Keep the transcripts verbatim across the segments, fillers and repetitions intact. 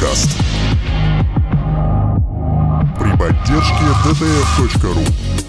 подкаст при поддержке ди ти эф точка ру.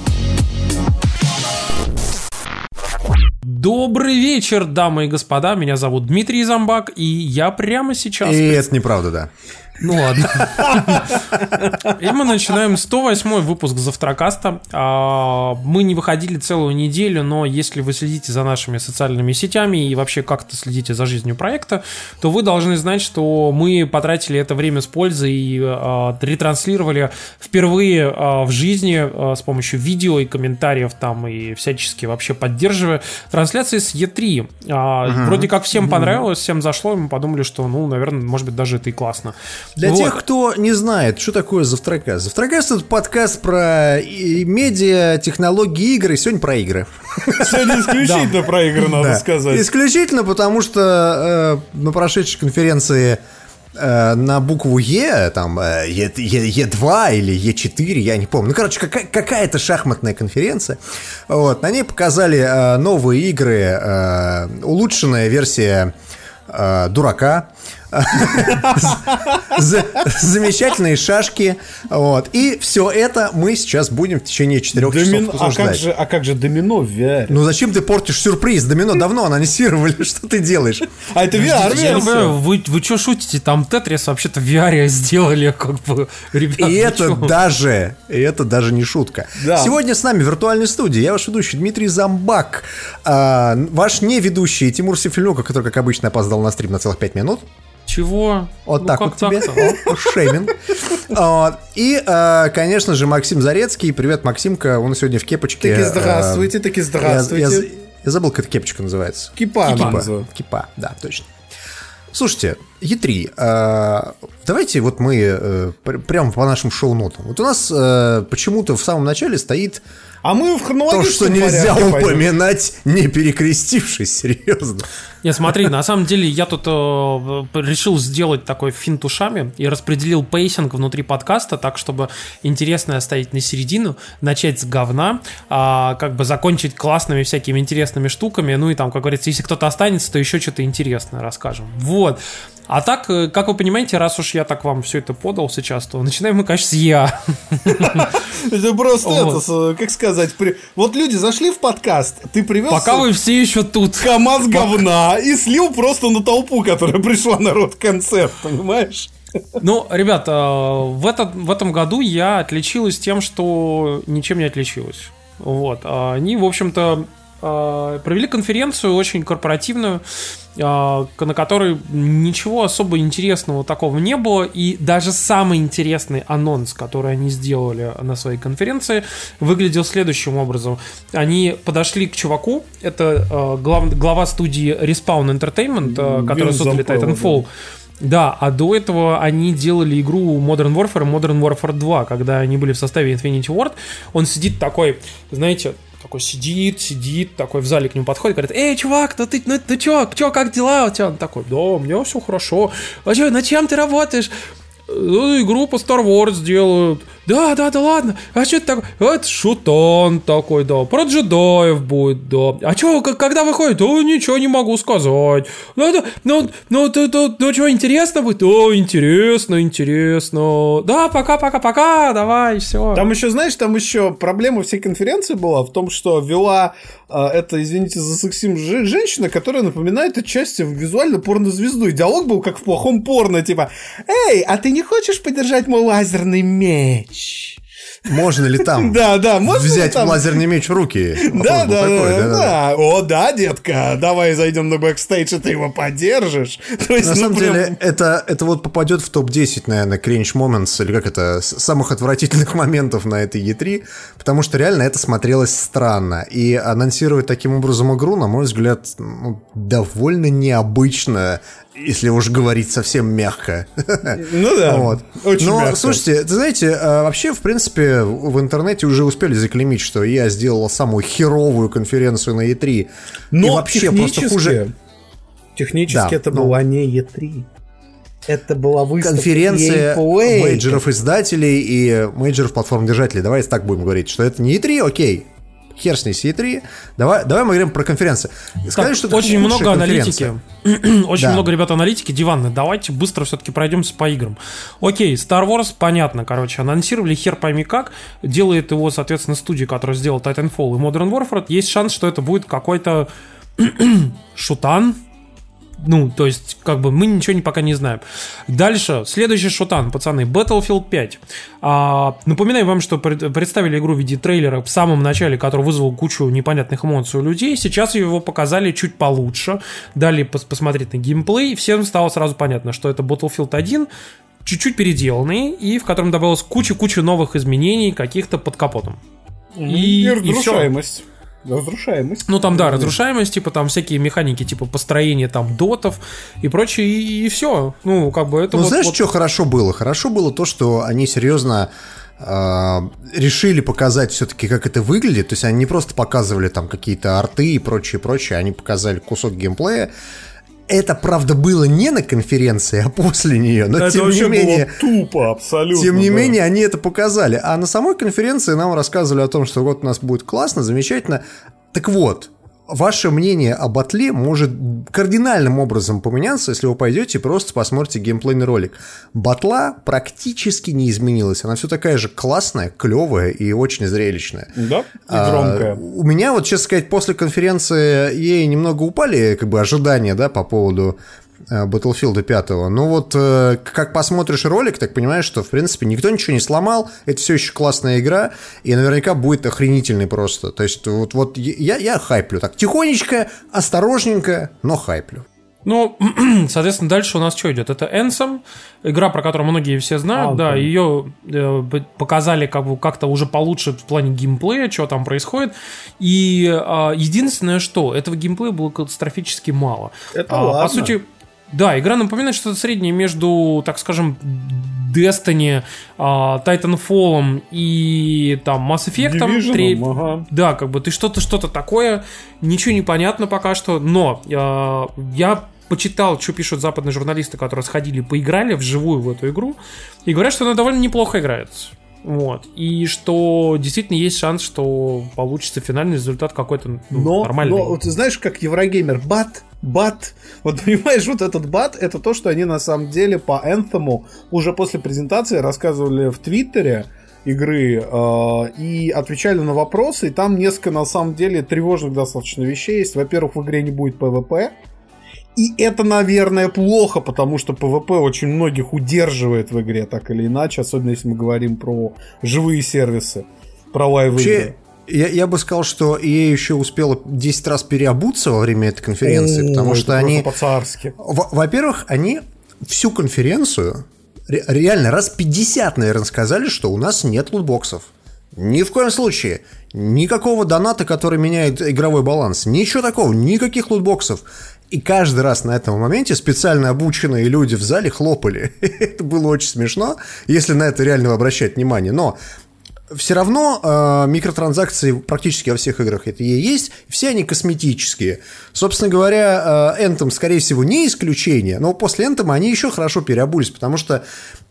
Добрый вечер, дамы и господа, меня зовут Дмитрий Зомбак, и я прямо сейчас... И это неправда, да. Ну ладно. И мы начинаем сто восьмой выпуск Завтракаста. Мы не выходили целую неделю, но если вы следите за нашими социальными сетями и вообще как-то следите за жизнью проекта, то вы должны знать, что мы потратили это время с пользой и ретранслировали впервые в жизни с помощью видео и комментариев там и всячески вообще поддерживая трансляции с и три. Uh-huh. Вроде как всем понравилось, всем зашло, и мы подумали, что, ну, наверное, может быть, даже это и классно. Для вот. тех, кто не знает, что такое Завтракаст. Завтракаст — это подкаст про медиа, технологии, игры. Сегодня про игры. Сегодня исключительно про игры, надо сказать. Исключительно, потому что на прошедшей конференции на букву Е, там, Е два или Е четыре, я не помню. Ну, короче, какая- какая-то шахматная конференция. Вот, на ней показали новые игры, улучшенная версия дурака, замечательные шашки, вот. И все это мы сейчас будем в течение четырех Домино... часов а обсуждать. как же, а как же домино в ви ар? Ну зачем ты портишь сюрприз? Домино давно анонсировали, что ты делаешь? А это ви ар-версия. Вы, вы что шутите? Там Тетрис вообще-то в ви ар сделали, как бы, ребята. И это чё? даже, и это даже не шутка. Да. Сегодня с нами в виртуальной студии я ваш ведущий Дмитрий Зомбак, а, ваш неведущий Тимур Сефельнюка, который, как обычно, опоздал на стрим на целых пять минут. Чего? Вот Ну, так как вот тебе. так-то, О, шейминг. Вот. И, а, конечно же, Максим Зарецкий. Привет, Максимка. Он сегодня в кепочке. Таки здравствуйте, таки Я, здравствуйте. я- я забыл, как эта кепочка называется. Кипа, Кипа. называют. Кипа, да, точно. Слушайте, и три. а, давайте вот мы э, пр- прямо по нашим шоу-нотам. Вот у нас э, почему-то в самом начале стоит А мы в то, хронологическом что нельзя порядке пойдем. упоминать, не перекрестившись, серьезно. Не, смотри, на самом деле я тут э, решил сделать такой финт ушами и распределил пейсинг внутри подкаста так, чтобы интересное оставить на середину, начать с говна, а, как бы закончить классными всякими интересными штуками, ну и там, как говорится, если кто-то останется, то еще что-то интересное расскажем. Вот. А так, э, как вы понимаете, раз уж я так вам все это подал сейчас, то начинаем мы, конечно, с я. Это просто, Вот. это, с- как сказать, при- вот люди зашли в подкаст, ты привез Пока вы все еще тут. КамАЗ говна и слил просто на толпу, которая пришла на рот-концерт, понимаешь? Ну, ребята, в, этот, в этом году я отличилась тем, что ничем не отличилась. Вот. Они, в общем-то, провели конференцию очень корпоративную, на которой ничего особо интересного такого не было. И даже самый интересный анонс, который они сделали на своей конференции, выглядел следующим образом. Они подошли к чуваку, это глав, глава студии Respawn Entertainment, которая создали Titanfall. Да, а до этого они делали игру Modern Warfare, Modern Warfare два, когда они были в составе Infinity Ward. Он сидит такой, знаете, такой сидит, сидит, такой в зале к нему подходит, говорит: эй, чувак, ну ты, ну ты чё, чё, как дела у тебя? Он такой: да, у меня все хорошо. А чё, над чем ты работаешь? Ну, игру по Star Wars делают. Да, да, да, ладно. А что это такое? Это шутан такой, да. Про джедаев будет, да. А что, когда выходит? О, ничего не могу сказать. Ну, да, ну, ну, ну, ну, ну, что, интересно будет? О, интересно, интересно. Да, пока, пока, пока, давай, все. Там еще, знаешь, там еще проблема всей конференции была в том, что вела э, это, извините за сексизм, же- женщина, которая напоминает отчасти визуально порнозвезду. И диалог был как в плохом порно, типа: эй, а ты не хочешь подержать мой лазерный меч? Можно ли там Да, да, можно ли взять там? лазерный меч в руки? Да, Вопрос был да, такой, да, да-да-да. да. О, да, детка, давай зайдем на бэкстейдж, и ты его поддержишь. То есть, На ну, самом прям- деле, это, это вот попадет в топ десять, наверное, cringe moments, или как это, с- самых отвратительных моментов на этой и три, потому что реально это смотрелось странно. И анонсировать таким образом игру, на мой взгляд, ну, довольно необычно, если уж говорить совсем мягко. Ну да, Вот. очень Но, мягко. слушайте, ты знаете, а, вообще, в принципе, в интернете уже успели заклеймить, что я сделал самую херовую конференцию на и три. Но и вообще просто технически, хуже... технически Да, это ну. была не и три. Это была выставка Конференция и эй Play. мейджоров-издателей и мейджоров-платформ-держателей. Давайте так будем говорить, что это не и три, окей. Хер с ней си три. Давай, давай мы говорим про конференции. Сказали, что это очень много аналитики. Очень Да. много, ребят, аналитики диванные. Давайте быстро все-таки пройдемся по играм. Окей, Star Wars, понятно, короче, анонсировали хер пойми как. Делает его, соответственно, студия, которая сделала Titanfall и Modern Warfare. Есть шанс, что это будет какой-то шутан. Ну, то есть, как бы, мы ничего не, пока не знаем. Дальше, следующий шутан, пацаны, Battlefield пять. А, напоминаю вам, что пред, представили игру в виде трейлера в самом начале, который вызвал кучу непонятных эмоций у людей. Сейчас его показали чуть получше, дали пос- посмотреть на геймплей, и всем стало сразу понятно, что это Battlefield один, чуть-чуть переделанный, и в котором добавилось куча-куча новых изменений, каких-то под капотом. И, и всё. разрушаемость. Разрушаемость. Ну там, да, разрушаемость, типа там всякие механики, типа построения там дотов и прочее, и, и все. Ну, как бы это Ну, вот... знаешь, вот... что хорошо было? Хорошо было то, что они серьезно э, решили показать все-таки, как это выглядит. То есть они не просто показывали там какие-то арты и прочее, прочее, они показали кусок геймплея. Это, правда, было не на конференции, а после нее, но Это тем вообще не менее... было тупо, абсолютно. Тем не да. менее, они это показали. А на самой конференции нам рассказывали о том, что вот у нас будет классно, замечательно. Так вот, ваше мнение о батле может кардинальным образом поменяться, если вы пойдете и просто посмотрите геймплейный ролик. Батла практически не изменилась. Она все такая же классная, клевая и очень зрелищная. Да, и А, громкая. у меня, вот, честно сказать, после конференции ей немного упали как бы ожидания, да, по поводу Battlefield пять. Ну вот, э, как посмотришь ролик, так понимаешь, что, в принципе, никто ничего не сломал, это все еще классная игра, и наверняка будет охренительный просто. То есть, вот, вот я, я хайплю так, тихонечко, осторожненько, но хайплю. Ну, соответственно, дальше у нас что идет? Это Anthem, игра, про которую многие все знают, Anthem. да, ее э, показали как бы как-то уже получше в плане геймплея, что там происходит, и э, единственное, что этого геймплея было катастрофически мало. Это А, ладно. По сути, да, игра напоминает что-то среднее между, так скажем, Destiny, а, Titanfall и там Mass Effect. Division, ага. Да, как бы ты что-то, что-то такое, ничего не понятно пока что, но э, я почитал, что пишут западные журналисты, которые сходили, поиграли вживую в эту игру, и говорят, что она довольно неплохо играется. Вот. И что действительно есть шанс, что получится финальный результат какой-то ну, Но, нормальный. но вот ты знаешь, как Еврогеймер, бат, бат, вот понимаешь, вот этот бат, это то, что они на самом деле по Anthem уже после презентации рассказывали в Твиттере игры э, и отвечали на вопросы, и там несколько на самом деле тревожных достаточно вещей есть. Во-первых, в игре не будет PvP, и это, наверное, плохо, потому что PvP очень многих удерживает в игре, так или иначе, особенно если мы говорим про живые сервисы, про лайв-игры. Я, я бы сказал, что и эй еще успела десять раз переобуться во время этой конференции, О, потому это что они... просто по-царски. Во- Во-первых, они всю конференцию ре- реально раз пятьдесят, наверное, сказали, что у нас нет лутбоксов. Ни в коем случае. Никакого доната, который меняет игровой баланс. Ничего такого. Никаких лутбоксов. И каждый раз на этом моменте специально обученные люди в зале хлопали. Это было очень смешно, если на это реально обращать внимание. Но все равно э, микротранзакции практически во всех играх это и есть. Все они косметические. Собственно говоря, э, Anthem, скорее всего, не исключение. Но после Anthem они еще хорошо переобулись, потому что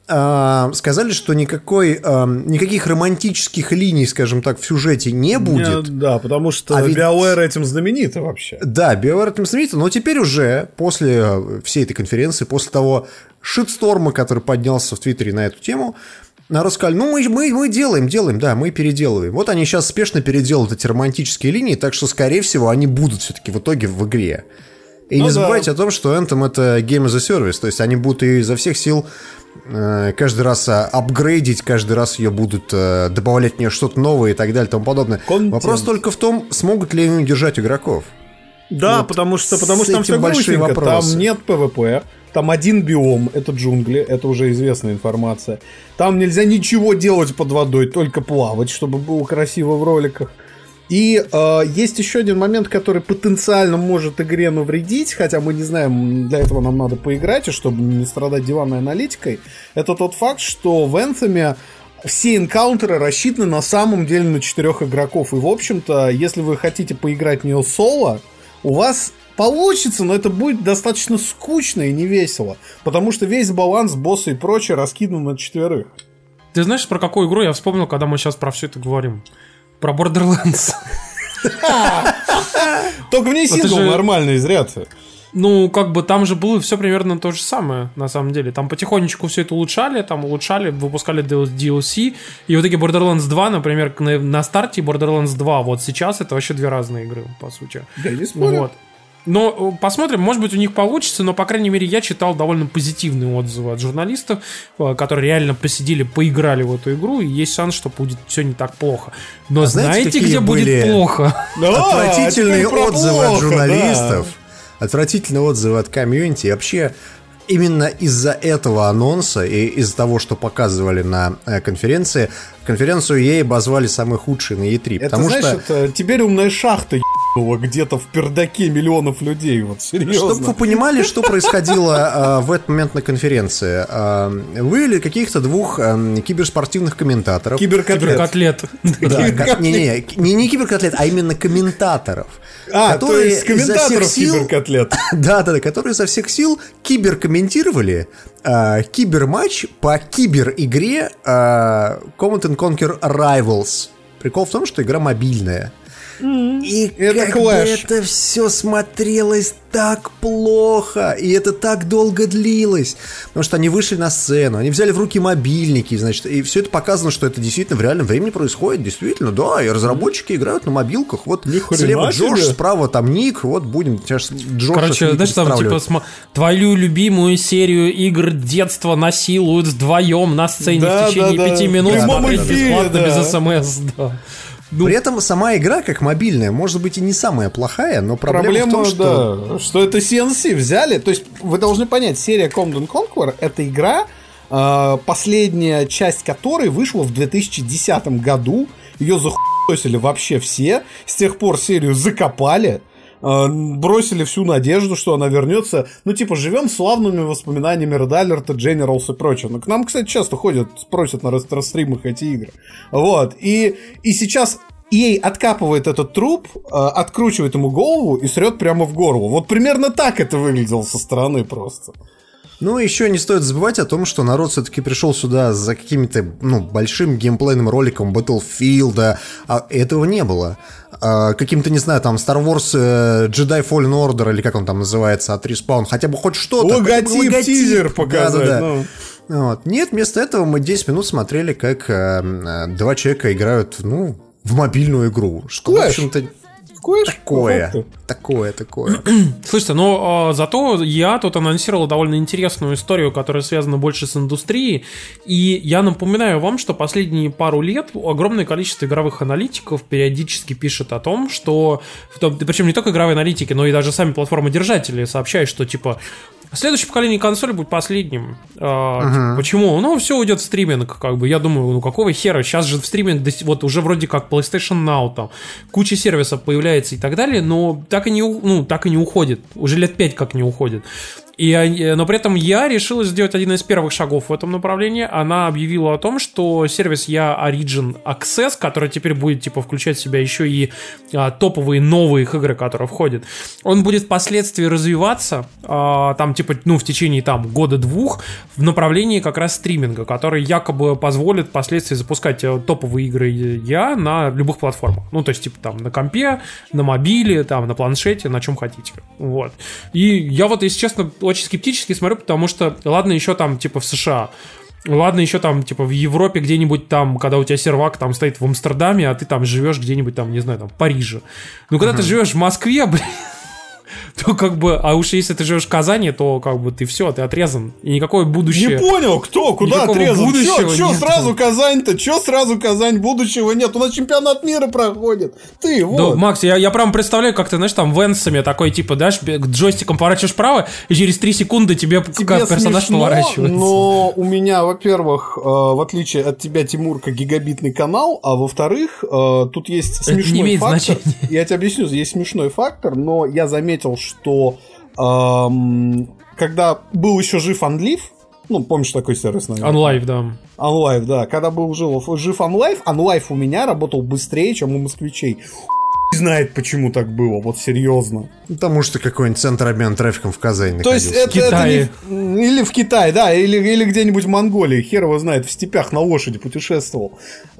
э, сказали, что никакой, э, никаких романтических линий, скажем так, в сюжете не будет. Не, да, потому что А ведь- BioWare этим знаменита вообще. Да, BioWare этим знаменит, но теперь уже после всей этой конференции, после того шитсторма, который поднялся в Твиттере на эту тему, народ сказали, ну мы, мы, мы делаем, делаем, да, мы переделываем. Вот они сейчас спешно переделают эти романтические линии, так что, скорее всего, они будут все-таки в итоге в игре. И Ну не да. забывайте о том, что Anthem — это Game as a Service, то есть они будут ее изо всех сил э, каждый раз а, апгрейдить, каждый раз ее будут э, добавлять в нее что-то новое и так далее и тому подобное. Контент. Вопрос только в том, смогут ли они удержать игроков. Да, Вот потому что, с потому что там этим все большие грустненько. вопросы. Там нет PvP, там один биом, это джунгли, это уже известная информация. Там нельзя ничего делать под водой, только плавать, чтобы было красиво в роликах. И э, есть еще один момент, который потенциально может игре навредить, хотя мы не знаем, для этого нам надо поиграть, и чтобы не страдать диванной аналитикой. Это тот факт, что в Anthem все энкаунтеры рассчитаны на самом деле на четырех игроков. И, в общем-то, если вы хотите поиграть в нее соло, у вас получится, но это будет достаточно скучно и не весело. Потому что весь баланс, босса и прочее раскидан на четверых. Ты знаешь, про какую игру я вспомнил, когда мы сейчас про все это говорим? Про Borderlands. Только в ней сингл же- нормальный, зря ты. Ну, как бы там же было все примерно то же самое, на самом деле. Там потихонечку все это улучшали, там улучшали, выпускали ди эл си. И в итоге Borderlands два, например, на, на старте Borderlands два, вот сейчас это вообще две разные игры, по сути. Да, не спорю. Вот. Но э, посмотрим, может быть, у них получится, но, по крайней мере, я читал довольно позитивные отзывы от журналистов, э, которые реально посидели, поиграли в эту игру, и есть шанс, что будет все не так плохо. Но А знаете, знаете, какие где были- будет плохо? Да, Отвратительные теперь про отзывы от плохо, журналистов, отвратительные отзывы от комьюнити. И вообще, именно из-за этого анонса и из-за того, что показывали на э, конференции, конференцию ей обозвали самой худшей на и три. Это, потому знаешь, что, это теперь умная шахта ебанула где-то в пердаке миллионов людей, вот серьезно. чтобы вы понимали, что происходило э, в этот момент на конференции. Э, вывели каких-то двух э, киберспортивных комментаторов. Киберкотлет. Киберкотлет. Да, ко- не, не, не, не киберкотлет, а именно комментаторов. А, то которые есть изо всех комментаторов сил- киберкотлет. Да, да, да, которые изо всех сил киберкомментировали э, киберматч по кибер-игре э, Command and Conquer Rivals. Прикол в том, что игра мобильная. И Это как бы Clash. это все смотрелось так плохо, и это так долго длилось, потому что они вышли на сцену, они взяли в руки мобильники, значит, и все это показано, что это действительно в реальном времени происходит, действительно, да, и разработчики играют на мобилках, вот Ни хрена слева Джош, себе. справа там Ник, вот будем сейчас Джоша с Короче, Ником знаешь, там типа стравливать. см- твою любимую серию игр детства насилуют вдвоем на сцене Да, в течение да, да. пяти минут, В прямом смотреть эфире, бесплатно, да. без смс, да. Ну, При этом сама игра, как мобильная, может быть и не самая плохая, но проблема, Проблема, в том, что... да, что это си эн си взяли. То есть вы должны понять, серия Command and Conquer — это игра, э, последняя часть которой вышла в две тысячи десятом году. Ее захуесили вообще все. С тех пор серию закопали. э, Бросили всю надежду, что она вернется. Ну, типа, живем славными воспоминаниями Red Alert, Generals и прочее. Ну, к нам, кстати, часто ходят, спросят на ретро-стримах эти игры. Вот. И, и сейчас и эй откапывает этот труп, э, откручивает ему голову и срет прямо в горло. Вот примерно так это выглядело со стороны просто. Ну, еще не стоит забывать о том, что народ все-таки пришел сюда за каким-то, ну, большим геймплейным роликом Battlefield, а этого не было. А, каким-то, не знаю, там, Star Wars э, Jedi Fallen Order, или как он там называется, от Respawn, хотя бы хоть что-то. Логотип, хотя бы логотип. тизер показать, Да-да-да. ну. Вот. Нет, вместо этого мы десять минут смотрели, как э, э, два человека играют, ну, в мобильную игру. Что, Clash. в общем-то, Такое, такое, такое, такое. слушайте, но э, зато я тут анонсировал довольно интересную историю, которая связана больше с индустрией. И я напоминаю вам, что последние пару лет огромное количество игровых аналитиков периодически пишет о том, что... Причем не только игровые аналитики, но и даже сами платформодержатели сообщают, что типа... Следующее поколение консолей будет последним. А, типа, почему? Ну, все уйдет в стриминг, как бы. Я думаю, ну какого хера? Сейчас же в стриминг, до сих- вот уже вроде как PlayStation Now, там, куча сервисов появляется и так далее, но так и не, у- ну, так и не уходит. Уже лет пять как не уходит. И, они- но при этом я решила сделать один из первых шагов в этом направлении. Она объявила о том, что сервис Я Origin Access, который теперь будет типа включать в себя еще и а, топовые новые их игры, которые входят, он будет впоследствии развиваться, а, там типа, ну, в течение там года-двух в направлении как раз стриминга, который якобы позволит впоследствии запускать э, топовые игры Я на любых платформах. Ну, то есть, типа, там, на компе, на мобиле, там, на планшете, на чем хотите. Вот. И я вот, если честно, очень скептически смотрю, потому что, ладно, еще там, типа, в США, ладно, еще там, типа, в Европе где-нибудь там, когда у тебя сервак там стоит в Амстердаме, а ты там живешь где-нибудь там, не знаю, там, в Париже. Ну, когда ты живешь в Москве, блин, то как бы, а уж если ты живешь в Казани, то как бы ты все, ты отрезан. И никакое будущее. Не понял, кто, куда Никакого отрезан? будущего Чё, чё нет. сразу Казань-то? Чё сразу Казань? Будущего нет. У нас чемпионат мира проходит. Ты, Да, вот. Макс, я, я прям представляю, как ты, знаешь, там венсами такой, типа, дашь, бе- джойстиком поворачиваешь вправо, и через три секунды тебе, Тебе как персонаж смешно, поворачивается. но у меня, во-первых, э, в отличие от тебя, Тимурка, гигабитный канал, а во-вторых, э, тут есть Это не смешной имеет фактор. значения. Я тебе объясню, есть смешной фактор, но я заметил, что эм, когда был еще жив Unlive, ну, помнишь такой сервис, наверное? Unlive, да. Unlive, да. Когда был жив, жив Unlive, Unlive у меня работал быстрее, чем у москвичей. знает, почему так было, вот серьезно. Потому что какой-нибудь центр обмена трафиком в Казани То есть это, в Китае. это не... Или в Китае, да, или, или где-нибудь в Монголии, хер его знает, в степях на лошади путешествовал.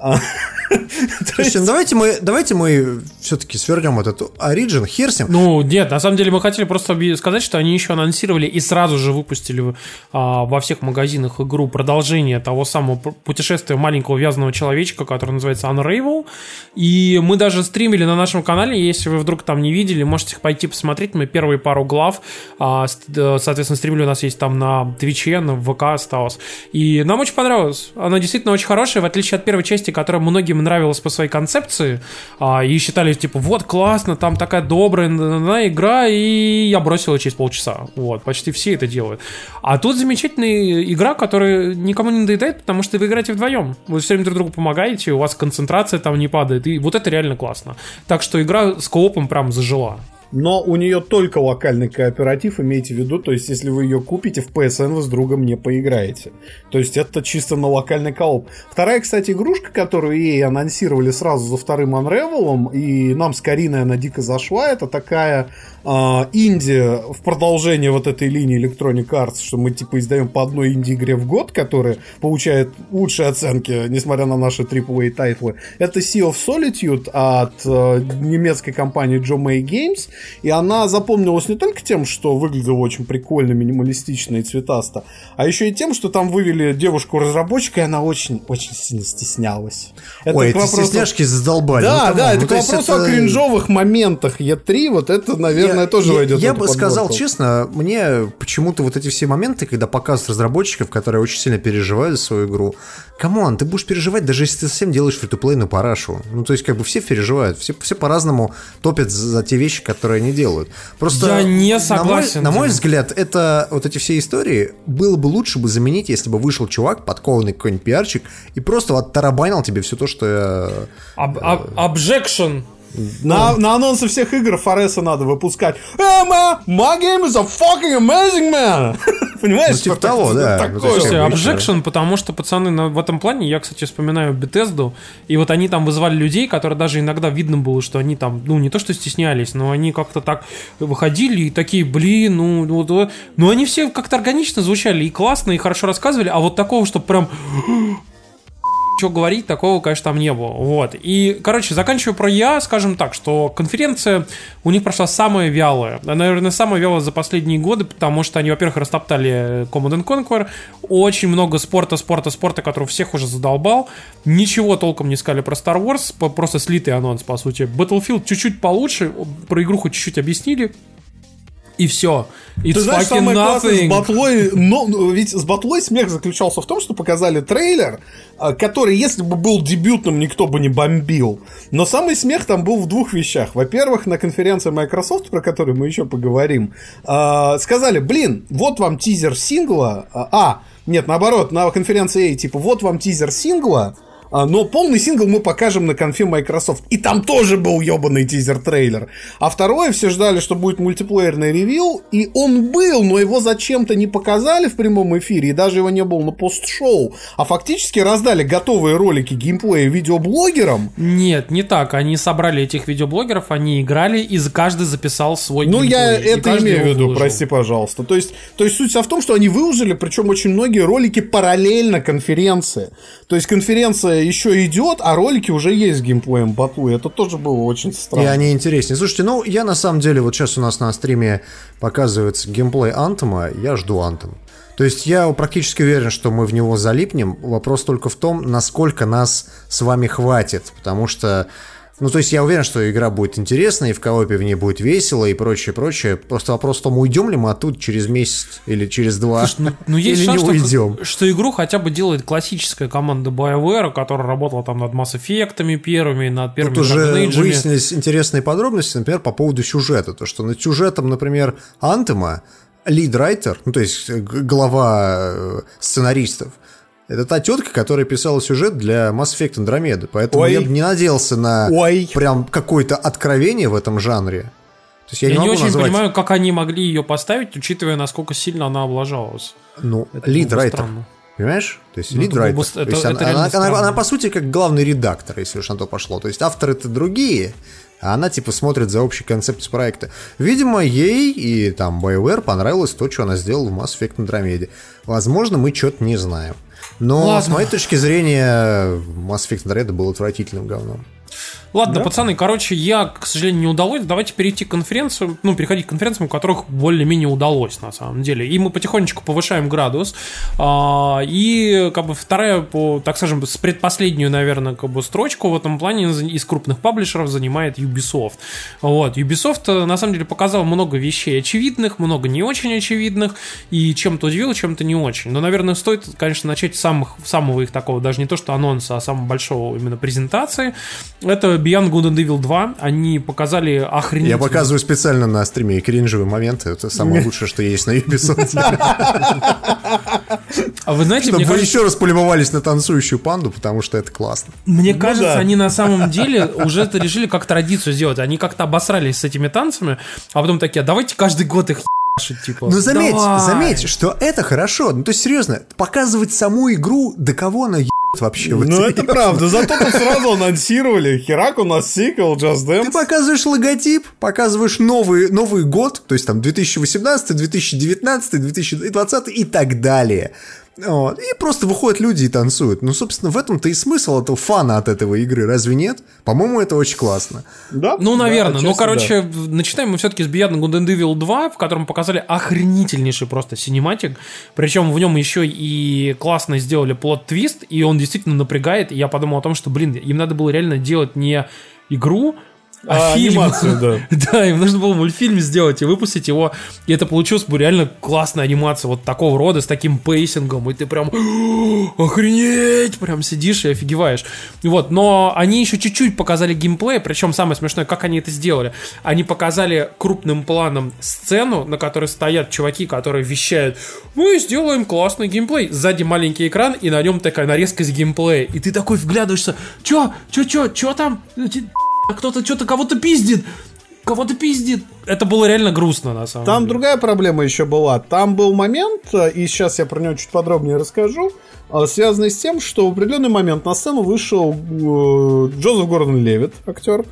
Слушайте, ну давайте мы, давайте мы все-таки свернем этот Origin, хер с ним. Ну, нет, на самом деле мы хотели просто сказать, что они еще анонсировали и сразу же выпустили а, во всех магазинах игру продолжение того самого путешествия маленького вязаного человечка, который называется Unravel. И мы даже стримили на нашем канале, если вы вдруг там не видели, можете пойти посмотреть. Мы первые пару глав, а, соответственно, стримили у нас есть там на Твиче, на ВК осталось. И нам очень понравилось. Она действительно очень хорошая, в отличие от первой части, которая многим нравилась по своей концепции, а, и считали, типа, вот, классно, там такая добрая на игра, и я бросил ее через полчаса. Вот, почти все это делают. А тут замечательная игра, которая никому не надоедает, потому что вы играете вдвоем. Вы все время друг другу помогаете, у вас концентрация там не падает, и вот это реально классно. Так что игра с коопом прям зажила. Но у нее только локальный кооператив, имейте в виду, то есть если вы ее купите в пи эс эн, вы с другом не поиграете. То есть это чисто на локальный кооп. Вторая, кстати, игрушка, которую и эй анонсировали сразу за вторым Unravel'ом, и нам с Кариной она дико зашла, это такая э, инди в продолжение вот этой линии Electronic Arts, что мы типа издаем по одной инди-игре в год, которая получает лучшие оценки, несмотря на наши трипл эй тайтлы. Это Sea of Solitude от э, немецкой компании Jomei Games. И она запомнилась не только тем, что выглядела очень прикольно, минималистично и цветасто, а еще и тем, что там вывели девушку-разработчика, и она очень-очень сильно стеснялась. Это Ой, эти вопросу... стесняшки задолбали. Да, ну, да, ну, это к вопросу это... о кринжовых моментах и три, вот это, наверное, я, тоже я, войдет Я в бы эту сказал подборку. честно, мне почему-то вот эти все моменты, когда показывают разработчиков, которые очень сильно переживают за свою игру, камон, ты будешь переживать, даже если ты совсем делаешь фри-то-плей на парашу. Ну, то есть, как бы все переживают, все, все по-разному топят за те вещи, которые они делают. Просто, я не согласен. На мой, на мой взгляд, это вот эти все истории было бы лучше бы заменить, если бы вышел чувак, подкованный какой-нибудь пиарчик, и просто оттарабанил тебе все то, что я... Об, об, objection. На, на анонсы всех игр Фореса надо выпускать. Hey, man, my game is a fucking amazing, man. Понимаешь? Ну, типа того, да. Такое. Слушайте, objection, потому что, пацаны, на, в этом плане, я, кстати, вспоминаю Bethesda, и вот они там вызывали людей, которые даже иногда видно было, что они там, ну, не то что стеснялись, но они как-то так выходили и такие, блин, ну, ну, ну, ну они все как-то органично звучали, и классно, и хорошо рассказывали, а вот такого, что прям... Что говорить, такого, конечно, там не было. Вот. И, короче, заканчиваю про я, скажем так, что конференция у них прошла самая вялая. Наверное, самая вялая за последние годы, потому что они, во-первых, растоптали Command энд Conquer, очень много спорта, спорта, спорта, который всех уже задолбал. Ничего толком не сказали про Star Wars, просто слитый анонс, по сути. Battlefield чуть-чуть получше, про игруху чуть-чуть объяснили. И все. It's Ты знаешь, fucking самое классное nothing. с батлой, но, ведь с батлой смех заключался в том, что показали трейлер, который, если бы был дебютным, никто бы не бомбил. Но самый смех там был в двух вещах. Во-первых, на конференции Microsoft, про которую мы еще поговорим, сказали, блин, вот вам тизер сингла. А, нет, наоборот, на конференции, типа, вот вам тизер сингла, но полный сингл мы покажем на конфе Microsoft. И там тоже был ебаный тизер-трейлер. А второе, все ждали, что будет мультиплеерный ревью. И он был, но его зачем-то не показали в прямом эфире. И даже его не было на пост-шоу. А фактически раздали готовые ролики геймплея видеоблогерам. Нет, не так. Они собрали этих видеоблогеров, они играли, и каждый записал свой Ну, геймплей. я И это каждый имею в его виду, выложил. прости, пожалуйста. То есть, то есть суть вся в том, что они выложили, причем очень многие ролики параллельно конференции. То есть конференция еще идет, а ролики уже есть с геймплеем батлу. Это тоже было очень странно. И они интереснее. Слушайте, ну, я на самом деле, вот сейчас у нас на стриме показывается геймплей Антома, я жду Антом. То есть я практически уверен, что мы в него залипнем. Вопрос только в том, насколько нас с вами хватит. Потому что, ну, то есть я уверен, что игра будет интересная, и в коопе в ней будет весело, и прочее, прочее. Просто вопрос в том, уйдем ли мы оттуда через месяц или через два, Слушай, ну, ну есть или шанс, не что, уйдем. что игру хотя бы делает классическая команда BioWare, которая работала там над Mass Effect'ами первыми, над первыми Тут уже Dragon Age'ами. выяснились интересные подробности, например, по поводу сюжета. То, что над сюжетом, например, Антема лид-райтер, ну, то есть глава сценаристов, это та тетка, которая писала сюжет для Mass Effect Andromeda. Поэтому Ой. я бы не надеялся на Ой. прям какое-то откровение в этом жанре. То есть я, Я не, не могу очень назвать... понимаю, как они могли ее поставить, учитывая, насколько сильно она облажалась. Ну, Это было лид-райтер. странно. Понимаешь? То есть Ну, это лид-райтер. было бы- То это- есть это она, реально она- она- странно. она, по сути, как главный редактор, если уж на то пошло. То есть авторы-то другие, а она, типа, смотрит за общей концепцией проекта. Видимо, ей и там BioWare понравилось то, что она сделала в Mass Effect Andromeda. Возможно, мы что-то не знаем. Но, Ладно. с моей точки зрения, Mass Effect Andromeda был отвратительным говном. Ладно, Да. пацаны, короче, я, к сожалению, не удалось. Давайте перейти к конференциям, ну, переходить к конференциям, у которых более-менее удалось, на самом деле. И мы потихонечку повышаем градус. А, и, как бы, вторая, по, так скажем, с предпоследнюю, наверное, как бы, строчку в этом плане из крупных паблишеров занимает Ubisoft. Вот. Ubisoft, на самом деле, показал много вещей очевидных, много не очень очевидных, и чем-то удивил, чем-то не очень. Но, наверное, стоит, конечно, начать с самых, самого их такого, даже не то, что анонса, а самого большого именно презентации. Это Beyond Good and Evil два. Они показали охренительно. Я показываю специально на стриме кринжевые моменты. Это самое лучшее, что есть на Ubisoft. А вы знаете, Чтобы мне вы кажется, еще раз полюбовались на танцующую панду, потому что это классно. мне кажется, да. они на самом деле уже это решили как традицию сделать. Они как-то обосрались с этими танцами, а потом такие, а давайте каждый год их ебашить, типа. Ну заметь, давай. заметь, что это хорошо. Ну то есть серьезно, показывать саму игру, до кого она ебет вообще. в Ну, этой это игре? правда. Зато тут сразу анонсировали. Херак, у нас сиквел, Just Ты Dance. показываешь логотип, показываешь новый, новый год, то есть там две тысячи восемнадцатый, две тысячи девятнадцатый, две тысячи двадцатый и так далее. Вот. И просто выходят люди и танцуют. Ну, собственно, в этом-то и смысл этого фана от этого игры, разве нет? По-моему, это очень классно. Да? Ну, Да, наверное. отчасти ну, да. короче, начинаем мы все-таки с Beyond Good and Evil два, в котором показали охренительнейший просто синематик. Причем в нем еще и классно сделали плот-твист, и он действительно напрягает. И я подумал о том, что, блин, им надо было реально делать не игру, а, А, фильм. анимацию, да. Да, им нужно было мультфильм сделать и выпустить его. И это получилось бы реально классная анимация вот такого рода, с таким пейсингом. И ты прям охренеть! Прям сидишь и офигеваешь. Вот, но они еще чуть-чуть показали геймплей. Причем самое смешное, как они это сделали. Они показали крупным планом сцену, на которой стоят чуваки, которые вещают: мы сделаем классный геймплей. Сзади маленький экран, и на нем такая нарезка из геймплея. И ты такой вглядываешься: чё? Чё, чё, чё там? Кто-то что-то кого-то пиздит. Кого-то пиздит. Это было реально грустно, на самом Там деле. другая проблема еще была. Там был момент, и сейчас я про него чуть подробнее расскажу, связанный с тем, что в определенный момент на сцену вышел э, Джозеф Гордон-Левитт, актер,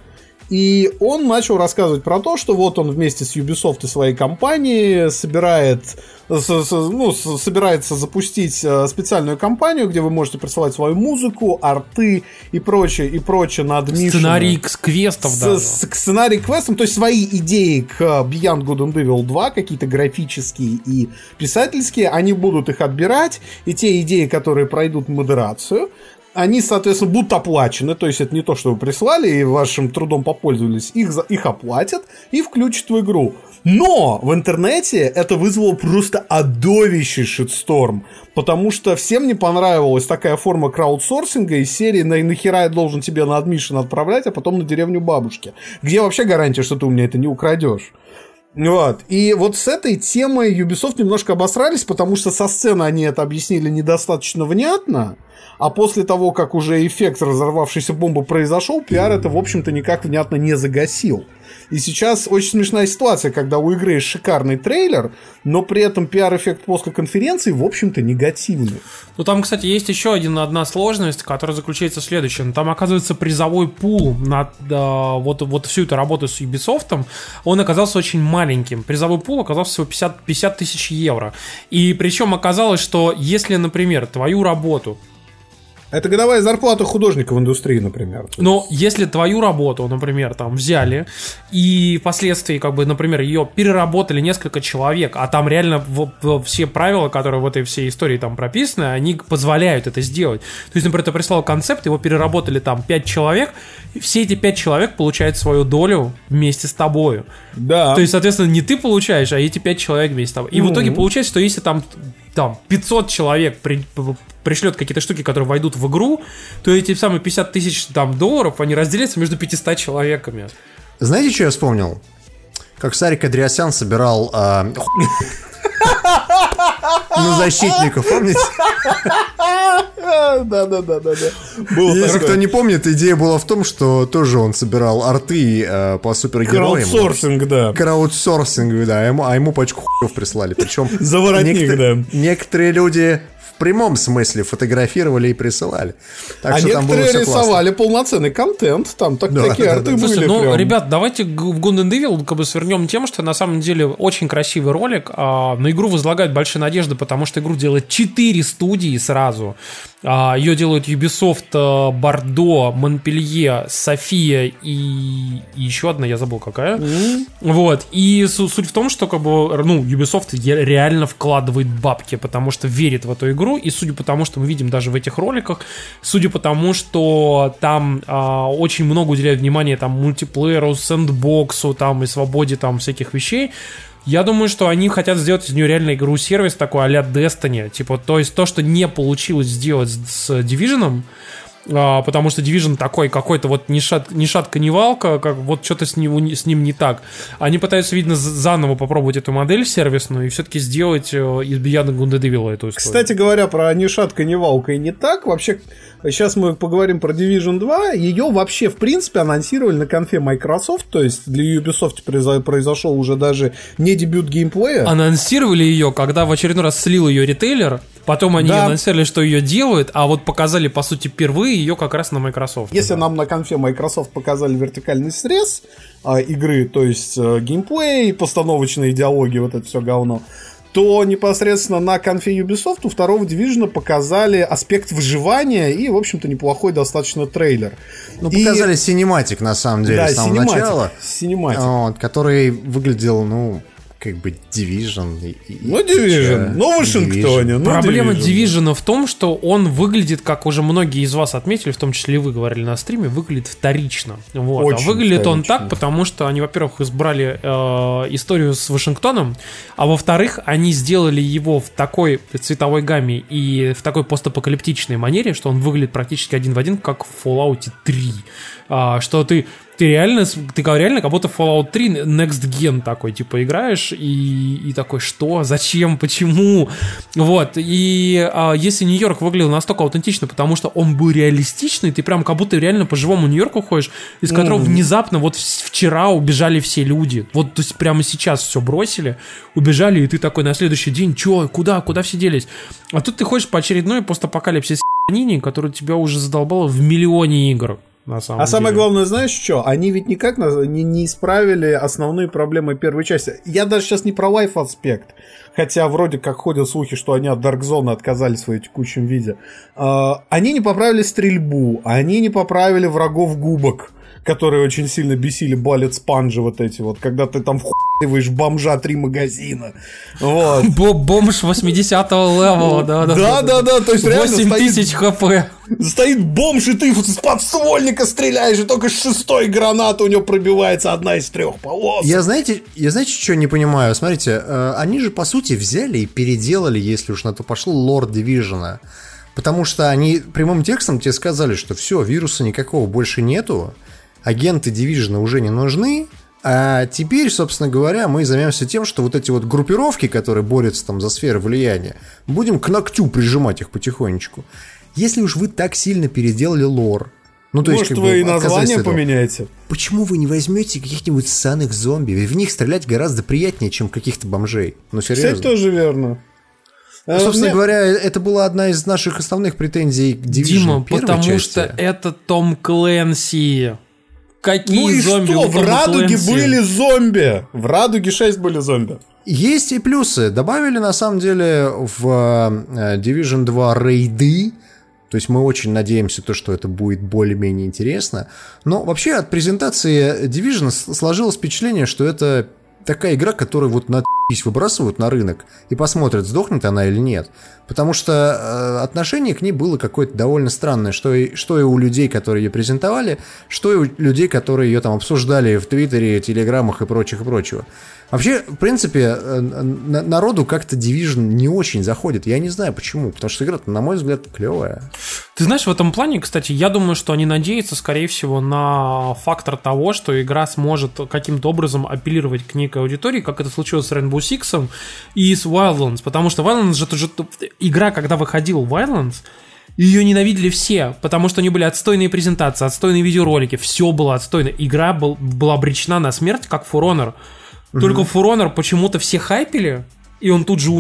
и он начал рассказывать про то, что вот он вместе с Ubisoft и своей компанией собирает, с, с, ну, с, собирается запустить э, специальную кампанию, где вы можете присылать свою музыку, арты и прочее, и прочее на адмишн. Сценарий к квестов С, даже. с- к сценарий квестам, то есть свои идеи к Beyond Good and Evil два, какие-то графические и писательские, они будут их отбирать, и те идеи, которые пройдут модерацию, они, соответственно, будут оплачены, то есть это не то, что вы прислали и вашим трудом попользовались, их, за- их оплатят и включат в игру. Но в интернете это вызвало просто адовищий шитсторм, потому что всем не понравилась такая форма краудсорсинга из серии «На- «Нахера я должен тебе на адмишн отправлять, а потом на деревню бабушки», где вообще гарантия, что ты у меня это не украдешь. Вот. И вот с этой темой Ubisoft немножко обосрались, потому что со сцены они это объяснили недостаточно внятно, а после того, как уже эффект разорвавшейся бомбы произошел, пиар это, в общем-то, никак внятно не загасил. И сейчас очень смешная ситуация, когда у игры есть шикарный трейлер, но при этом пиар-эффект после конференции, в общем-то, негативный. Ну, там, кстати, есть еще один, одна сложность, которая заключается в следующем. Там, оказывается, призовой пул на да, вот, вот всю эту работу с Ubisoft, он оказался очень маленьким. Призовой пул оказался всего пятьдесят, пятьдесят тысяч евро. И причем оказалось, что если, например, твою работу... Это годовая зарплата художника в индустрии, например. Но если твою работу, например, там взяли и впоследствии, как бы, например, ее переработали несколько человек, а там реально в, в, все правила, которые в этой всей истории там прописаны, они позволяют это сделать. То есть, например, ты прислал концепт, его переработали там пять человек, и все эти пять человек получают свою долю вместе с тобою. Да. То есть, соответственно, не ты получаешь, а эти пять человек вместе с тобой. И в итоге получается, что если там, там пятьсот человек при, пришлет какие-то штуки, которые войдут в игру, то эти самые пятьдесят тысяч там, долларов, они разделятся между пятьюстами человеками. Знаете, что я вспомнил? Как Сарик Андреасян собирал а, на защитников, помните? Да-да-да-да. Если кто не помнит, идея была в том, что тоже он собирал арты э, по супергероям. Краудсорсинг, да. Краудсорсинг, да, а ему, а ему пачку хуев прислали. Причем За воротник, некотор- да. некоторые люди прямом смысле фотографировали и присылали. Так а что там было некоторые все классно. рисовали полноценный контент, там так, Да, такие да, арты да. были. Слушайте, ну, прям. ребят, давайте в Gundam Devil как бы свернем тем, что на самом деле очень красивый ролик. А, на игру возлагают большие надежды, потому что игру делают четыре студии сразу. А, ее делают Ubisoft, Бордо, Монпелье, София и, и еще одна, я забыл какая. Mm-hmm. Вот. И суть в том, что как бы, ну, Ubisoft реально вкладывает бабки, потому что верит в эту игру. И судя по тому, что мы видим даже в этих роликах, судя по тому, что там а, очень много уделяют внимания там мультиплееру, сэндбоксу, там и свободе там всяких вещей. Я думаю, что они хотят сделать из нее реально игру-сервис такой а-ля Destiny. Типа, то есть то, что не получилось сделать с Division, а, потому что Division такой какой-то вот ни, шат, ни шатка, ни валка, как вот что-то с ним, с ним не так. Они пытаются, видно, заново попробовать эту модель сервисную и все-таки сделать из Beyond Gundam Devil эту историю. Кстати говоря, про ни шатка, ни валка и не так, вообще, сейчас мы поговорим про Division два, ее вообще, в принципе, анонсировали на конфе Microsoft, то есть для Ubisoft произошел уже даже не дебют геймплея. Анонсировали ее, когда в очередной раз слил ее ритейлер, потом они да. анонсировали, что ее делают, а вот показали, по сути, впервые ее как раз на Microsoft. Если да. нам на конфе Microsoft показали вертикальный срез а, игры, то есть а, геймплей, постановочные диалоги, вот это все говно, то непосредственно на конфе Ubisoft у второго Division показали аспект выживания и, в общем-то, неплохой достаточно трейлер. Ну, и... показали синематик, на самом деле, да, с самого синематик, начала. Синематик. Вот, который выглядел, ну... как бы Division. И, и, ну, Division. Ну, в Вашингтоне. Ну, Проблема Division. Division в том, что он выглядит, как уже многие из вас отметили, в том числе и вы говорили на стриме, выглядит вторично. Вот. Очень а выглядит вторично. он так, потому что они, во-первых, избрали э, историю с Вашингтоном, а во-вторых, они сделали его в такой цветовой гамме и в такой постапокалиптичной манере, что он выглядит практически один в один, как в Fallout три. А, что ты Ты реально, ты реально как будто в Fallout три Next Gen такой, типа, играешь и, и такой, что, зачем, почему? Вот, и а, если Нью-Йорк выглядел настолько аутентично, потому что он был реалистичный, ты прям как будто реально по живому Нью-Йорку ходишь, из которого mm. внезапно вот вчера убежали все люди. Вот, то есть прямо сейчас все бросили, убежали, и ты такой на следующий день, чё, куда, куда все делись? А тут ты ходишь по очередной постапокалипсис нине, который тебя уже задолбало в миллионе игр. А деле. Самое главное, знаешь что? Они ведь никак не, не исправили основные проблемы первой части. Я даже сейчас не про лайф-аспект, хотя вроде как ходят слухи, что они от Dark Zone отказались в своем текущем виде. А, они не поправили стрельбу, они не поправили врагов губок, которые очень сильно бесили балет спанжи вот эти вот, когда ты там вхуиваешь бомжа три магазина. Вот. Бомж восьмидесятого левела, да, да. Да, да, да, то есть восемь тысяч хп. Стоит бомж, и ты с подствольника стреляешь, и только с шестой гранаты у него пробивается одна из трех полос. Я, знаете, я, знаете, что не понимаю? Смотрите, э, они же, по сути, взяли и переделали, если уж на то пошло, лор Division. Потому что они прямым текстом тебе сказали, что все, вируса никакого больше нету, агенты Division уже не нужны, а теперь, собственно говоря, мы займемся тем, что вот эти вот группировки, которые борются там за сферы влияния, будем к ногтю прижимать их потихонечку. Если уж вы так сильно переделали лор, ну, то может, есть, как вы бы, и название поменяете? Почему вы не возьмете каких-нибудь ссаных зомби? Ведь в них стрелять гораздо приятнее, чем каких-то бомжей. Ну, серьезно. Кстати, тоже верно. Ну, собственно Мне... говоря, это была одна из наших основных претензий к Division Дима, первой потому части. что это Том Клэнси. Какие ну и зомби что? у В Тома Радуге Клэнси? были зомби. В Радуге шесть были зомби. Есть и плюсы. Добавили, на самом деле, в Division два рейды. То есть мы очень надеемся, то, что это будет более-менее интересно. Но вообще от презентации Division сложилось впечатление, что это такая игра, которую вот на выбрасывают на рынок и посмотрят, сдохнет она или нет. Потому что э, отношение к ней было какое-то довольно странное, что и, что и у людей, которые ее презентовали, что и у людей, которые ее там обсуждали в Твиттере, Телеграмах и прочих и прочего. Вообще, в принципе, э, на, народу как-то Division не очень заходит. Я не знаю почему, потому что игра, на мой взгляд, клевая. Ты знаешь, в этом плане, кстати, я думаю, что они надеются, скорее всего, на фактор того, что игра сможет каким-то образом апеллировать к некой аудитории, как это случилось с Rainbow Six и с Wildlands, потому что Wildlands же тоже игра, когда выходил Wildlands, ее ненавидели все, потому что у нее были отстойные презентации, отстойные видеоролики, все было отстойно. Игра был, была обречена на смерть, как For Honor. Только For Honor почему-то все хайпили, и он тут же умер.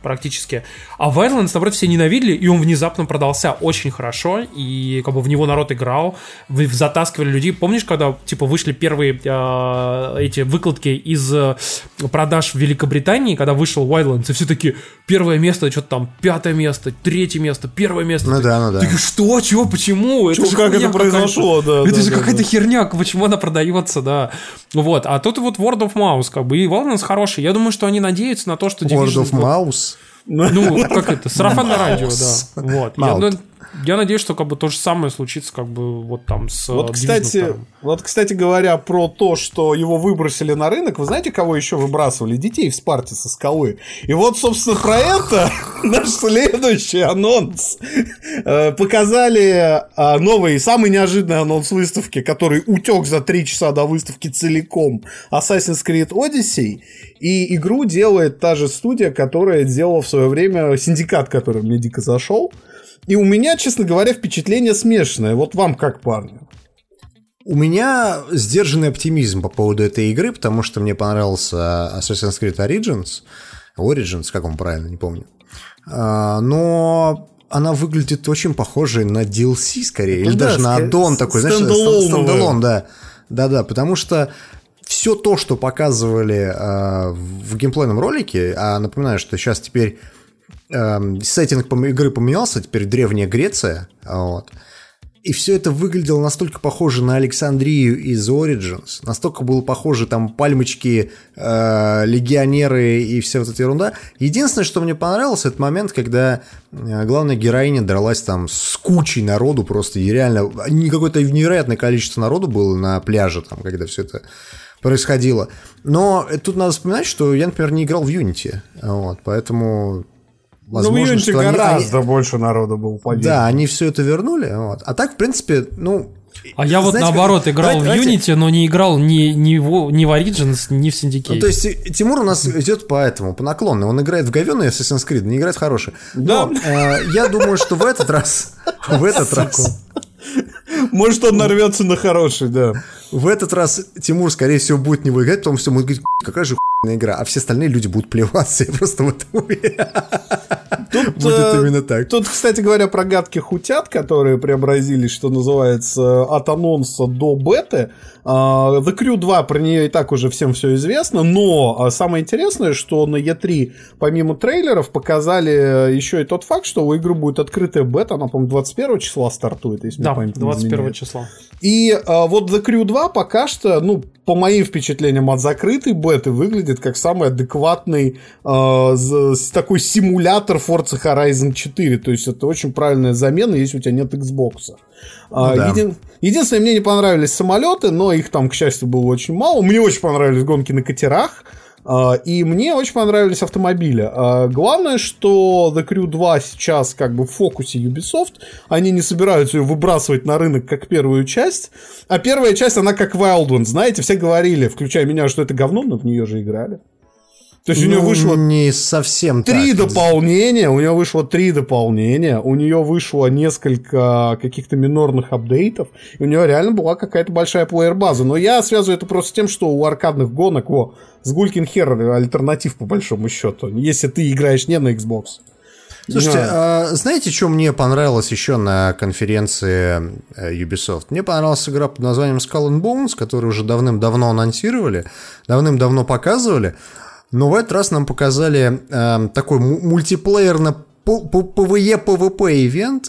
практически. А Wildlands, наоборот, все ненавидели, и он внезапно продался очень хорошо, и как бы в него народ играл, вы затаскивали людей. Помнишь, когда, типа, вышли первые э, эти выкладки из э, продаж в Великобритании, когда вышел Wildlands, и все такие, первое место, что-то там, пятое место, третье место, первое место. Ну ты, да, ну да. Такие, что, чего, почему? Чё, же как это произошло, да. Это да, же да, какая-то да. херня, почему она продается, да. Вот, а тут вот Word of Mouse, как бы, и Wildlands хороший. Я думаю, что они надеются на то, что Word Division... of Mouse. Ну, как это, сарафанное радио, да. Вот. Я, Mouth. ну, я надеюсь, что как бы то же самое случится как бы вот там с Вот, Division кстати, два. вот, кстати говоря, про то, что его выбросили на рынок, вы знаете, кого еще выбрасывали? Детей в Спарте со скалы. И вот, собственно, про это наш следующий анонс. Э, Показали э, новый, самый неожиданный анонс выставки, который утек за три часа до выставки целиком. Assassin's Creed Odyssey. И игру делает та же студия, которая делала в свое время Синдикат, который мне дико зашел. И у меня, честно говоря, впечатление смешанное. Вот вам как, парни? У меня сдержанный оптимизм по поводу этой игры, потому что мне понравился Assassin's Creed Origins. Origins, как он правильно, не помню. А, но она выглядит очень похожей на ди эл си, скорее. Или да, даже на ск- аддон такой, знаешь, стендалоновый. стендалон, да. Да-да, потому что все то, что показывали а, в геймплейном ролике, а напоминаю, что сейчас теперь эм, сеттинг игры поменялся, теперь Древняя Греция, вот. И все это выглядело настолько похоже на Александрию из Origins, настолько было похоже там пальмочки, э, легионеры и вся вот эта ерунда. Единственное, что мне понравилось, это момент, когда э, главная героиня дралась там с кучей народу просто, и реально какое-то невероятное количество народу было на пляже, там, когда все это происходило. Но тут надо вспоминать, что я, например, не играл в Unity, вот, поэтому... Возможно, ну, в Unity что они- гораздо они- больше народу было, поверь. Да, они все это вернули. Вот. А так, в принципе, ну... А я вот знаете, наоборот как- играл давайте- в Unity, но не играл ни, ни, в, ни в Origins, ни в Syndicate. Ну, то есть Ти- Тимур у нас идет по этому, по наклонной. Он играет в говёный Assassin's Creed, не играет в хороший. Но э, я думаю, что в этот раз... В этот раз... Может, он нарвется на хороший, да. В этот раз Тимур, скорее всего, будет в него играть, потому что он будет говорить, какая же хуйная игра, а все остальные люди будут плеваться. Я просто в этом уверен. Тут, Будет э, именно так. Тут, кстати говоря, про гадких утят, которые преобразились, что называется, от анонса до беты. А, The Crew два, про нее и так уже всем все известно, но а, самое интересное, что на и три помимо трейлеров показали еще и тот факт, что у игры будет открытая бета, она, по-моему, двадцать первого числа стартует, если Да, мне память не двадцать первого изменяет. числа. И а, вот The Crew два пока что, ну, по моим впечатлениям от закрытой беты, выглядит как самый адекватный а, з- с- такой симулятор Forza Horizon четыре. То есть это очень правильная замена, если у тебя нет Xbox. А, Ну да. един- Единственное, мне не понравились самолеты, но их там, к счастью, было очень мало. Мне очень понравились гонки на катерах. А, И мне очень понравились автомобили. А, Главное, что The Crew два сейчас как бы в фокусе Ubisoft. Они не собираются ее выбрасывать на рынок как первую часть. А первая часть, она как Wildlands. Знаете, все говорили, включая меня, что это говно, но в нее же играли. То есть у нее Ну, вышло не совсем три так. дополнения, у нее вышло три дополнения, у нее вышло несколько каких-то минорных апдейтов, и у нее реально была какая-то большая плеер-база. Но я связываю это просто с тем, что у аркадных гонок, во, с Гулькин хер альтернатив по большому счету, если ты играешь не на Xbox. Слушайте, Да. а знаете, что мне понравилось еще на конференции э, Ubisoft? Мне понравилась игра под названием Skull and Bones, которую уже давным-давно анонсировали, давным-давно показывали, но в этот раз нам показали э, такой му- мультиплеерно пэ вэ е-пэ вэ пэ ивент,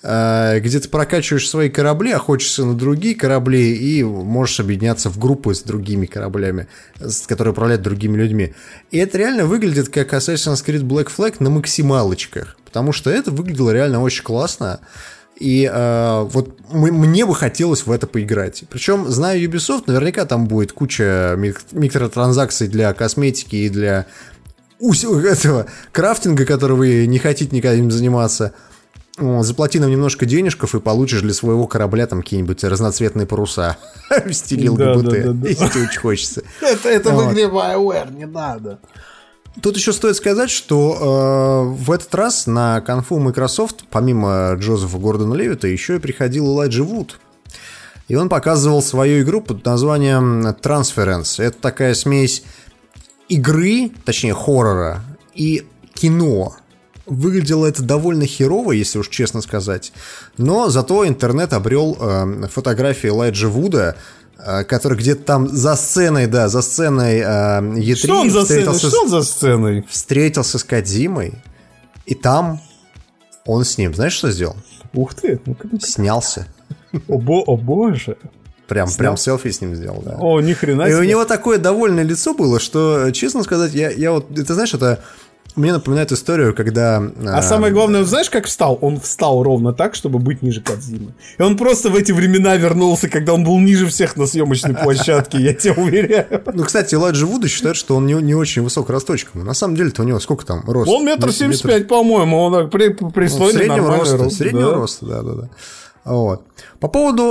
э, где ты прокачиваешь свои корабли, охотишься на другие корабли и можешь объединяться в группы с другими кораблями, с- которые управляют другими людьми. И это реально выглядит как Assassin's Creed Black Flag на максималочках, потому что это выглядело реально очень классно. И э, вот мы- мне бы хотелось в это поиграть. Причем, зная Ubisoft, наверняка там будет куча мик- микротранзакций для косметики и для ус- этого крафтинга, который вы не хотите никогда им заниматься. О, заплати нам немножко денежков и получишь для своего корабля там какие-нибудь разноцветные паруса в стиле Да, ЛГБТ, да, да, да. если тебе очень хочется. Это, это Вот. в игре BioWare, не надо. Тут еще стоит сказать, что э, в этот раз на конфу Microsoft, помимо Джозефа Гордона Левита, еще и приходил Элайджа Вуд. И он показывал свою игру под названием Transference. Это такая смесь игры, точнее хоррора, и кино. Выглядело это довольно херово, если уж честно сказать. Но зато интернет обрел э, фотографии Элайджа Вуда, э, который где-то там за сценой, да, за сценой э, и три Что он за сценой? встретился, Что он за сценой? встретился с Кодзимой, и там он с ним, знаешь, что сделал? Ух ты. Ну-ка. Снялся. О, бо- о боже. Прям, Снял? прям селфи с ним сделал, да. О, ни хрена И себе. у него такое довольное лицо было, что, честно сказать, я, я вот, ты знаешь, это мне напоминает историю, когда... А самое главное, знаешь, как встал? Он встал ровно так, чтобы быть ниже Кодзимы. И он просто в эти времена вернулся, когда он был ниже всех на съемочной площадке, я тебе уверяю. Ну, кстати, Элайджа Вуда считает, что он не, не очень высок росточком. На самом деле-то у него сколько там рост? Он метр семьдесят пять, по-моему, он так при, пристойный, среднего нормальный роста, рост. среднего да. роста, да-да-да. Вот. По поводу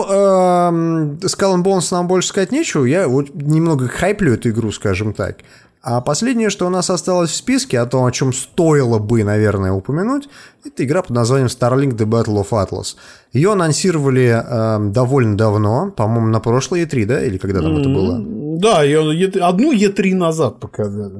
эм, Skull and Bones нам больше сказать нечего. Я вот немного хайплю эту игру, скажем так. А последнее, что у нас осталось в списке, о том, о чем стоило бы, наверное, упомянуть, это игра под названием Starlink The Battle of Atlas. Ее анонсировали э, довольно давно, по-моему, на прошлой и три, да? Или когда там mm-hmm. это было? Да, ее, одну и три назад показали.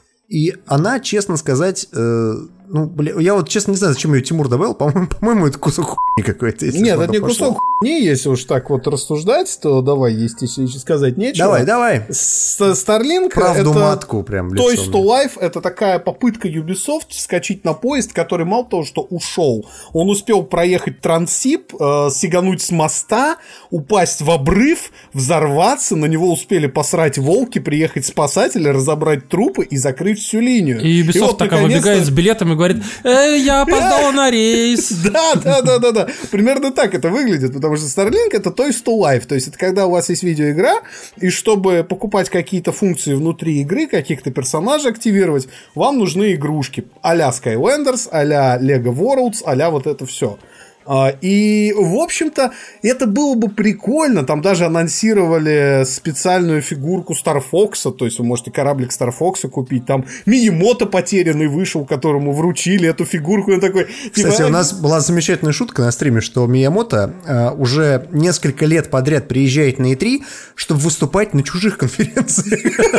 И она, честно сказать, э, ну, бля, я вот честно не знаю, зачем ее Тимур добавил, по-моему, по-моему это кусок хуйни какой-то. Нет, это не кусок хуйни, если уж так вот рассуждать, то давай, есть еще сказать нечего. Давай, давай. Starlink Правду это матку прям лицом. Toys to Life это такая попытка Ubisoft вскочить на поезд, который мало того, что ушел, он успел проехать Транссиб, э, сигануть с моста, упасть в обрыв, взорваться, на него успели посрать волки, приехать спасатели, разобрать трупы и закрыть всю линию. И Ubisoft и вот, такая наконец-то... выбегает с билетом и говорит: э, я опоздала на рейс. Да, да, да, да, да. Примерно так это выглядит, потому что Starlink это Toys to Life, то есть это когда у вас есть видеоигра, и чтобы покупать какие-то функции внутри игры, каких-то персонажей активировать, вам нужны игрушки а-ля Skylanders, а-ля Lego Worlds, а-ля вот это все. И, в общем-то, это было бы прикольно. Там даже анонсировали специальную фигурку Star Fox, то есть вы можете кораблик Star Fox купить. Там Миямото потерянный вышел, которому вручили эту фигурку. Он такой, типа... Кстати, у нас была замечательная шутка на стриме, что Миямото э, уже несколько лет подряд приезжает на и три, чтобы выступать на чужих конференциях.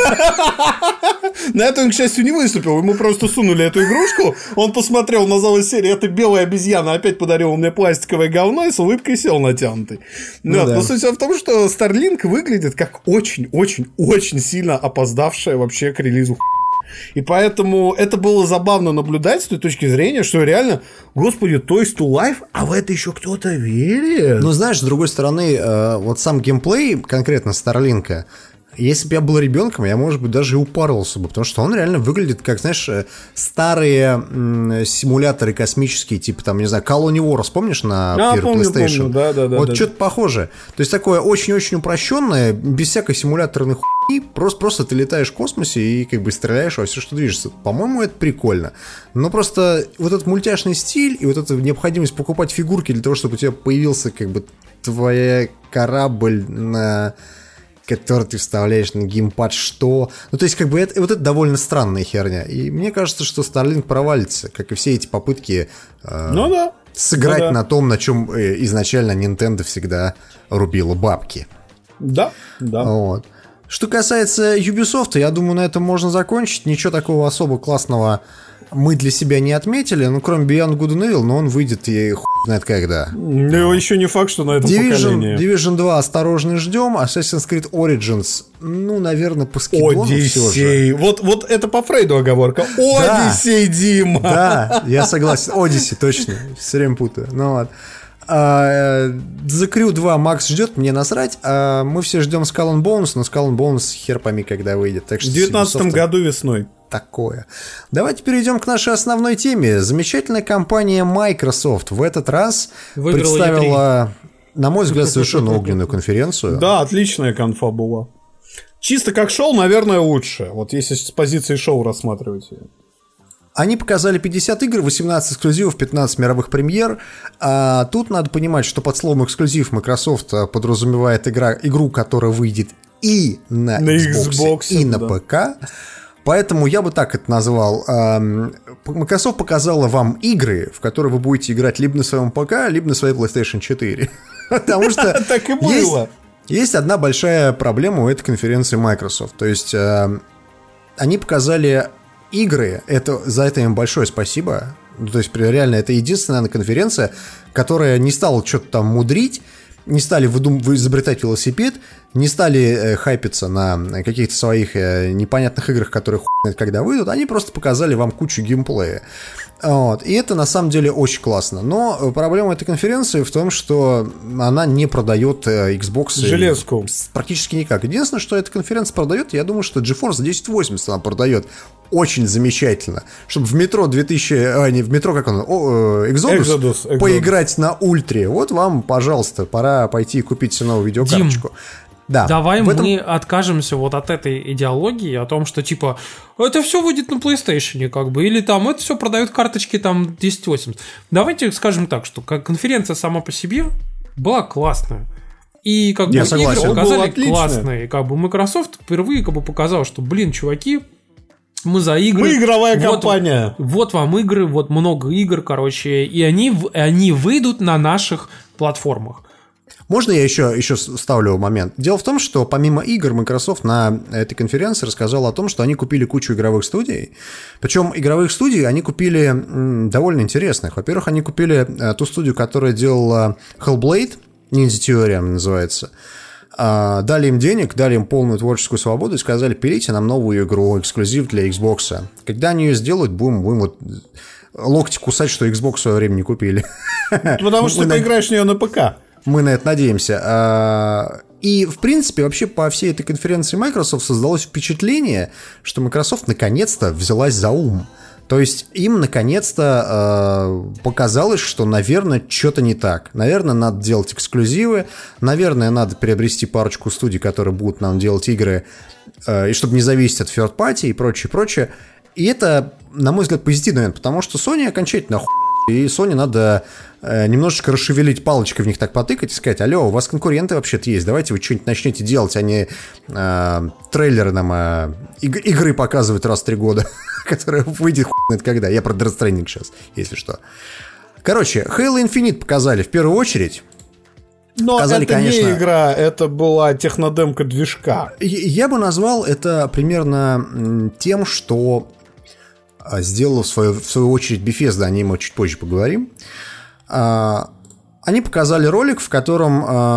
На это он, к счастью, не выступил. Ему просто сунули эту игрушку. Он посмотрел, назвал серию: это белая обезьяна, опять подарил мне пластиковое говно, и с улыбкой сел натянутый. Ну, вот. Да. Но суть в том, что Starlink выглядит как очень-очень-очень сильно опоздавшая вообще к релизу. И поэтому это было забавно наблюдать с той точки зрения, что реально, господи, Toys to Life, а в это еще кто-то верит. Ну, знаешь, с другой стороны, вот сам геймплей конкретно Starlink'а, если бы я был ребенком, я, может быть, даже и упарывался бы, потому что он реально выглядит как, знаешь, старые м- симуляторы космические, типа там, не знаю, Colony Wars, помнишь, на а, первый помню, PlayStation? Помню. Да, да, да, вот да, что-то да. похожее. То есть такое очень-очень упрощенное, без всякой симуляторной хуйни, просто, просто ты летаешь в космосе и как бы стреляешь во все, что движется. По-моему, это прикольно. Но просто вот этот мультяшный стиль и вот эта необходимость покупать фигурки для того, чтобы у тебя появился как бы твоя корабль на... который ты вставляешь на геймпад, что... Ну, то есть, как бы, это, вот это довольно странная херня. И мне кажется, что Starlink провалится, как и все эти попытки э, ну, да. сыграть ну, да. на том, на чем э, изначально Nintendo всегда рубила бабки. Да, да. Вот. Что касается Ubisoft, я думаю, на этом можно закончить. Ничего такого особо классного мы для себя не отметили, ну, кроме Beyond Good and Evil, но он выйдет и хуй знает когда. Ну, еще не факт, что на этом Division, поколении. Division два осторожно ждем, Assassin's Creed Origins, ну, наверное, по скидону все же. Вот, вот это по Фрейду оговорка. Одиссей, да, Дима! Да, я согласен. Одиссей, точно. Все время путаю. Ну, вот. А, The Crew два Макс ждет, мне насрать. А мы все ждем Skull and Bones, но Skull and Bones хер пойми, когда выйдет. Так что в девятнадцатом году весной. Такое. Давайте перейдем к нашей основной теме. Замечательная компания Microsoft в этот раз выиграла представила, и три. На мой взгляд, совершенно огненную конференцию. Да, отличная конфа была. Чисто как шоу, наверное, лучше. Вот если с позиции шоу рассматривать ее. Они показали пятьдесят игр, восемнадцать эксклюзивов, пятнадцать мировых премьер. А тут надо понимать, что под словом эксклюзив Microsoft подразумевает игра, игру, которая выйдет и на, на Xbox, Xbox, и да. на ПК. Поэтому я бы так это назвал. Microsoft показала вам игры, в которые вы будете играть либо на своем ПК, либо на своей PlayStation четыре. Потому что так и было. Есть одна большая проблема у этой конференции Microsoft. То есть они показали игры, это, за это им большое спасибо. Ну, то есть, реально, это единственная, наверное, конференция, которая не стала что-то там мудрить, не стали выдум- изобретать велосипед, не стали э, хайпиться на каких-то своих э, непонятных играх, которые хуй знает когда выйдут, они просто показали вам кучу геймплея. Вот. И это на самом деле очень классно. Но проблема этой конференции в том, что она не продает э, Xbox железку практически никак. Единственное, что эта конференция продает, я думаю, что GeForce десять восемьдесят она продает очень замечательно. Чтобы в метро две тысячи... А, не в метро, как он? О, Exodus, Exodus, Exodus. Поиграть на ультре. Вот вам, пожалуйста, пора пойти и купить себе новую видеокарточку. Дим, да, давай этом... мы откажемся вот от этой идеологии о том, что типа это все выйдет на PlayStation, как бы, или там это все продают карточки там десять восемьдесят. Давайте скажем так, что конференция сама по себе была классная. И как бы Я игры согласен. показали классные. Как бы Microsoft впервые как бы показал, что, блин, чуваки, мы за игры. Мы игровая вот, компания. Вот вам игры, вот много игр, короче, и они, они выйдут на наших платформах. Можно я еще, еще ставлю момент? Дело в том, что помимо игр Microsoft на этой конференции рассказал о том, что они купили кучу игровых студий. Причем игровых студий они купили м, довольно интересных. Во-первых, они купили э, ту студию, которая делала Hellblade, Ninja Theory называется. А, дали им денег, дали им полную творческую свободу и сказали: пилите нам новую игру, эксклюзив для Xbox. Когда они ее сделают, будем, будем вот локти кусать, что Xbox в свое время не купили. Потому что ты поиграешь в нее на ПК. Мы на это надеемся. И, в принципе, вообще по всей этой конференции Microsoft создалось впечатление, что Microsoft наконец-то взялась за ум. То есть им наконец-то э, показалось, что, наверное, что-то не так. Наверное, надо делать эксклюзивы. Наверное, надо приобрести парочку студий, которые будут нам делать игры, э, и чтобы не зависеть от third party и прочее, прочее. И это, на мой взгляд, позитивный момент, потому что Sony окончательно хуй. И Sony надо э, немножечко расшевелить палочкой в них так потыкать и сказать: алло, у вас конкуренты вообще-то есть, давайте вы что-нибудь начнете делать, а не э, трейлеры нам э, иг- игры показывать раз в три года, которая выйдет хуй знает когда. Я про Death Stranding сейчас, если что. Короче, Halo Infinite показали в первую очередь. Но показали, это конечно, не игра, это была технодемка движка. Я бы назвал это примерно тем, что сделала в свою, в свою очередь Bethesda, о ней мы чуть позже поговорим. Они показали ролик, в котором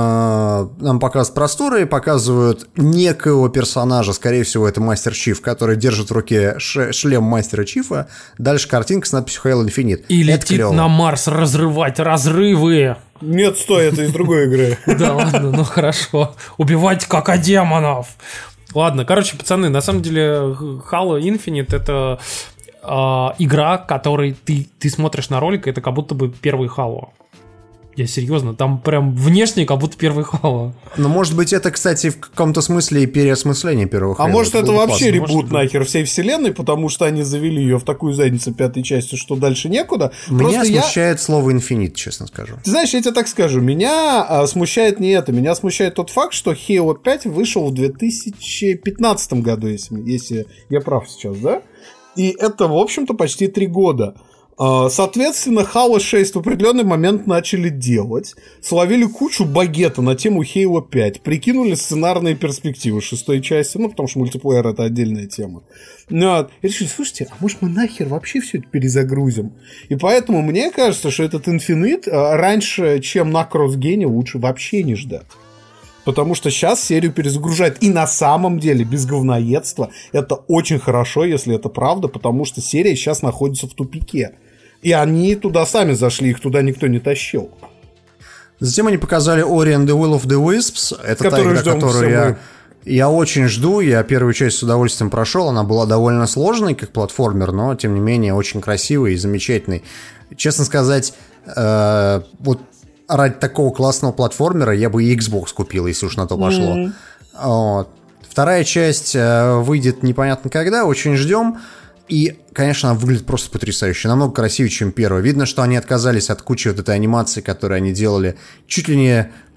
нам показывают просторы, показывают некоего персонажа, скорее всего, это Мастер Чиф, который держит в руке шлем Мастера Чифа. Дальше картинка с надписью Halo Infinite. И это летит клево. на Марс разрывать разрывы. Нет, стой, это из другой игры. Да ладно, ну хорошо. Убивать как демонов. Ладно, короче, пацаны, на самом деле Halo Infinite это э, игра, которой ты, ты смотришь на ролик, это как будто бы первый Halo. Я серьезно, там прям внешне как будто первый Halo. Но может быть это, кстати, в каком-то смысле и переосмысление первого Halo. А может это вообще классно. ребут нахер всей вселенной, потому что они завели ее в такую задницу пятой части, что дальше некуда. Меня Просто смущает я... слово Infinite, честно скажу. Ты знаешь, я тебе так скажу, меня а, смущает не это, меня смущает тот факт, что Halo пять вышел в две тысячи пятнадцатом году, если, если я прав сейчас, да? И это, в общем-то, почти три года. Соответственно, Halo шесть в определенный момент начали делать, словили кучу багета на тему Halo пять, прикинули сценарные перспективы шестой части, ну, потому что мультиплеер — это отдельная тема. Ну, и решили: слушайте, а может мы нахер вообще все это перезагрузим? И поэтому мне кажется, что этот Infinite раньше, чем на Cross-Gen, лучше вообще не ждать. Потому что сейчас серию перезагружают. И на самом деле, без говноедства, это очень хорошо, если это правда, потому что серия сейчас находится в тупике. И они туда сами зашли, их туда никто не тащил. Затем они показали Ori and the Will of the Wisps. Это Которую та игра, ждем которую все я, мы. я очень жду. Я первую часть с удовольствием прошел. Она была довольно сложной, как платформер, но, тем не менее, очень красивый и замечательный. Честно сказать, э, вот ради такого классного платформера я бы и Xbox купил, если уж на то пошло. Mm-hmm. Вот. Вторая часть э, выйдет непонятно когда, очень ждем. И, конечно, она выглядит просто потрясающе. Намного красивее, чем первая. Видно, что они отказались от кучи вот этой анимации, которую они делали чуть ли не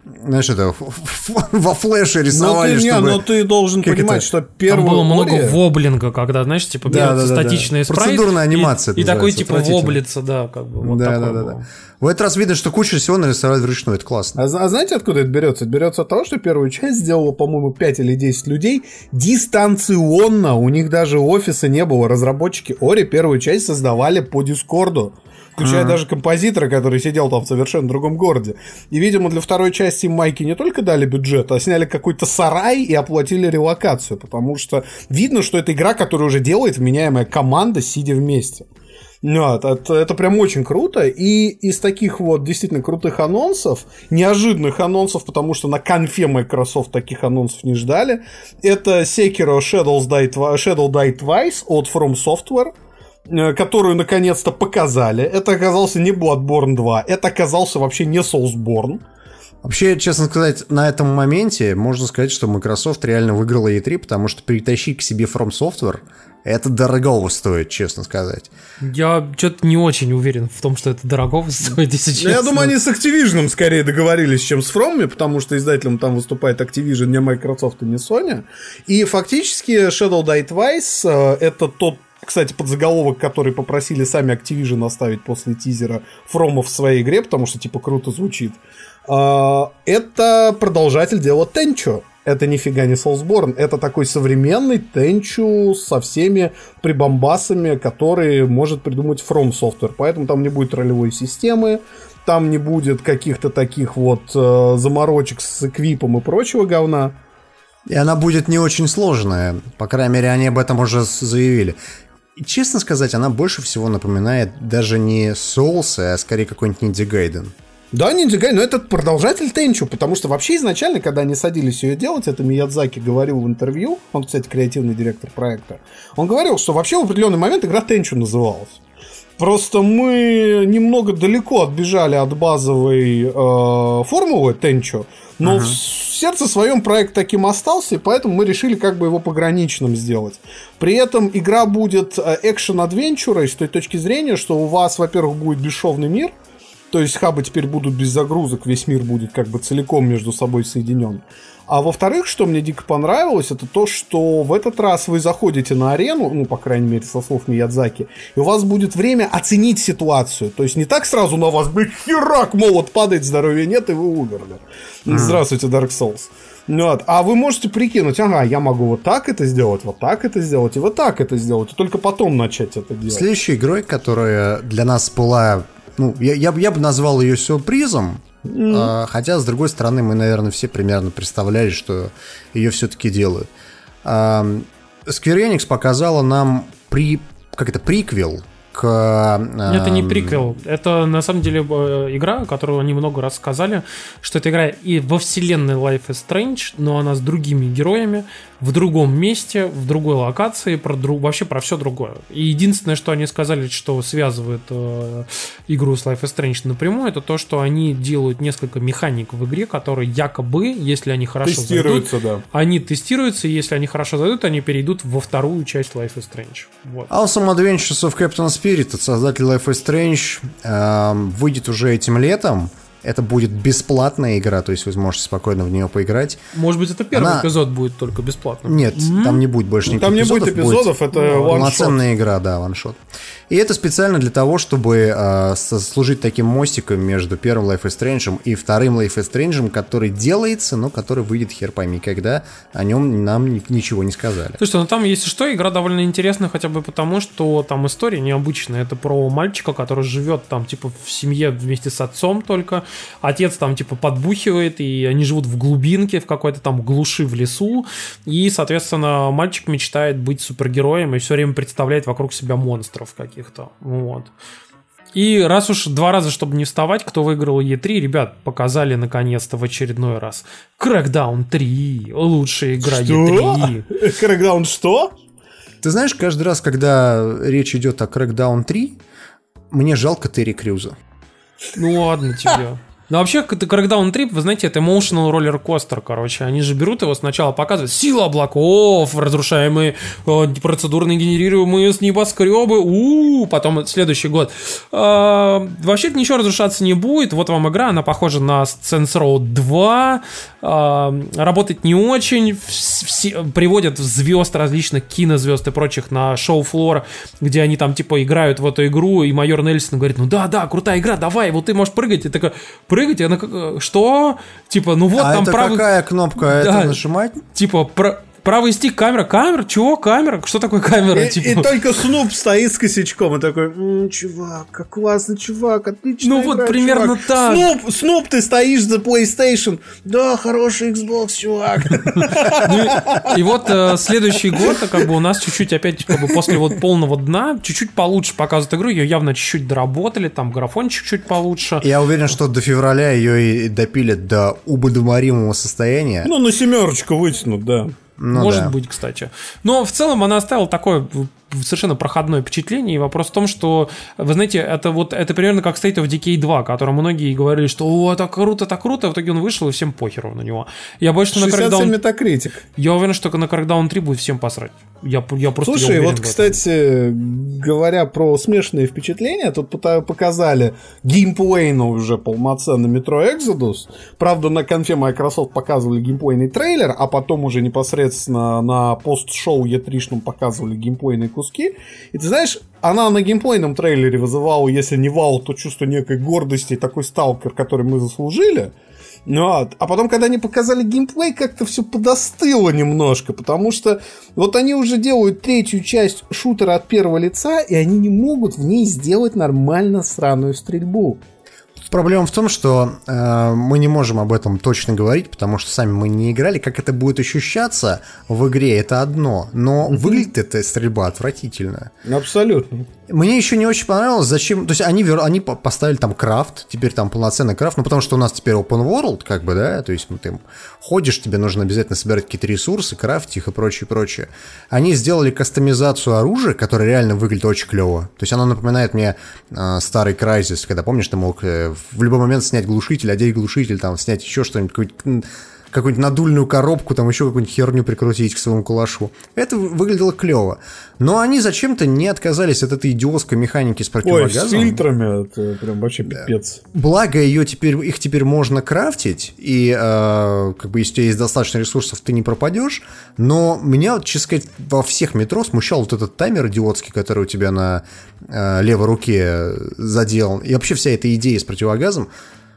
знаешь, это во флеше рисовали, но ты, чтобы... Не, но ты должен как понимать, это? что первый Там было много Ори- воблинга, когда, знаешь, типа Да, берется да, да, да. статичный спрайт. Процедурная и- анимация это И, такой называется, типа отвратительно. воблится, да, как бы. Вот да, такое да, да, было. да. В этот раз видно, что куча всего нарисовали вручную, это классно. А, зна- а знаете, откуда это берется? Это берется от того, что первую часть сделала, по-моему, пять или десять людей дистанционно. У них даже офиса не было. Разработчики Ори первую часть создавали по Дискорду. Включая даже композитора, который сидел там в совершенно другом городе. И, видимо, для второй части Майки не только дали бюджет, а сняли какой-то сарай и оплатили релокацию. Потому что видно, что это игра, которую уже делает вменяемая команда, сидя вместе. Вот, это, это прям очень круто. И из таких вот действительно крутых анонсов, неожиданных анонсов, потому что на конфе Microsoft таких анонсов не ждали, это Sekiro Shadows Die, Shadow Die Twice от From Software, которую наконец-то показали. Это оказался не Bloodborne два, это оказался вообще не Soulsborne. Вообще, честно сказать, на этом моменте можно сказать, что Microsoft реально выиграла и три, потому что притащить к себе From Software это дорогого стоит, честно сказать. Я что-то не очень уверен в том, что это дорогого стоит, если честно. Ну, я думаю, они с Activision скорее договорились, чем с From, потому что издателем там выступает Activision, не Microsoft и не Sony. И фактически Shadow Die Twice — это тот, кстати, подзаголовок, который попросили сами Activision оставить после тизера Фрома в своей игре, потому что, типа, круто звучит. Это продолжатель дела Тенчо. Это нифига не Soulsborne. Это такой современный Тенчу со всеми прибамбасами, которые может придумать From Software. Поэтому там не будет ролевой системы, там не будет каких-то таких вот э, заморочек с эквипом и прочего говна. И она будет не очень сложная. По крайней мере, они об этом уже заявили. И, честно сказать, она больше всего напоминает даже не Souls, а скорее какой-нибудь Ninja Gaiden. Да, Ninja Gaiden, но это продолжатель Тенчу, потому что вообще изначально, когда они садились ее делать, это Миядзаки говорил в интервью, он, кстати, креативный директор проекта, он говорил, что вообще в определенный момент игра Тенчу называлась. Просто мы немного далеко отбежали от базовой э, формулы Тенчу, но uh-huh. в сердце своем проект таким остался, и поэтому мы решили как бы его пограничным сделать. При этом игра будет экшен-адвенчурой с той точки зрения, что у вас, во-первых, будет бесшовный мир, то есть хабы теперь будут без загрузок, весь мир будет как бы целиком между собой соединен. А во-вторых, что мне дико понравилось, это то, что в этот раз вы заходите на арену, ну, по крайней мере, со слов Миядзаки, и у вас будет время оценить ситуацию. То есть не так сразу на вас, блядь, херак, молот падает, здоровья нет, и вы умерли. Mm. Здравствуйте, Dark Souls. Вот. А вы можете прикинуть, ага, я могу вот так это сделать, вот так это сделать, и вот так это сделать, и только потом начать это делать. Следующей игрой, которая для нас была... Ну, я, я, я бы назвал ее сюрпризом, mm. а, хотя, с другой стороны, мы, наверное, все примерно представляли, что ее все-таки делают. А, Square Enix показала нам при, как это, приквел к... А, это не приквел, это на самом деле игра, которую они много раз сказали, что это игра и во вселенной Life is Strange, но она с другими героями, в другом месте, в другой локации, про друг... вообще про все другое. И единственное, что они сказали, что связывает э, игру с Life is Strange напрямую, это то, что они делают несколько механик в игре, которые якобы, если они хорошо тестируются, зайдут, да. они тестируются, и если они хорошо зайдут, они перейдут во вторую часть Life is Strange. Вот. Awesome Adventures of Captain Spirit от создателя Life is Strange э, выйдет уже этим летом. Это будет бесплатная игра, то есть вы сможете спокойно в нее поиграть. Может быть, это первый Она... эпизод будет только бесплатным? Нет, mm-hmm. там не будет больше никаких там не эпизодов. Там не будет эпизодов, будет это полноценная игра, да, ваншот. И это специально для того, чтобы э, служить таким мостиком между первым Life is Strange и вторым Life is Strange, который делается, но который выйдет хер пойми когда. О нем нам ни- ничего не сказали. Слушайте, ну там, если что, игра довольно интересная хотя бы потому, что там история необычная. Это про мальчика, который живет там, типа, в семье вместе с отцом только. Отец там, типа, подбухивает, и они живут в глубинке, в какой-то там глуши в лесу. И, соответственно, мальчик мечтает быть супергероем и все время представляет вокруг себя монстров каких-то. Вот. И раз уж два раза, чтобы не вставать, кто выиграл и три, ребят, показали наконец-то в очередной раз. Crackdown три. Лучшая игра и три. Crackdown что? Ты знаешь, каждый раз, когда речь идет о Crackdown три, мне жалко Терри Крюза. Ну ладно тебе. Ну, вообще, Crackdown три, вы знаете, это emotional роллер-костер, короче. Они же берут его, сначала показывают сила облаков, разрушаемые, э, процедурно генерируемые с небоскребы, у-у-у, потом следующий год. Э, вообще-то ничего разрушаться не будет. Вот вам игра, она похожа на Saints Row два, э, работает не очень, все, приводят звезд различных, кинозвезд и прочих на шоу-флор, где они там, типа, играют в эту игру, и майор Нельсон говорит, ну да-да, крутая игра, давай, вот ты можешь прыгать, и такой... Прыгать, она как... Что? Типа, ну вот а там это правый... какая кнопка? Да, это нажимать? Типа, про... правый стик, камера, камера, чего камера? Что такое камера? И, типа... и только Снуп стоит с косячком и такой, м-м, чувак, как классно, чувак, отлично. Ну игра, вот примерно чувак. так. Снуп, Снуп, ты стоишь за PlayStation. Да, хороший Xbox, чувак. И вот э, следующий год, как бы у нас чуть-чуть опять, как бы после вот полного дна, чуть-чуть получше показывают игру, ее явно чуть-чуть доработали, там графон чуть-чуть получше. Я уверен, что до февраля ее и допилят до убодомаримого состояния. Ну, на семерочку вытянут, да. Ну, Может да. быть, кстати. Но в целом она оставила такое совершенно проходное впечатление. И вопрос в том, что, вы знаете, это вот это примерно как State of Decay два, о котором многие говорили, что о, так круто, так круто, а в итоге он вышел, и всем похеру на него. Я боюсь, что на шестьдесят семь Crackdown... метакритик. Я уверен, что на Crackdown три будет всем посрать. Я, я просто Слушай, я вот, кстати, говоря про смешанные впечатления, тут показали геймплейно уже полноценно Metro Exodus. Правда, на конфе Microsoft показывали геймплейный трейлер, а потом уже непосредственно на пост-шоу и три-шном показывали геймплейные куски. И ты знаешь, она на геймплейном трейлере вызывала, если не вау, то чувство некой гордости, такой сталкер, который мы заслужили. Вот. А потом, когда они показали геймплей, как-то все подостыло немножко, потому что вот они уже делают третью часть шутера от первого лица, и они не могут в ней сделать нормально сраную стрельбу. Проблема в том, что э, мы не можем об этом точно говорить, потому что сами мы не играли. Как это будет ощущаться в игре, это одно. Но mm-hmm. выглядит эта стрельба отвратительно. Абсолютно. Мне еще не очень понравилось, зачем... То есть они, они поставили там крафт, теперь там полноценный крафт, ну потому что у нас теперь open world, как бы, да, то есть ты ходишь, тебе нужно обязательно собирать какие-то ресурсы, крафтить их и прочее, прочее. Они сделали кастомизацию оружия, которое реально выглядит очень клево. То есть оно напоминает мне э, старый Crysis, когда, помнишь, ты мог э, в любой момент снять глушитель, одеть глушитель, там, снять еще что-нибудь, какой-нибудь... какую-нибудь надульную коробку, там еще какую-нибудь херню прикрутить к своему кулашу. Это выглядело клево. Но они зачем-то не отказались от этой идиотской механики с противогазом. Ой, с фильтрами, это прям вообще пипец. Да. Благо, ее теперь, их теперь можно крафтить, и э, как бы если у тебя есть достаточно ресурсов, ты не пропадешь. Но меня, честно сказать, во всех метро смущал вот этот таймер идиотский, который у тебя на э, левой руке заделан. И вообще вся эта идея с противогазом.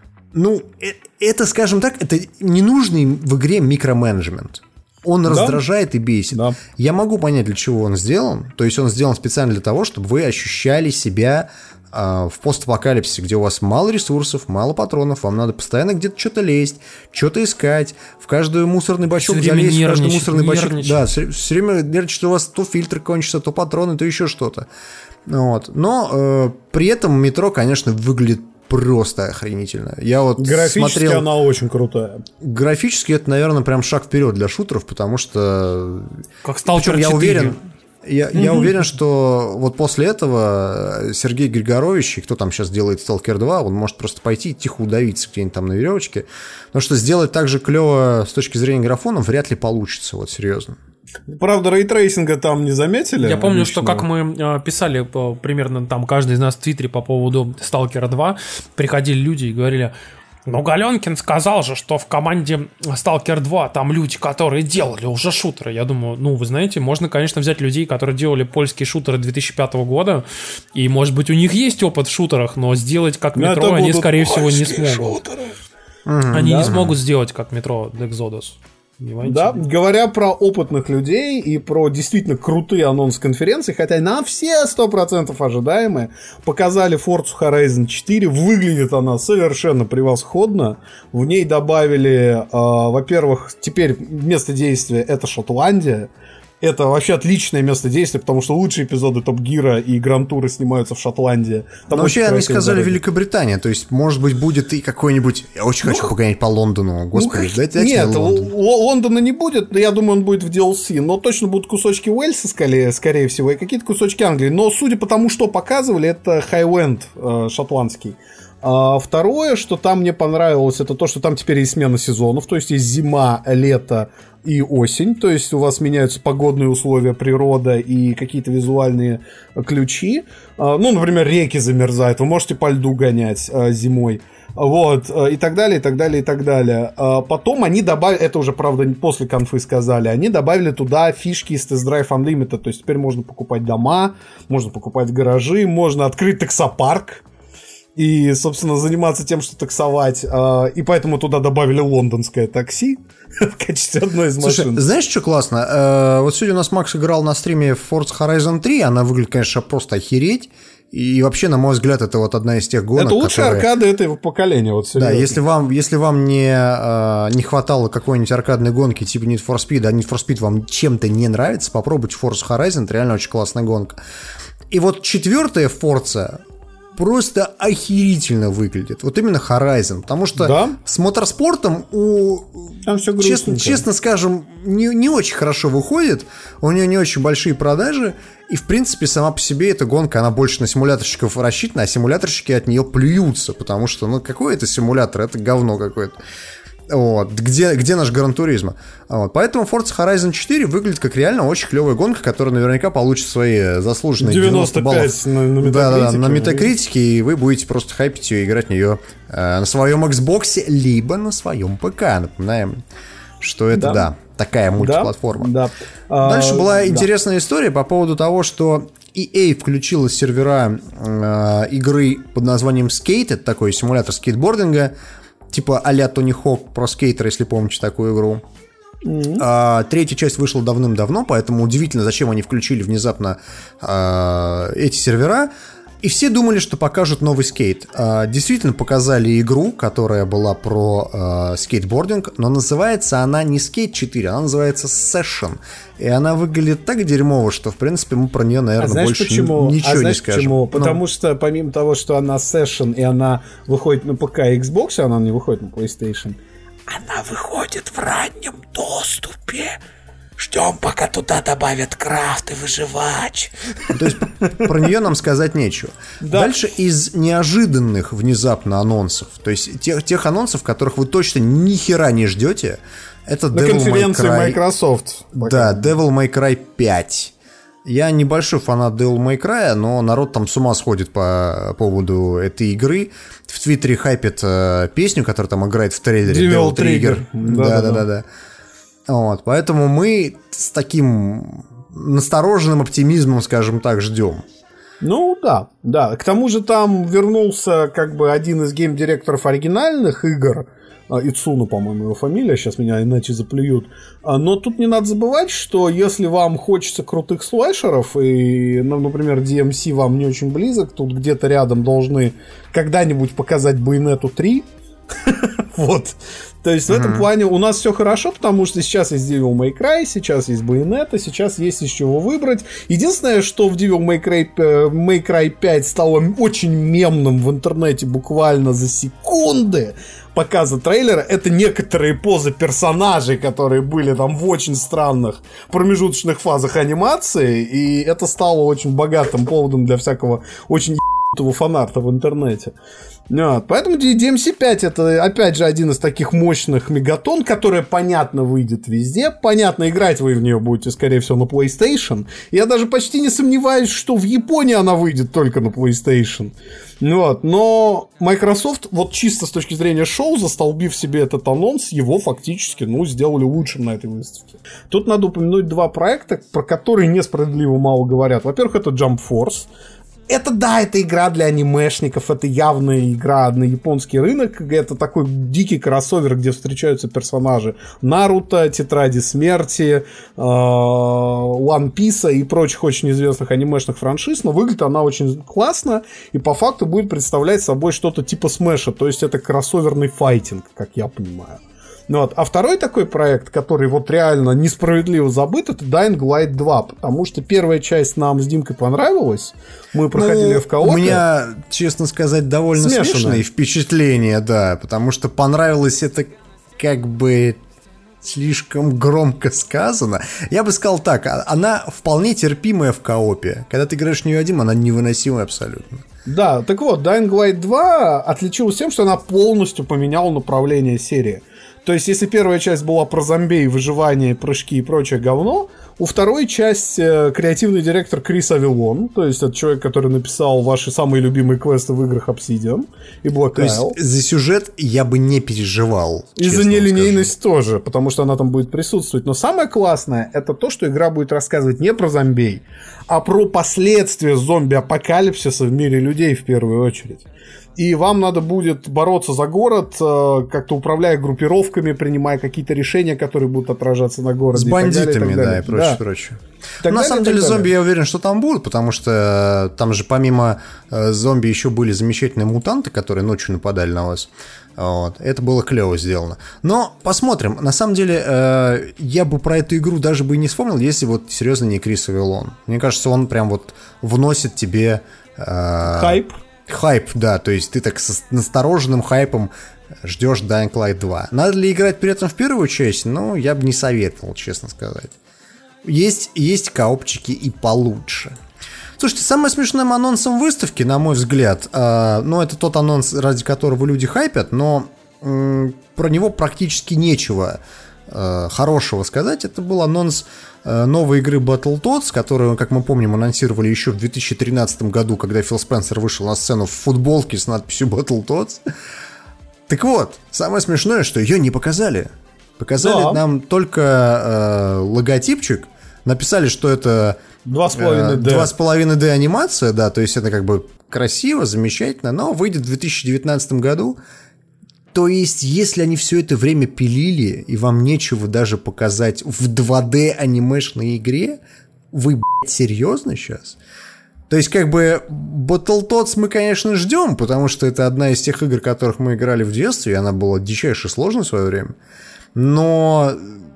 Ну, это, скажем так, это ненужный в игре микроменеджмент. Он да? раздражает и бесит. Да. Я могу понять, для чего он сделан. То есть он сделан специально для того, чтобы вы ощущали себя э, в постапокалипсисе, где у вас мало ресурсов, мало патронов, вам надо постоянно где-то что-то лезть, что-то искать, в каждый мусорный бачок залезть, в каждый мусорный бачок. Да, все, все время нервничать, что у вас то фильтр кончится, то патроны, то еще что-то. Вот. Но э, при этом метро, конечно, выглядит просто охренительно. Я вот графически смотрел... она очень крутая. Графически это, наверное, прям шаг вперед для шутеров, потому что... Как Stalker я четыре. Уверен, я, mm-hmm. я уверен, что вот после этого Сергей Григорович, кто там сейчас делает Stalker два, он может просто пойти и тихо удавиться где-нибудь там на веревочке. Потому что сделать так же клево с точки зрения графона вряд ли получится, вот серьезно. Правда, рейтрейсинга там не заметили. Я помню, лично. что как мы э, писали э, примерно там каждый из нас в Твиттере по поводу Сталкера два, приходили люди и говорили: ну, Галенкин сказал же, что в команде Сталкер два там люди, которые делали уже шутеры. Я думаю, ну, вы знаете, можно, конечно, взять людей, которые делали польские шутеры две тысячи пятого года, и, может быть, у них есть опыт в шутерах, но сделать как но Метро они, скорее всего, не смогут. Угу, они да? не смогут сделать как Метро Exodus. Да, говоря про опытных людей и про действительно крутые анонсы конференции, хотя на все сто процентов ожидаемые, показали Forza Horizon четыре, выглядит она совершенно превосходно, в ней добавили, э, во-первых, теперь место действия это Шотландия. Это вообще отличное место действия, потому что лучшие эпизоды Топ Гира и Гранд Тура снимаются в Шотландии. Там но вообще они сказали дороги. Великобритания, то есть, может быть, будет и какой-нибудь... Я очень ну, хочу погонять по Лондону, господи, ну, дайте, дайте нет, мне Лондон. Лондона не будет, но я думаю, он будет в ди эл си, но точно будут кусочки Уэльса, скорее, скорее всего, и какие-то кусочки Англии. Но судя по тому, что показывали, это Хайленд э, шотландский. А второе, что там мне понравилось, это то, что там теперь есть смена сезонов, то есть есть зима, лето и осень, то есть у вас меняются погодные условия, природа и какие-то визуальные ключи. Ну, например, реки замерзают, вы можете по льду гонять зимой. Вот, и так далее, и так далее, и так далее. Потом они добавили, это уже, правда, после конфы сказали, они добавили туда фишки из Test Drive Unlimited, то есть теперь можно покупать дома, можно покупать гаражи, можно открыть таксопарк и, собственно, заниматься тем, что таксовать. И поэтому туда добавили лондонское такси в качестве одной из машин. Слушай, знаешь, что классно? Вот сегодня у нас Макс играл на стриме в Forza Horizon три, она выглядит, конечно, просто охереть. И вообще, на мой взгляд, это вот одна из тех гонок, это лучшая которые... аркада этого поколения, вот серьезно. Да, если вам, если вам не, не хватало какой-нибудь аркадной гонки типа Need for Speed, а Need for Speed вам чем-то не нравится, попробуйте Forza Horizon, это реально очень классная гонка. И вот четвертая Forza просто охерительно выглядит. Вот именно Horizon. Потому что да? с моторспортом у... Там все честно, честно скажем, не, не очень хорошо выходит. У нее не очень большие продажи. И, в принципе, сама по себе эта гонка, она больше на симуляторщиков рассчитана, а симуляторщики от нее плюются. Потому что, ну, какой это симулятор? Это говно какое-то. Вот. Где, где наш Гран-туризмо? Вот. Поэтому Forza Horizon четыре выглядит как реально очень клевая гонка, которая наверняка получит свои заслуженные девяносто баллов на, на Metacritic. Да, да, да, на Metacritic, и вы будете просто хайпить ее и играть в нее э, на своем Xbox, либо на своем ПК. Напоминаем, что это, да, да такая мультиплатформа. Да, да. Дальше а, была да. интересная история по поводу того, что и эй включила сервера э, игры под названием Skate, это такой симулятор скейтбординга, типа а-ля Тони Хок про скейтера, если помните такую игру. Mm-hmm. А, третья часть вышла давным-давно, поэтому удивительно, зачем они включили внезапно а, эти сервера. И все думали, что покажут новый скейт. А, действительно показали игру, которая была про а, скейтбординг, но называется она не Skate четыре, она называется Session. И она выглядит так дерьмово, что, в принципе, мы про нее, наверное, а знаешь, больше почему? ничего а знаешь, не скажем. Почему? Потому ну... что, помимо того, что она Session, и она выходит на ПК и Xbox, она не выходит на PlayStation, она выходит в раннем доступе. Ждем, пока туда добавят крафт и выживач. То есть про нее нам сказать нечего. Да. Дальше из неожиданных внезапно анонсов, то есть тех, тех анонсов, которых вы точно ни хера не ждете, это на Devil конференции May Cry... Microsoft. Да, Devil May Cry пять. Я небольшой фанат Devil May Cry, но народ там с ума сходит по поводу этой игры. В Твиттере хайпит э, песню, которая там играет в трейлере Devil Trigger. Да-да-да. Вот, поэтому мы с таким настороженным оптимизмом, скажем так, ждем. Ну да, да. К тому же там вернулся как бы один из гейм-директоров оригинальных игр, Ицуна, по-моему, его фамилия, сейчас меня иначе заплюют. Но тут не надо забывать, что если вам хочется крутых слэшеров, и, ну, например, ди эм си вам не очень близок, тут где-то рядом должны когда-нибудь показать Bayonetta три. Вот. То есть в этом плане у нас все хорошо, потому что сейчас есть Devil May Cry, сейчас есть Bayonetta, сейчас есть из чего выбрать. Единственное, что в Devil May Cry, May Cry пять стало очень мемным в интернете буквально за секунды показа трейлера, это некоторые позы персонажей, которые были там в очень странных промежуточных фазах анимации, и это стало очень богатым поводом для всякого очень ебаного фанарта в интернете. Вот. Поэтому ди эм си пять это, опять же, один из таких мощных мегатон, которая, понятно, выйдет везде. Понятно, играть вы в нее будете, скорее всего, на PlayStation. Я даже почти не сомневаюсь, что в Японии она выйдет только на PlayStation. Вот. Но Microsoft, вот чисто с точки зрения шоу, застолбив себе этот анонс, его фактически, ну, сделали лучшим на этой выставке. Тут надо упомянуть два проекта, про которые несправедливо мало говорят. Во-первых, это Jump Force. Это, да, это игра для анимешников, это явная игра на японский рынок, это такой дикий кроссовер, где встречаются персонажи Наруто, Тетради Смерти, One Piece и прочих очень известных анимешных франшиз, но выглядит она очень классно и по факту будет представлять собой что-то типа Смэша, то есть это кроссоверный файтинг, как я понимаю. Вот. А второй такой проект, который вот реально несправедливо забыт, это Dying Light два, потому что первая часть нам с Димкой понравилась, мы проходили ну, в коопе. У меня, честно сказать, довольно смешанные впечатления, да, потому что понравилось это как бы слишком громко сказано. Я бы сказал так, она вполне терпимая в коопе. Когда ты играешь в нее один, она невыносимая абсолютно. Да, так вот, Dying Light два отличилась тем, что она полностью поменяла направление серии. То есть, если первая часть была про зомби, выживание, прыжки и прочее говно, у второй части э, креативный директор Крис Авилон, то есть это человек, который написал ваши самые любимые квесты в играх Obsidian и Black То есть Isle. за сюжет я бы не переживал. И за нелинейность тоже, потому что она там будет присутствовать. Но самое классное, это то, что игра будет рассказывать не про зомби, а про последствия зомби-апокалипсиса в мире людей в первую очередь. И вам надо будет бороться за город, как-то управляя группировками, принимая какие-то решения, которые будут отражаться на городе. С бандитами, и да, и прочее, да. прочее. Так На далее, самом так деле далее. зомби, я уверен, что там будут, потому что там же помимо зомби еще были замечательные мутанты, которые ночью нападали на вас. Вот. Это было клево сделано. Но посмотрим. На самом деле, я бы про эту игру даже бы и не вспомнил, если вот серьезно не Крис Авилон. Мне кажется, он прям вот вносит тебе... Хайп. Хайп, да, то есть ты так с настороженным хайпом ждешь Dying Light два. Надо ли играть при этом в первую часть? Ну, я бы не советовал, честно сказать. Есть, есть коопчики и получше. Слушайте, самое смешное анонсом выставки, на мой взгляд, э, ну, это тот анонс, ради которого люди хайпят, но э, про него практически нечего э, хорошего сказать. Это был анонс э, новой игры Battletoads, которую, как мы помним, анонсировали еще в две тысячи тринадцатом году, когда Фил Спенсер вышел на сцену в футболке с надписью Battletoads. Так вот, самое смешное, что ее не показали. Показали Да. нам только э, логотипчик, написали, что это два с половиной дэ. два с половиной дэ анимация, да, то есть это как бы красиво, замечательно, но выйдет в две тысячи девятнадцатом году. То есть, если они все это время пилили, и вам нечего даже показать в два дэ анимешной игре, вы, блядь, серьезно сейчас? То есть, как бы, Battletoads мы, конечно, ждем, потому что это одна из тех игр, которых мы играли в детстве, и она была дичайше сложной в свое время. Но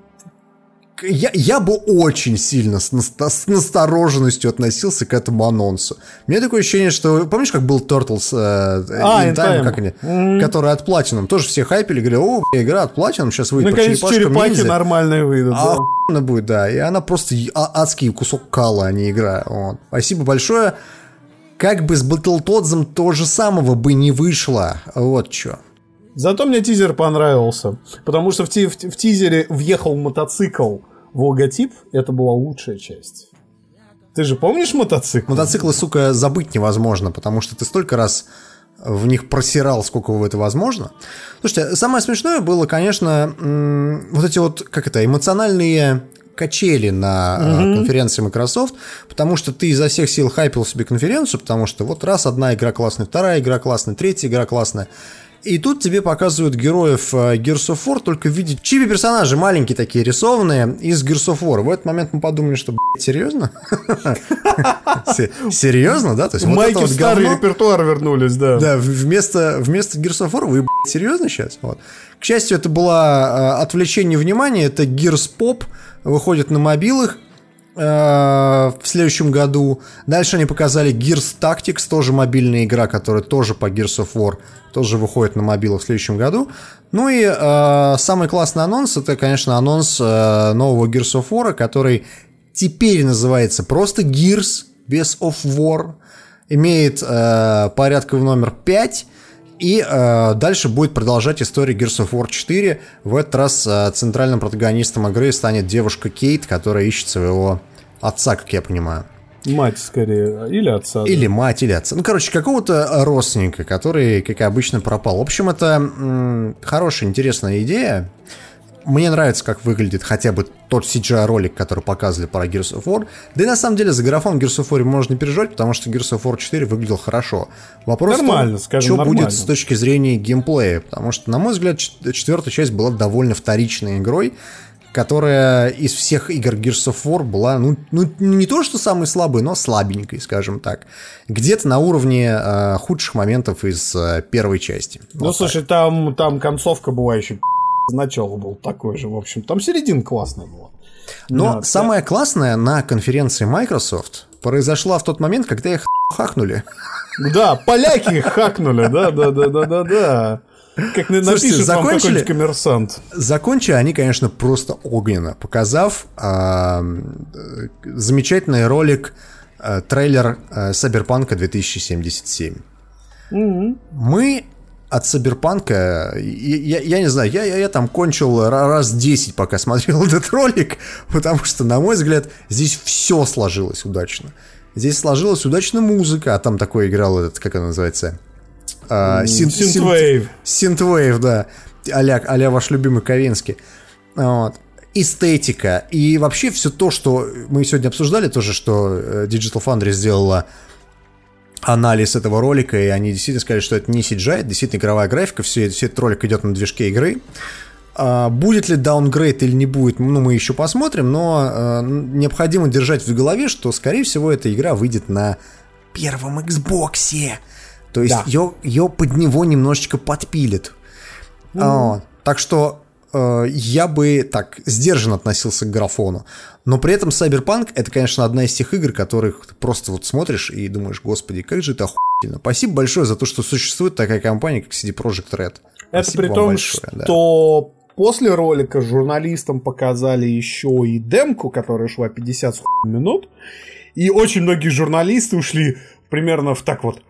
я, я бы очень сильно с, наста- с настороженностью относился к этому анонсу. У меня такое ощущение, что... Помнишь, как был Turtles э, А, in In Time, Time. как они? Mm-hmm. Который от Platinum. Тоже все хайпили, говорили, о, бля, игра от Platinum, сейчас выйдет по Наконец, черепашкам черепахи ниндзя. нормальные выйдут. А да. охуенно будет, да. И она просто а- адский кусок кала, а не игра. Вот. Спасибо большое. Как бы с Battletoads то же самого бы не вышло. Вот что. Зато мне тизер понравился. Потому что в, ти- в, ти- в тизере въехал мотоцикл в логотип. Это была лучшая часть. Ты же помнишь мотоцикл? Мотоциклы, сука, забыть невозможно, потому что ты столько раз в них просирал, сколько в это возможно. Слушайте, самое смешное было, конечно, м- вот эти вот, как это, эмоциональные качели на mm-hmm. конференции Microsoft, потому что ты изо всех сил хайпил себе конференцию, потому что вот раз одна игра классная, вторая игра классная, третья игра классная. И тут тебе показывают героев Gears of War только в виде чиби-персонажей, маленькие такие, рисованные, из Gears of War. В этот момент мы подумали, что, блядь, серьезно? Серьезно, да? То есть Майки в старый репертуар вернулись, да. Да, вместо Gears of War вы, блядь, серьезно сейчас? К счастью, это было отвлечение внимания, это Gears Pop, выходит на мобилах в следующем году. Дальше они показали Gears Tactics, тоже мобильная игра, которая тоже по Gears of War, тоже выходит на мобилах в следующем году. Ну и э, самый классный анонс, это, конечно, анонс э, нового Gears of War, который теперь называется просто Gears без of War, имеет э, порядковый номер пять, и э, дальше будет продолжать историю Gears of War четыре. В этот раз э, центральным протагонистом игры станет девушка Кейт, которая ищет своего отца, как я понимаю. Мать, скорее, или отца. Или мать, или отца. Ну, короче, какого-то родственника, который, как обычно, пропал. В общем, это м- хорошая, интересная идея. Мне нравится, как выглядит хотя бы тот си джи ай-ролик, который показывали про Gears of War. Да и на самом деле за графон Gears of War можно не переживать, потому что Gears of War четыре выглядел хорошо. Вопрос нормально, в том, скажем, что нормально. будет с точки зрения геймплея. Потому что, на мой взгляд, четвертая часть была довольно вторичной игрой, которая из всех игр Gears of War была, ну, ну не то что самой слабой, но слабенькой, скажем так. Где-то на уровне э, худших моментов из э, первой части. Ну, Вот слушай, там, там концовка была еще начало был такой же, в общем. Там середина классная была. Но Да, самое классное на конференции Microsoft произошло в тот момент, когда их хакнули. Да, поляки их хакнули, да, да, да, да, да, да. Как напишет вам какой-нибудь коммерсант. Закончили они, конечно, просто огненно, показав э, замечательный ролик, э, трейлер э, Cyberpunk две тысячи семьдесят семь. Mm-hmm. Мы от Cyberpunk, я, я не знаю, я, я, я там кончил раз десять, пока смотрел этот ролик, потому что, на мой взгляд, здесь все сложилось удачно. Здесь сложилась удачно музыка, а там такой играл этот, как он называется? Synthwave. Synthwave, да. А-ля, а-ля ваш любимый Ковенский. Вот. Эстетика. И вообще все то, что мы сегодня обсуждали, тоже, что Digital Foundry сделала анализ этого ролика, и они действительно сказали, что это не си джи ай, это действительно игровая графика, все, все этот ролик идет на движке игры. А, будет ли даунгрейд или не будет, ну, мы еще посмотрим, но а, необходимо держать в голове, что, скорее всего, эта игра выйдет на первом Xbox. То есть да. ее, ее под него немножечко подпилит. Mm-hmm. А, так что э, я бы так сдержанно относился к графону. Но при этом Cyberpunk — это, конечно, одна из тех игр, которых ты просто вот смотришь и думаешь, господи, как же это охуительно. Спасибо большое за то, что существует такая компания, как си ди Projekt Red. Это Спасибо при том, большое, что да. после ролика журналистам показали еще и демку, которая шла пятьдесят минут, и очень многие журналисты ушли примерно в так вот.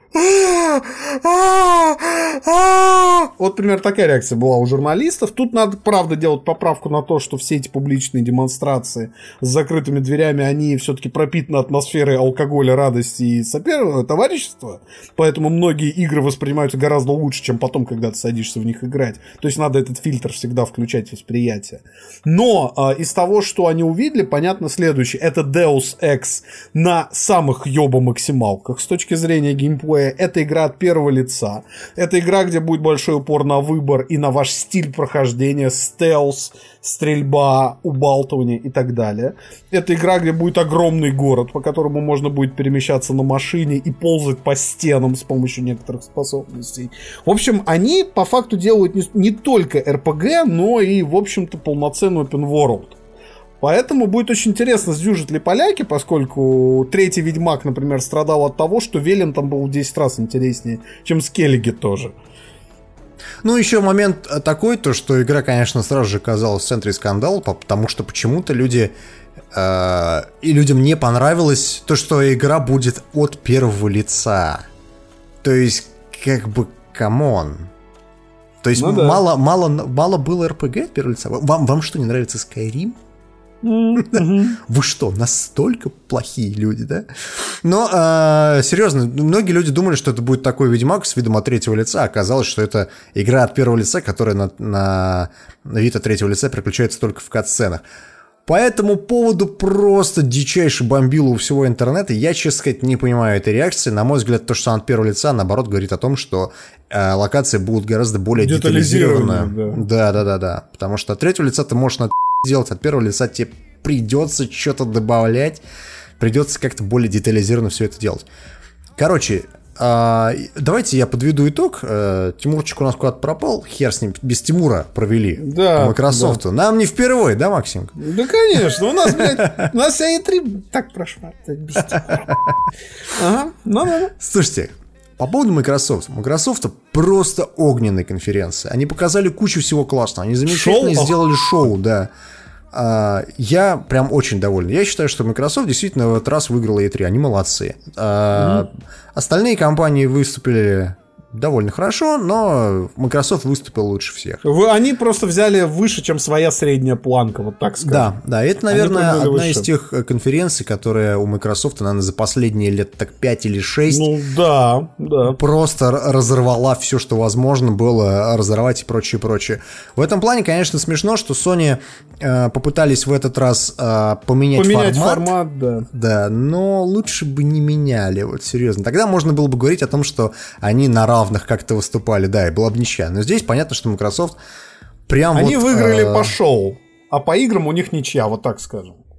Вот примерно такая реакция была у журналистов. Тут надо, правда, делать поправку на то, что все эти публичные демонстрации с закрытыми дверями, они все-таки пропитаны атмосферой алкоголя, радости и сопер... товарищества. Поэтому многие игры воспринимаются гораздо лучше, чем потом, когда ты садишься в них играть. То есть надо этот фильтр всегда включать в восприятие. Но э, из того, что они увидели, понятно следующее. Это Deus Ex на самых ёба-максималках с точки зрения геймплея. Это игра от первого лица. Это игра, где будет большой упор на выбор и на ваш стиль прохождения, стелс, стрельба, убалтывание и так далее. Это игра, где будет огромный город, по которому можно будет перемещаться на машине и ползать по стенам с помощью некоторых способностей. В общем, они по факту делают не, не только эр пи джи, но и, в общем-то, полноценный open world. Поэтому будет очень интересно, сдюжат ли поляки, поскольку третий Ведьмак, например, страдал от того, что Велен там был в десять раз интереснее, чем Скеллиги тоже. Ну, еще момент такой, то, что игра, конечно, сразу же оказалась в центре скандала, потому что почему-то люди... Э, и людям не понравилось то, что игра будет от первого лица. То есть, как бы, камон. То есть, ну, да. мало, мало, мало было эр пи джи от первого лица? Вам, вам что, не нравится Skyrim? Mm-hmm. Вы что, настолько плохие люди, да? Но, э, серьезно, многие люди думали, что это будет такой Ведьмак с видом от третьего лица, а оказалось, что это игра от первого лица, которая на, на, на вид от третьего лица переключается только в кат-сценах. По этому поводу просто дичайше бомбило у всего интернета. Я, честно сказать, не понимаю этой реакции. На мой взгляд, то, что она от первого лица, наоборот, говорит о том, что э, локации будут гораздо более детализированы. Да, да, да, да. Потому что от третьего лица ты можешь на делать, от первого лица тебе придется что-то добавлять, придется как-то более детализированно все это делать. Короче, э, давайте я подведу итог. Э, Тимурчик у нас куда-то пропал, хер с ним, без Тимура провели да, по Microsoft. Да. Нам не впервые, да, Максим? Да, конечно, у нас, блядь, у нас вся и три так прошла. Ага, ну-ну. Слушайте, по поводу Microsoft. Microsoft просто огненная конференция. Они показали кучу всего классного. Они замечательно шоу? сделали шоу, да. А, я прям очень доволен. Я считаю, что Microsoft действительно в этот раз выиграла и три. Они молодцы. А, mm-hmm. Остальные компании выступили довольно хорошо, но Microsoft выступил лучше всех. Вы, они просто взяли выше, чем своя средняя планка, вот так скажем. Да, да, это, наверное, одна выше. из тех конференций, которая у Microsoft, наверное, за последние лет так пять или шесть ну, да, да. просто разорвала все, что возможно было разорвать и прочее, прочее. В этом плане, конечно, смешно, что Sony э, попытались в этот раз э, поменять, поменять формат. формат, да. Да, но лучше бы не меняли, вот серьезно. Тогда можно было бы говорить о том, что они на равных как-то выступали, да, и была бы ничья. Но здесь понятно, что Microsoft прям Они вот, выиграли э... по шоу, а по играм у них ничья, вот так скажем.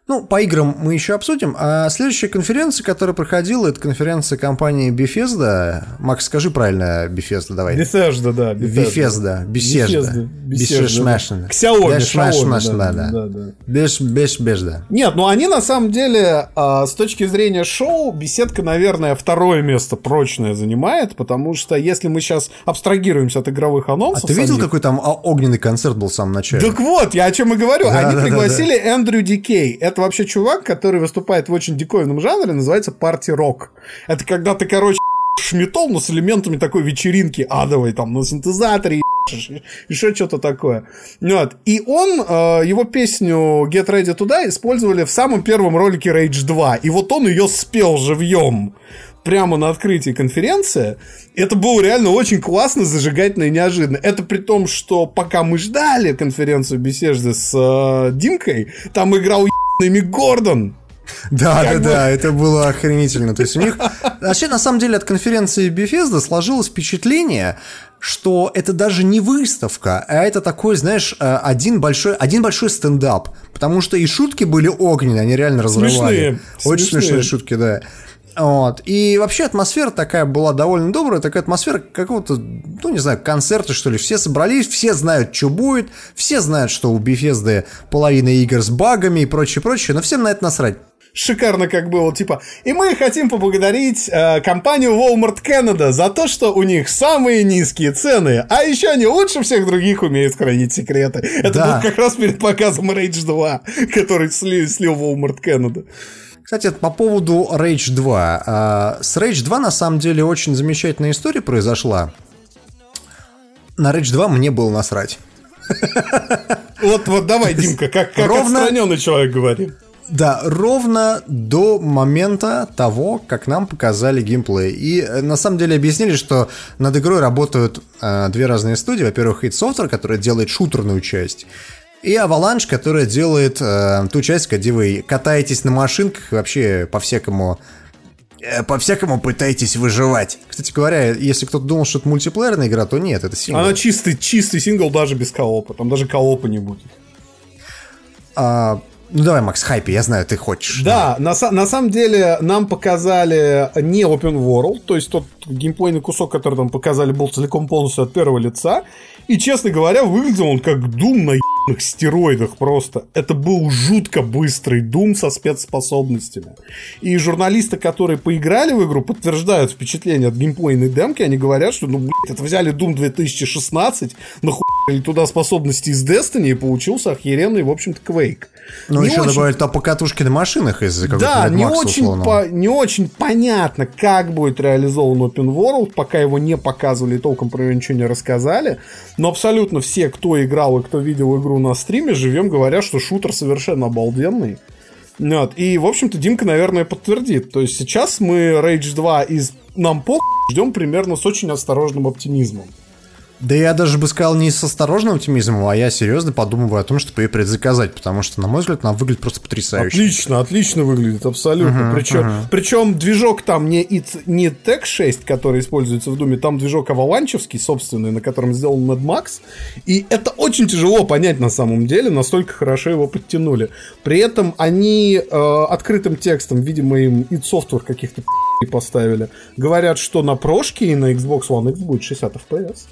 Ну, по играм мы еще обсудим. А следующая конференция, которая проходила, это конференция компании Bethesda. Макс, скажи правильно Bethesda, давай. Bethesda, да. Bethesda. Bethesda. Bethesda. Xiaomi, Xiaomi, да. да. Без, без, без, да. Нет, ну они на самом деле, а, с точки зрения шоу, беседка, наверное, второе место прочное занимает, потому что если мы сейчас абстрагируемся от игровых анонсов... А ты видел, самих... какой там огненный концерт был в самом начале? Так вот, я о чем и говорю. Да, они да, пригласили да, да. Эндрю Ди Кей. Это вообще чувак, который выступает в очень диковинном жанре, называется парти-рок. Это когда ты, короче, шметол, но с элементами такой вечеринки адовой, там, на синтезаторе, еще что-то такое. Вот. И он, его песню Get Ready to Die использовали в самом первом ролике Rage два. И вот он ее спел живьем прямо на открытии конференции. Это было реально очень классно, зажигательно и неожиданно. Это при том, что пока мы ждали конференцию беседы с э, Димкой, там играл ебаный Мик Гордон. Да, Как да, бы... да, это было охренительно. То есть у них... Вообще, на самом деле, от конференции Bethesda сложилось впечатление, что это даже не выставка, а это такой, знаешь, один большой, один большой стендап. Потому что и шутки были огненные, они реально разрывали. Смешные. Очень Смешные. смешные шутки, да. Вот. И вообще атмосфера такая была довольно добрая, такая атмосфера какого-то, ну не знаю, концерта, что ли. Все собрались, все знают, что будет, все знают, что у Bethesda половина игр с багами и прочее, прочее, но всем на это насрать. Шикарно как было, типа, и мы хотим поблагодарить э, компанию Walmart Canada за то, что у них самые низкие цены, а еще они лучше всех других умеют хранить секреты. Это Да. было как раз перед показом Rage два, который слил, слил Walmart Canada. Кстати, по поводу Rage два. С Rage два, на самом деле, очень замечательная история произошла. На Rage два мне было насрать. Вот, вот давай, Димка, как, как Ровно- отстраненный человек говорит. Да, ровно до момента того, как нам показали геймплей. И э, на самом деле объяснили, что над игрой работают э, две разные студии. Во-первых, id Software, которая делает шутерную часть, и Avalanche, которая делает э, ту часть, где вы катаетесь на машинках и вообще по-всякому э, по-всякому пытаетесь выживать. Кстати говоря, если кто-то думал, что это мультиплеерная игра, то нет, это сингл. Она чистый, чистый сингл даже без коопа. Там даже коопа не будет. А, ну давай, Макс, хайпи, я знаю, ты хочешь. Да, на, са- на самом деле нам показали не open world, то есть тот геймплейный кусок, который нам показали, был целиком полностью от первого лица. И, честно говоря, выглядел он как Doom на ебаных стероидах просто. Это был жутко быстрый Doom со спецспособностями. И журналисты, которые поиграли в игру, подтверждают впечатление от геймплейной демки. Они говорят, что, ну, блядь, это взяли Doom две тысячи шестнадцать, нахуй туда способности из Destiny, и получился охеренный, в общем-то, Quake. Ну, Не еще очень- добавили там покатушки на машинах из-за какого-то Да, Mad не Max очень, условного. по- не очень понятно, как будет реализован Open World, пока его не показывали и толком про него ничего не рассказали. Но абсолютно все, кто играл и кто видел игру на стриме, живем, говорят, что шутер совершенно обалденный. Вот. И, в общем-то, Димка, наверное, подтвердит. То есть сейчас мы Rage два из «Нам похуй» ждем примерно с очень осторожным оптимизмом. Да я даже бы сказал не с осторожным оптимизмом, а я серьезно подумываю о том, чтобы ее предзаказать, потому что, на мой взгляд, она выглядит просто потрясающе. Отлично, отлично выглядит, абсолютно. Мгм, причем, мгм. причем движок там не, ит- не Тек шесть, который используется в Думе, там движок аваланчевский, собственный, на котором сделан Mad Max. И это очень тяжело понять на самом деле, настолько хорошо его подтянули. При этом они э, открытым текстом, видимо, им id Software каких-то поставили, говорят, что на прошке и на Xbox One X будет шестьдесят эф пи эс.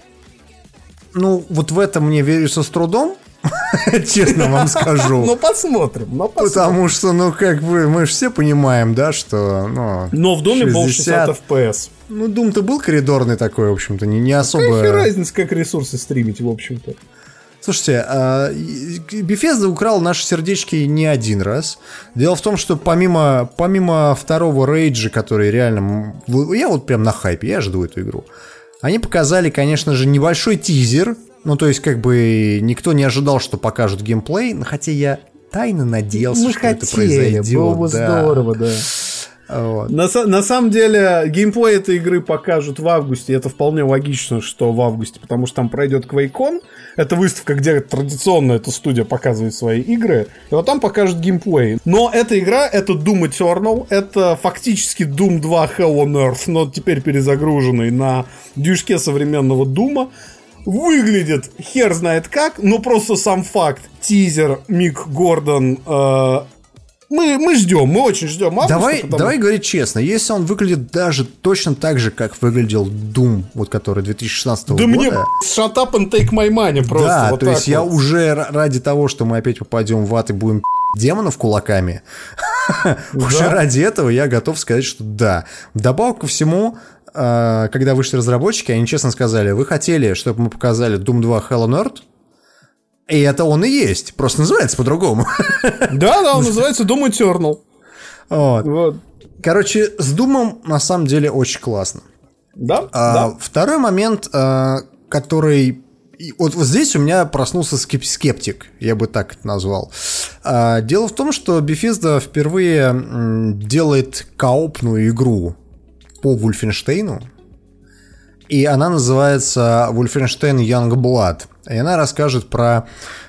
Ну, вот в это мне верится с трудом, честно вам Ну, скажу. посмотрим, ну, посмотрим. Потому что, ну, как бы, мы же все понимаем, да, что, ну... Но в Доме был шестьдесят эф пи эс. Ну, Doom-то был коридорный такой, в общем-то, не, не Какая особо... разница, как ресурсы стримить, в общем-то. Слушайте, а, Bethesda украл наши сердечки не один раз. Дело в том, что помимо, помимо второго рейджа, который реально... Я вот прям на хайпе, я жду эту игру. Они показали, конечно же, небольшой тизер. Ну, то есть, как бы, никто не ожидал, что покажут геймплей. Хотя я тайно надеялся, Мы что хотели, это произойдет. было бы да. здорово, да. Вот. На, са- на самом деле, геймплей этой игры покажут в августе. И это вполне логично, что в августе, потому что там пройдет QuakeCon. Это выставка, где традиционно эта студия показывает свои игры. И вот там покажут геймплей. Но эта игра, это Doom Eternal. Это фактически Doom два Hell on Earth, но теперь перезагруженный на движке современного Дума. Выглядит хер знает как, но просто сам факт. Тизер, Мик Гордон... Э- Мы, мы ждем, мы очень ждем августа. Давай, потому... давай говорить честно, если он выглядит даже точно так же, как выглядел Doom, вот который две тысячи шестнадцатого да года. Да мне shut up and take my money просто. Да, вот то есть вот. я уже ради того, что мы опять попадем в ад и будем демонов кулаками, уже ради этого я готов сказать, что да. Вдобавок ко всему, когда вышли разработчики, они честно сказали, вы хотели, чтобы мы показали Doom два Hell on Earth? И это он и есть, просто называется по-другому. Да, да, он называется Doom Eternal. Вот. Вот. Короче, с Думом на самом деле очень классно. Да, а, да. Второй момент, а, который... Вот, вот здесь у меня проснулся скептик, я бы так это назвал. А, дело в том, что Bethesda впервые м, делает коопную игру по Wolfenstein'у, и она называется Wolfenstein Youngblood. И она расскажет про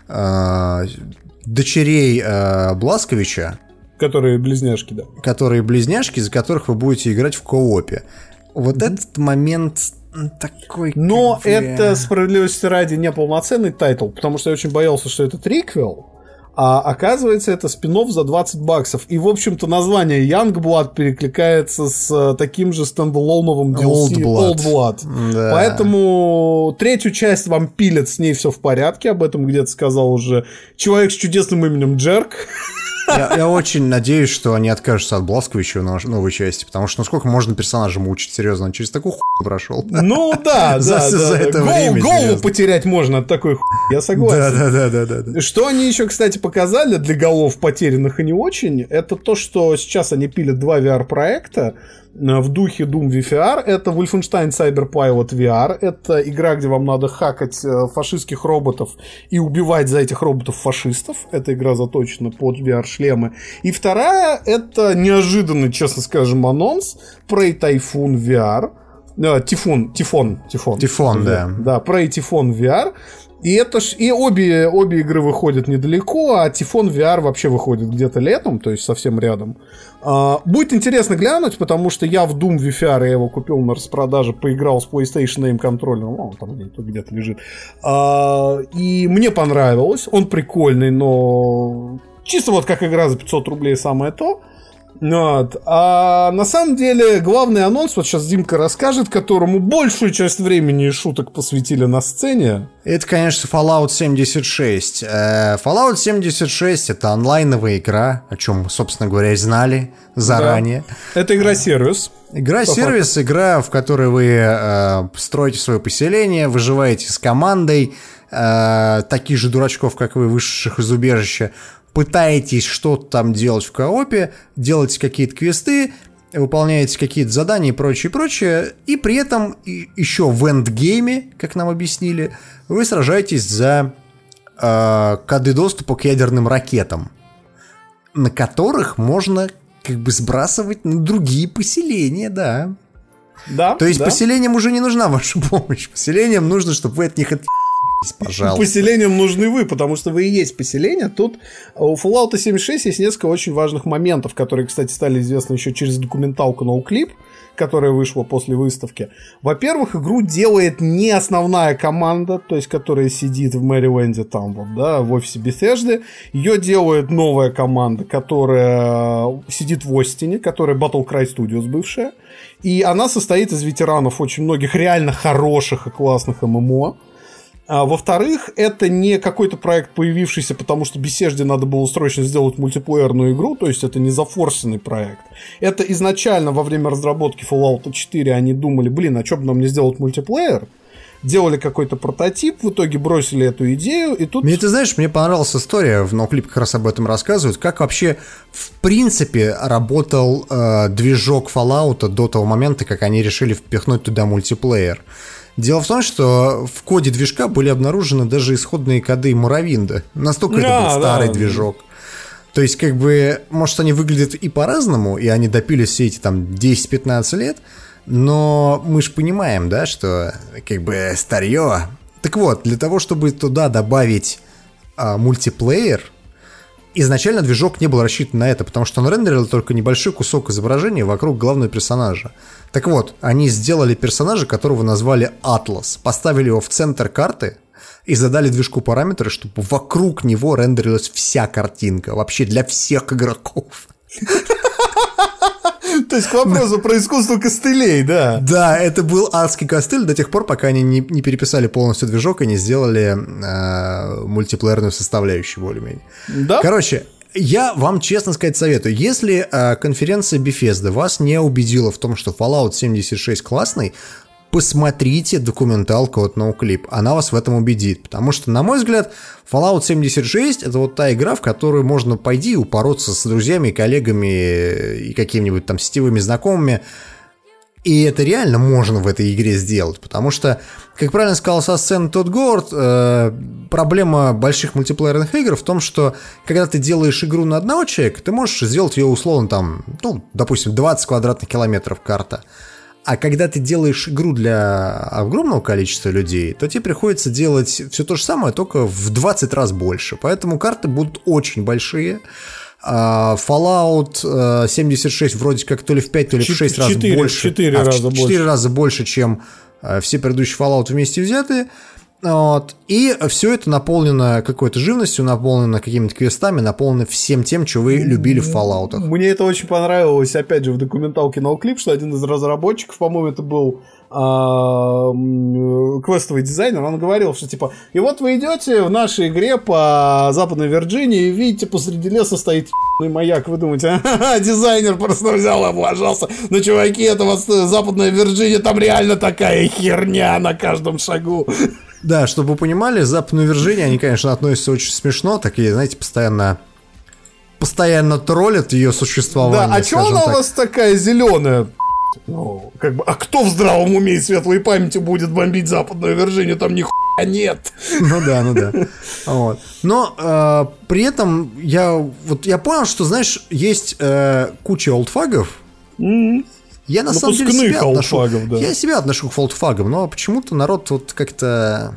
э, дочерей э, Бласковича. Которые близняшки, да. Которые близняшки, за которых вы будете играть в коопе. Вот mm-hmm. этот момент такой... Но как бы... это, справедливости ради, не полноценный тайтл, потому что я очень боялся, что это триквел. А оказывается, это спин-офф за двадцать баксов. И, в общем-то, название Youngblood перекликается с таким же стендалоновым ди эл си Old Blood. Old Blood. Да. Поэтому третью часть вам пилят, с ней все в порядке. Об этом где-то сказал уже человек с чудесным именем Джерк. Я, я очень надеюсь, что они откажутся от Бласковича в новой части, потому что ну сколько можно персонажа мучить, серьезно, он через такую хуйню прошел. Ну да, да, за, да. За это Гол, время, голову серьезно. потерять можно от такой хуйни, я согласен. Да, да, да, да, да. Что они еще, кстати, показали для голов потерянных и не очень, это то, что сейчас они пилят два ви ар-проекта в духе Doom ви эф ар. Это Wolfenstein Cyberpilot ви ар. Это игра, где вам надо хакать фашистских роботов и убивать за этих роботов фашистов. Эта игра заточена под ви ар-шлемы. И вторая, это неожиданный, честно скажем, анонс Prey Typhoon ви ар. Тифон, Тифон, Тифон. Тифон, да. Да, Prey Typhoon ви ар. И это ж, и обе, обе игры выходят недалеко, а Typhoon ви ар вообще выходит где-то летом, то есть совсем рядом. А, будет интересно глянуть, потому что я в Doom ви эф ар, я его купил на распродаже, поиграл с PlayStation Aim контроллером, он там где-то, где-то лежит. А, и мне понравилось, он прикольный, но чисто вот как игра за пятьсот рублей самое то. Вот. А на самом деле главный анонс, вот сейчас Димка расскажет, которому большую часть времени и шуток посвятили на сцене. Это, конечно, Fallout семьдесят шесть. Fallout семьдесят шесть — это онлайновая игра, о чем, собственно говоря, знали заранее. Да. Это игра-сервис. Игра-сервис, игра, в которой вы э, строите свое поселение, выживаете с командой, э, таких же дурачков, как вы, вышедших из убежища, пытаетесь что-то там делать в коопе, делаете какие-то квесты, выполняете какие-то задания и прочее, прочее, и при этом еще в эндгейме, как нам объяснили, вы сражаетесь за э, коды доступа к ядерным ракетам, на которых можно как бы сбрасывать на другие поселения, да. Да. То есть да. поселениям уже не нужна ваша помощь, поселениям нужно, чтобы вы от них от... Пожалуйста. Поселением нужны вы, потому что вы и есть поселение. Тут у Fallout семьдесят шесть есть несколько очень важных моментов, которые, кстати, стали известны еще через документалку NoClip, которая вышла после выставки. Во-первых, игру делает не основная команда, то есть которая сидит в Мэриленде там вот, да, в офисе Bethesda. Ее делает новая команда, которая сидит в Остине, которая Battle Cry Studios бывшая. И она состоит из ветеранов очень многих реально хороших и классных эм эм о. А, во-вторых, это не какой-то проект, появившийся, потому что Bethesda надо было срочно сделать мультиплеерную игру, то есть это не зафорсенный проект. Это изначально во время разработки Fallout четыре они думали, блин, а что бы нам не сделать мультиплеер? Делали какой-то прототип, в итоге бросили эту идею, и тут... Мне, ты знаешь, мне понравилась история, в NoClip как раз об этом рассказывают, как вообще, в принципе, работал э, движок Fallout до того момента, как они решили впихнуть туда мультиплеер. Дело в том, что в коде движка были обнаружены даже исходные коды Моровинда. Настолько да, это был старый да. движок. То есть, как бы, может, они выглядят и по-разному, и они допили все эти там десять-пятнадцать лет, но мы же понимаем, да, что как бы старье. Так вот, для того, чтобы туда добавить а, мультиплеер, изначально движок не был рассчитан на это, потому что он рендерил только небольшой кусок изображения вокруг главного персонажа. Так вот, они сделали персонажа, которого назвали Атлас, поставили его в центр карты, и задали движку параметры, чтобы вокруг него рендерилась вся картинка, вообще для всех игроков. То есть к вопросу про искусство костылей, да. Да, это был адский костыль до тех пор, пока они не, не переписали полностью движок и не сделали э, мультиплеерную составляющую более-менее. Да? Короче, я вам честно сказать советую, если э, конференция Bethesda вас не убедила в том, что Fallout семьдесят шесть классный, посмотрите документалку от NoClip, она вас в этом убедит, потому что, на мой взгляд, Fallout семьдесят шесть это вот та игра, в которую можно пойти и упороться с друзьями, коллегами и какими-нибудь там сетевыми знакомыми, и это реально можно в этой игре сделать, потому что, как правильно сказал со сцены Тодд Говард, э, проблема больших мультиплеерных игр в том, что когда ты делаешь игру на одного человека, ты можешь сделать ее условно там, ну, допустим, двадцать квадратных километров карта. А когда ты делаешь игру для огромного количества людей, то тебе приходится делать все то же самое, только в двадцать раз больше. Поэтому карты будут очень большие. Fallout семьдесят шесть вроде как то ли в пять, то ли в шесть раз больше. В четыре а, раза больше. четыре раза больше, чем все предыдущие Fallout вместе взятые. Вот. И все это наполнено какой-то живностью, наполнено какими-то квестами, наполнено всем тем, что вы любили в Fallout. Мне это очень понравилось, опять же, в документалке NoClip, что один из разработчиков, по-моему, это был а, квестовый дизайнер, он говорил, что типа, и вот вы идете в нашей игре по Западной Вирджинии и видите, посреди леса стоит ебаный маяк, вы думаете, ага, дизайнер просто взял и облажался, но, чуваки, это вот Западная Вирджиния, там реально такая херня на каждом шагу. Да, чтобы вы понимали, Западную Вирджинию, они, конечно, относятся очень смешно, такие, знаете, постоянно постоянно троллят ее существование. Да, а чё она так у вас такая зеленая? Ну, как бы, а кто в здравом уме и светлой памяти будет бомбить Западную Вирджинию? Там ни хуя нет. Ну да, ну да. Вот. Но э, при этом я вот я понял, что, знаешь, есть э, куча олдфагов. Mm-hmm. Я на самом деле себя отношу, да. я себя отношу к олдфагам, но почему-то народ вот как-то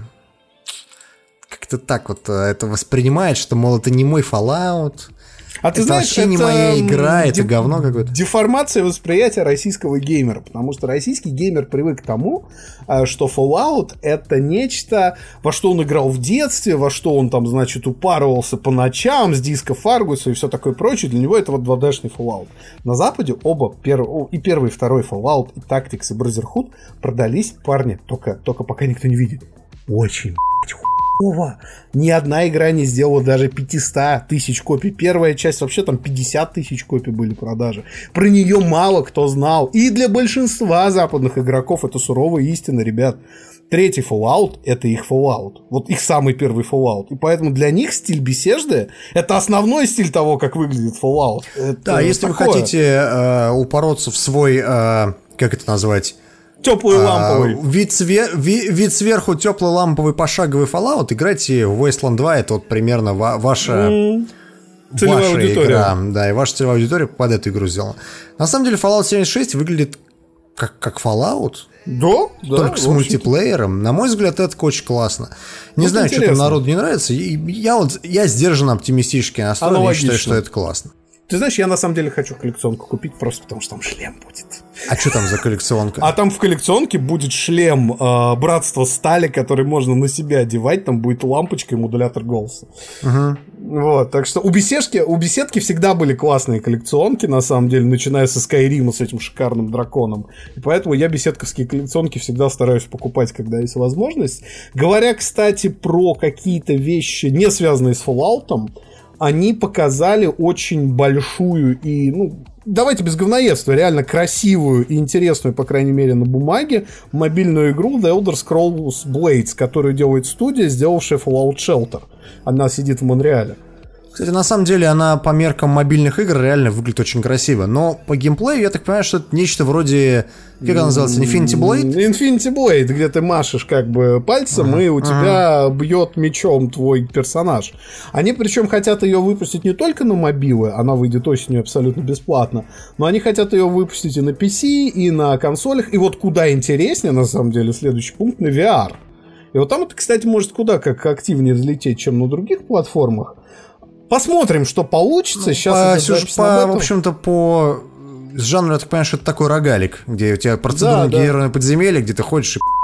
как-то так вот это воспринимает, что, мол, это не мой Fallout. А ты это знаешь, вообще это не моя игра, это деф... говно какое-то. Деформация восприятия российского геймера, потому что российский геймер привык к тому, что Fallout — это нечто, во что он играл в детстве, во что он там, значит, упарывался по ночам с диска Фаргуса и все такое прочее. Для него это вот два дэ-шный Fallout. На Западе оба, перв... и первый, и второй Fallout, и Tactics, и Brotherhood продались, парни, только, только пока никто не видит, очень хуёво. Ни одна игра не сделала даже пятьсот тысяч копий. Первая часть вообще там пятьдесят тысяч копий были продажи. Про нее мало кто знал. И для большинства западных игроков это суровая истина, ребят. Третий Fallout — это их Fallout. Вот их самый первый Fallout. И поэтому для них стиль Bethesda — это основной стиль того, как выглядит Fallout. Это да, если такое. Вы хотите э, упороться в свой, э, как это назвать, теплый ламповый. А, вид, све- ви- вид сверху теплый ламповый пошаговый Fallout, играйте в Wasteland два, это вот примерно ва- ваша, mm. целевая ваша аудитория. Игра. Да, и ваша целевая аудитория под эту игру сделана. На самом деле Fallout семьдесят шесть выглядит как, как Fallout. Да, да. Только с мультиплеером. На мой взгляд, это очень классно. Не вот знаю, интересно. что там народу не нравится. Я, вот, я сдержанно оптимистически настроен. Я считаю, что это классно. Ты знаешь, я на самом деле хочу коллекционку купить, просто потому что там шлем будет. А что там за коллекционка? А там в коллекционке будет шлем э, Братства Стали, который можно на себя одевать, там будет лампочка и модулятор голоса. Угу. Вот, так что у беседки, у беседки всегда были классные коллекционки, на самом деле, начиная со Скайрима, с этим шикарным драконом. И поэтому я беседковские коллекционки всегда стараюсь покупать, когда есть возможность. Говоря, кстати, про какие-то вещи, не связанные с Fallout'ом, они показали очень большую и, ну, давайте без говноедства, реально красивую и интересную, по крайней мере, на бумаге, мобильную игру The Elder Scrolls Blades, которую делает студия, сделавшая Fallout Shelter. Она сидит в Монреале. Кстати, на самом деле она по меркам мобильных игр реально выглядит очень красиво. Но по геймплею, я так понимаю, что это нечто вроде... Как она называется? Infinity Blade? Infinity Blade, где ты машешь как бы пальцем, uh-huh. и у uh-huh. тебя бьет мечом твой персонаж. Они причем хотят ее выпустить не только на мобилы, она выйдет осенью абсолютно бесплатно, но они хотят ее выпустить и на пи си, и на консолях. И вот куда интереснее, на самом деле, следующий пункт, на ви ар. И вот там это, кстати, может куда как активнее взлететь, чем на других платформах. Посмотрим, что получится. Сейчас по, по, в общем-то, по жанру, я так понимаю, что это такой рогалик, где у тебя процедурно генерированное да, да. подземелье, где ты ходишь и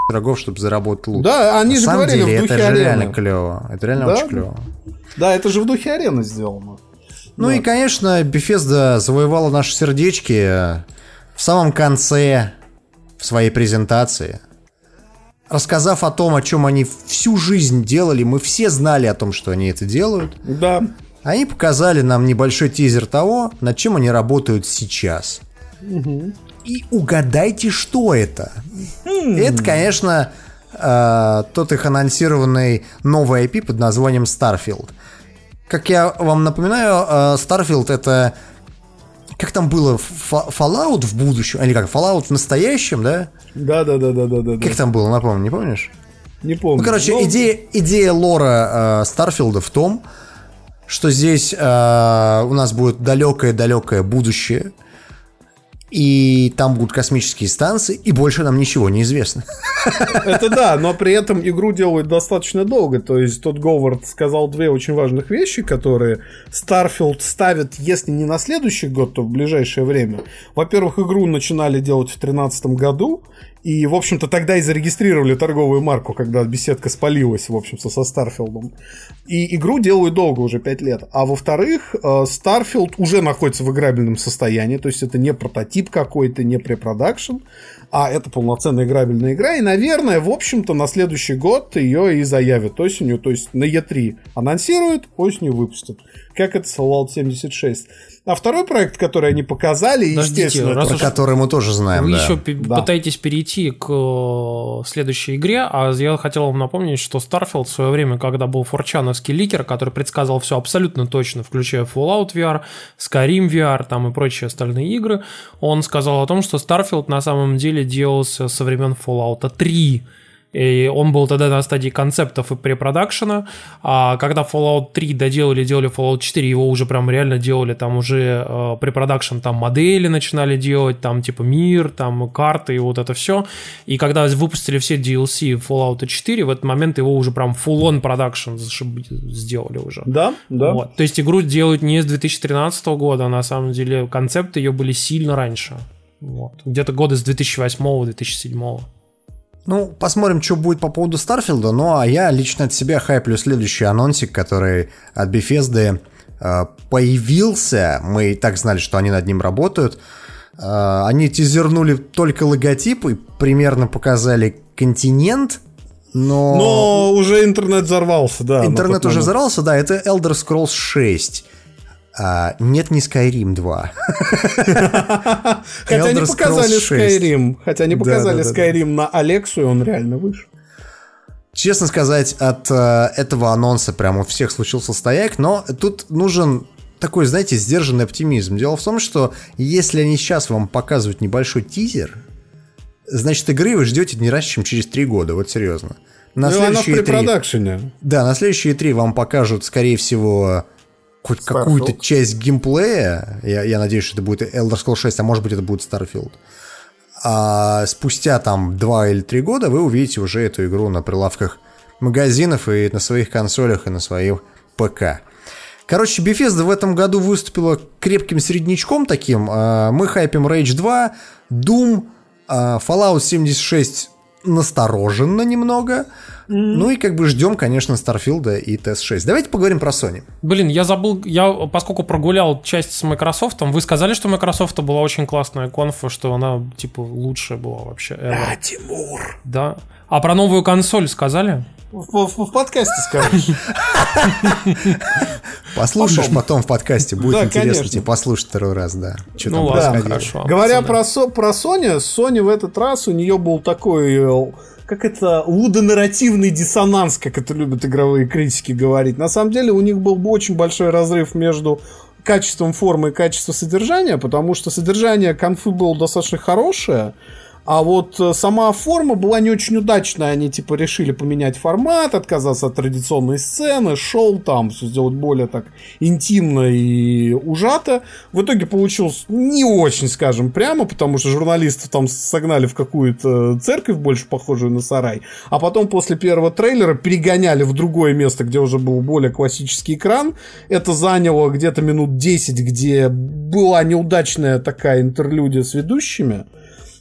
врагов, чтобы заработать лут. Да, они На же самом говорили деле, в духе это же арены. реально клево. Это реально Да? очень клево. Да, это же в духе арены сделано. Ну Вот. и, конечно, Bethesda завоевала наши сердечки в самом конце в своей презентации. Рассказав о том, о чем они всю жизнь делали, мы все знали о том, что они это делают. Да. Они показали нам небольшой тизер того, над чем они работают сейчас. Угу. И угадайте, что это. Это, конечно, э, тот их анонсированный новый ай пи под названием Starfield. Как я вам напоминаю, э, Starfield это... Как там было? Фа- Fallout в будущем? Или как? Fallout в настоящем, да? Да, да, да, да, да, да. Как там было, напомню, не помнишь? Не помню. Ну, короче, Но... идея, идея лора Старфилда э, в том, что здесь э, у нас будет далекое-далекое будущее, и там будут космические станции, и больше нам ничего не известно. Это да, но при этом игру делают достаточно долго. То есть тот Говард сказал две очень важных вещи, которые Starfield ставит, если не на следующий год, то в ближайшее время. Во-первых, игру начинали делать в две тысячи тринадцатом году, и, в общем-то, тогда и зарегистрировали торговую марку, когда беседка спалилась, в общем-то, со Starfield'ом. И игру делают долго, уже пять лет. А во-вторых, Starfield уже находится в играбельном состоянии, то есть это не прототип какой-то, не препродакшн, а это полноценная играбельная игра. И, наверное, в общем-то, на следующий год ее и заявят осенью, то есть на и три анонсируют, осенью выпустят. Как это с Fallout семьдесят шесть. А второй проект, который они показали, Подождите, естественно... раз Про уж который мы тоже знаем, Вы да. еще п- Да. пытаетесь перейти к э, следующей игре, а я хотел вам напомнить, что Starfield в свое время, когда был форчановский ликер, который предсказал все абсолютно точно, включая Fallout ви ар, Skyrim ви ар там и прочие остальные игры, он сказал о том, что Starfield на самом деле делался со времен Fallout три. И он был тогда на стадии концептов и препродакшена, а когда Fallout три доделали, делали Fallout четыре, его уже прям реально делали, там уже э, препродакшн, там модели начинали делать, там типа мир, там карты и вот это все. И когда выпустили все ди эл си Fallout четыре, в этот момент его уже прям full-on продакшн сделали уже. Да, да. Вот. То есть игру делают не с две тысячи тринадцатого года, а на самом деле концепты ее были сильно раньше. Вот. Где-то года с две тысячи восьмого - две тысячи седьмого. Ну, посмотрим, что будет по поводу Старфилда. Ну, а я лично от себя хайплю следующий анонсик, который от Bethesda э, появился. Мы и так знали, что они над ним работают. Э, они тизернули только логотип и примерно показали континент, но... Но уже интернет взорвался, да. Интернет уже взорвался, да, это Elder Scrolls шесть. А, нет, не Skyrim два. Хотя не Elder показали Scrolls шесть. Skyrim. Хотя не Да, показали да, да, Skyrim на Алексу, и он реально вышел. Честно сказать, от э, этого анонса прям у всех случился стояк, но тут нужен такой, знаете, сдержанный оптимизм. Дело в том, что если они сейчас вам показывают небольшой тизер, значит, игры вы ждете не раньше, чем через три года, вот серьезно. На Ну, она в следующие три... препродакшене. Да, на следующие три вам покажут, скорее всего, хоть Starfield. какую-то часть геймплея. Я, я надеюсь, что это будет Elder Scrolls шесть, а может быть, это будет Starfield. А спустя там два или три года вы увидите уже эту игру на прилавках магазинов и на своих консолях, и на своих ПК. Короче, Bethesda в этом году выступила крепким среднячком таким. Мы хайпим Rage два, Doom, Fallout семьдесят шесть настороженно немного. Mm-hmm. Ну и как бы ждем, конечно, Starfield и ти эс шесть. Давайте поговорим про Sony. Блин, я забыл, я поскольку прогулял часть с Microsoft, вы сказали, что у Microsoft была очень классная конфа, что она типа лучшая была вообще. А, Тимур. Да. А про новую консоль сказали? В, в, в подкасте скажешь. Послушаешь потом в подкасте, будет Да, интересно конечно. тебе послушать второй раз, да. Что Ну там ладно, происходило. хорошо. Говоря Да. про, Со- про Sony, Sony в этот раз у нее был такой, э, как это, лудонарративный диссонанс, как это любят игровые критики говорить. На самом деле у них был бы очень большой разрыв между качеством формы и качеством содержания, потому что содержание конфы было достаточно хорошее, а вот э, сама форма была не очень удачная. Они типа решили поменять формат, отказаться от традиционной сцены, шоу там, все сделать более так интимно и ужато. В итоге получилось не очень, скажем, прямо, потому что журналистов там согнали в какую-то церковь, больше похожую на сарай. А потом после первого трейлера перегоняли в другое место, где уже был более классический экран. Это заняло где-то минут десять, где была неудачная такая интерлюдия с ведущими.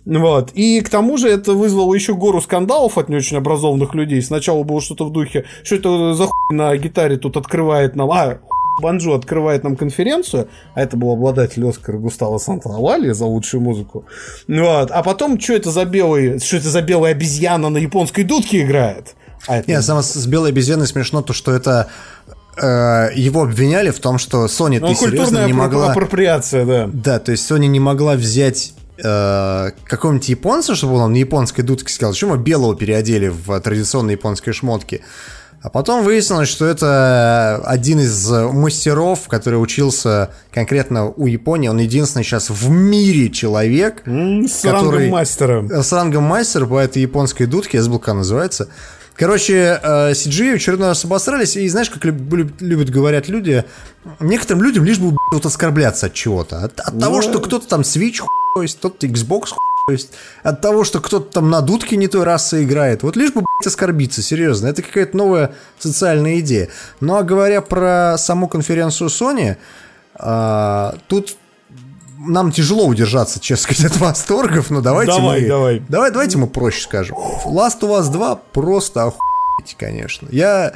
Вот. И к тому же это вызвало еще гору скандалов от не очень образованных людей. Сначала было что-то в духе, что это за хуй на гитаре тут открывает нам... А, Банджо открывает нам конференцию, а это был обладатель Оскара Густаво Сантаолалли за лучшую музыку. Вот. А потом, что это за белый, что это за белая обезьяна на японской дудке играет? А это... Нет, самое с белой обезьяной смешно то, что это э, его обвиняли в том, что Sony ну, ты серьезно не могла... апроприация, да. Да, то есть Sony не могла взять э, какого-нибудь японца, чтобы он на японской дудке сказал, почему мы белого переодели в традиционные японские шмотки. А потом выяснилось, что это один из мастеров, который учился конкретно у Японии. Он единственный сейчас в мире человек, mm, с который, рангом мастера. С рангом мастера по этой японской дудке, я забыл, как она называется. Короче, си джи в очередной раз обосрались, и знаешь, как любят, любят говорят люди, некоторым людям лишь бы вот оскорбляться от чего-то. От, от того, что кто-то там Switch хуй, кто-то Xbox хуй, от того, что кто-то там на дудке не той расы играет. Вот лишь бы, блядь, оскорбиться, серьезно. Это какая-то новая социальная идея. Ну, а говоря про саму конференцию Sony, а, тут нам тяжело удержаться, честно сказать, от восторгов, но давайте давай, мы... Давай, давай. Давайте мы проще скажем. Last of Us два просто охуеть, конечно. Я...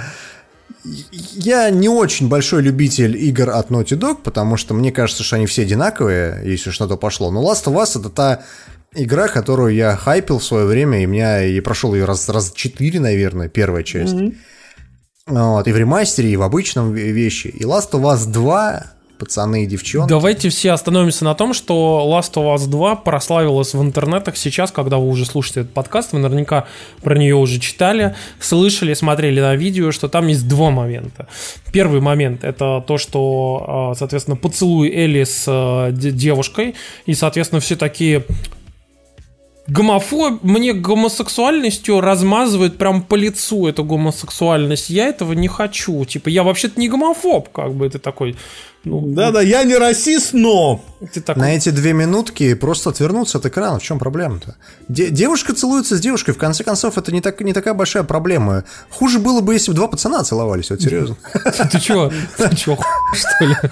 Я не очень большой любитель игр от Naughty Dog, потому что мне кажется, что они все одинаковые, если что-то пошло. Но Last of Us — это та игра, которую я хайпил в свое время, и меня и прошел ее раз, раз четыре, наверное, первая часть. Mm-hmm. Вот, и в ремастере, и в обычном вещи. И Last of Us два... пацаны и девчонки. Давайте все остановимся на том, что Last of Us два прославилась в интернетах сейчас, когда вы уже слушаете этот подкаст, вы наверняка про нее уже читали, слышали, смотрели на видео, что там есть два момента. Первый момент — это то, что, соответственно, поцелуй Элли с девушкой, и, соответственно, все такие... Гомофоб... Мне гомосексуальностью размазывают прям по лицу эту гомосексуальность. Я этого не хочу. Типа, я вообще-то не гомофоб, как бы, ты такой... Ну, да-да, я не расист, но... Ты такой... На эти две минутки просто отвернуться от экрана. В чем проблема-то? Де- девушка целуется с девушкой. В конце концов, это не, так, не такая большая проблема. Хуже было бы, если бы два пацана целовались. Вот серьезно. Ты чё? Ты чё, что ли?